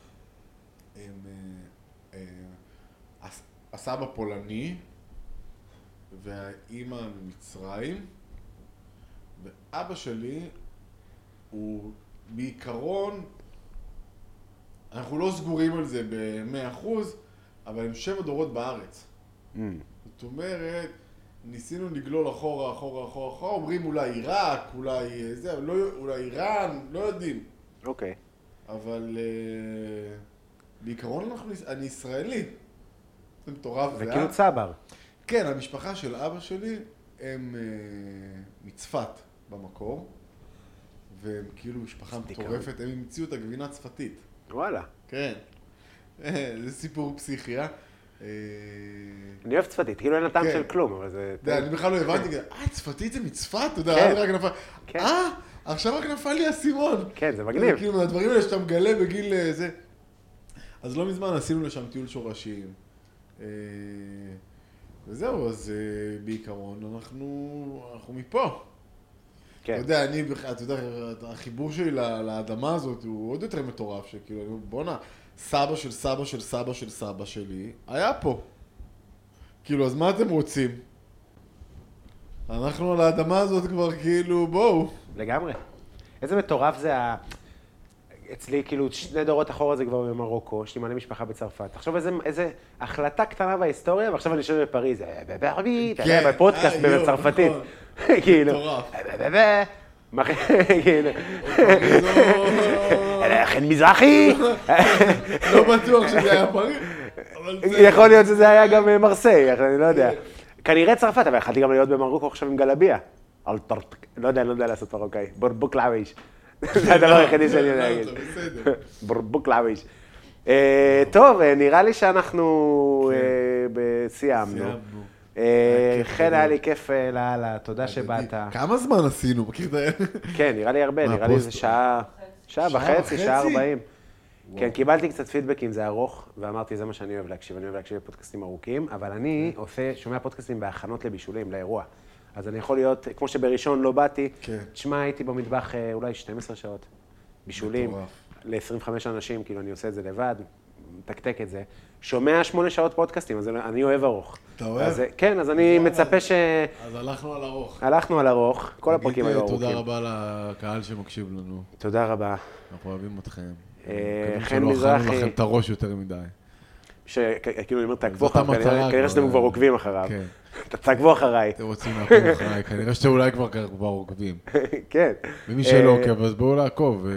הם... הסבא פולני, והאימא ממצרים, ואבא שלי הוא בעיקרון, אנחנו לא סגורים על זה ב-מאה אחוז, אבל הם שבע דורות בארץ. Mm. זאת אומרת, ניסינו לגלול אחורה, אחורה, אחורה, אחורה, אומרים אולי עיראק, אולי זה, לא, אולי איראן, לא יודעים. אוקיי. Okay. אבל uh, בעיקרון אנחנו, אני ישראלי. זה מטורף. זה כאילו צבר. כן, המשפחה של אבא שלי הם uh, מצפת במקור, והם כאילו משפחה מטורפת, הם המציאו את הגבינה הצפתית. וואלה. כן. זה סיפור פסיכי, אה? אני אוהב צפתית, כאילו אין לה טעם של כלום, אבל זה... אני בכלל לא הבנתי, אה, צפתית זה מצפת? אתה יודע, רק נפל... אה, עכשיו רק נפל לי הסימון. כן, זה מגניב. כאילו, הדברים האלה שאתה מגלה בגיל זה... אז לא מזמן עשינו לשם טיול שורשים. וזהו, אז בעיקרון אנחנו מפה. אתה יודע, אני, אתה יודע, החיבור שלי לאדמה הזאת הוא עוד יותר מטורף, שכאילו, בוא'נה, סבא של סבא של סבא של סבא שלי היה פה. כאילו, אז מה אתם רוצים? אנחנו על האדמה הזאת כבר כאילו, בואו. לגמרי. איזה מטורף זה ה... אצלי, כאילו, שני דורות אחורה זה כבר במרוקו, יש לי מלא משפחה בצרפת. עכשיו איזה, איזה החלטה קטנה בהיסטוריה, ועכשיו אני יושב בפריז, בברבי, בפודקאסט בצרפתית. כאילו, כאילו, חן מזרחי. לא בטוח שזה היה פריז. יכול להיות שזה היה גם מרסיי, אני לא יודע. כנראה צרפת, אבל יכלתי גם להיות במרוקו עכשיו עם גלביה. לא יודע, אני לא יודע לעשות מרוקאי. ברבוק לעוויש. זה הדבר היחידי שאני יודע להגיד. ברבוק לעוויש. טוב, נראה לי שאנחנו סיימנו. חן, היה לי כיף לאללה, תודה שבאת. כמה זמן עשינו? מכיר את ה... כן, נראה לי הרבה, נראה לי איזה שעה, שעה וחצי, שעה ארבעים. כן, קיבלתי קצת פידבקים, זה ארוך, ואמרתי, זה מה שאני אוהב להקשיב, אני אוהב להקשיב לפודקאסטים ארוכים, אבל אני עושה, שומע פודקאסטים בהכנות לבישולים, לאירוע. אז אני יכול להיות, כמו שבראשון לא באתי, תשמע, הייתי במטבח אולי שתים עשרה שעות, בישולים, ל-עשרים וחמישה אנשים, כאילו אני עושה את זה לבד, מתקתק את זה. שומע שמונה שעות פודקאסטים, אז אני אוהב ארוך. אתה אוהב? כן, אז אני מצפה ש... אז הלכנו על ארוך. הלכנו על ארוך, כל הפרקים היו ארוכים. תודה רבה לקהל שמקשיב לנו. תודה רבה. אנחנו אוהבים אתכם. חן מזרחי. שלא אכלנו לכם את הראש יותר מדי. שכאילו, אני אומר, תעקבו אחריו, כנראה שאתם כבר עוקבים אחריו. כן. תעקבו אחריי. אתם רוצים לעקוב אחריי, כנראה שאתם אולי כבר עוקבים. כן. ומי שלא עוקב, אז בואו לעקוב.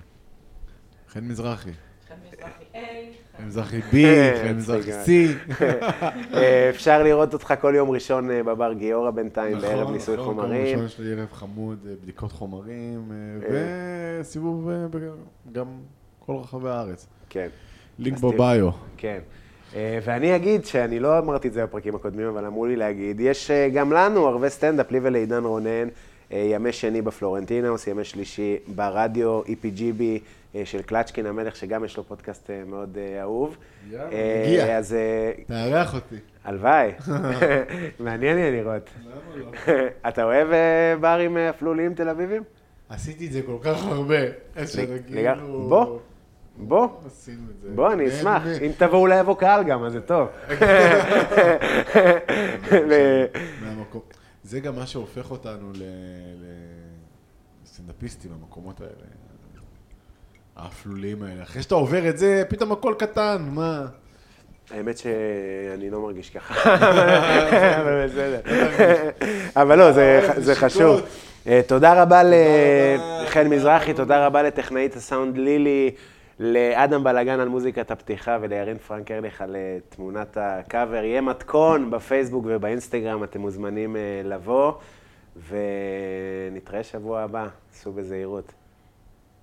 חן מזרחי. חן מזרחי A. חן מזרחי B, חן מזרחי C. אפשר לראות אותך כל יום ראשון בבר גיורא בינתיים, בערב ניסוי חומרים. נכון, כל יום ראשון יש לי ערב חמוד, בדיקות חומרים, וסיבוב גם כל רחבי הארץ. כן. לינק בביו. כן. ואני אגיד שאני לא אמרתי את זה בפרקים הקודמים, אבל אמרו לי להגיד, יש גם לנו ערבי סטנדאפ, לי ולעידן רונן, ימי שני בפלורנטינוס, ימי שלישי ברדיו, אי פי ג'י בי של קלצ'קין המלך, שגם יש לו פודקאסט מאוד אהוב. יאללה, מגיע. אז... תארח אותי. הלוואי. מעניין לי לראות. למה לא? אתה אוהב ברים אפלוליים תל אביבים? עשיתי את זה כל כך הרבה. בוא. בוא, בוא, אני אשמח. אם תבואו אולי יבוא קהל גם, אז זה טוב. זה גם מה שהופך אותנו לסטנדאפיסטים, המקומות האלה. האפלוליים האלה. אחרי שאתה עובר את זה, פתאום הכל קטן, מה? האמת שאני לא מרגיש ככה, אבל בסדר. אבל לא, זה חשוב. תודה רבה לחן מזרחי, תודה רבה לטכנאית הסאונד לילי, לאדם בלגן על מוזיקת הפתיחה ולירין פרנק ארליך על תמונת הקאבר. יהיה מתכון בפייסבוק ובאינסטגרם, אתם מוזמנים לבוא, ונתראה שבוע הבא, סעו בזהירות.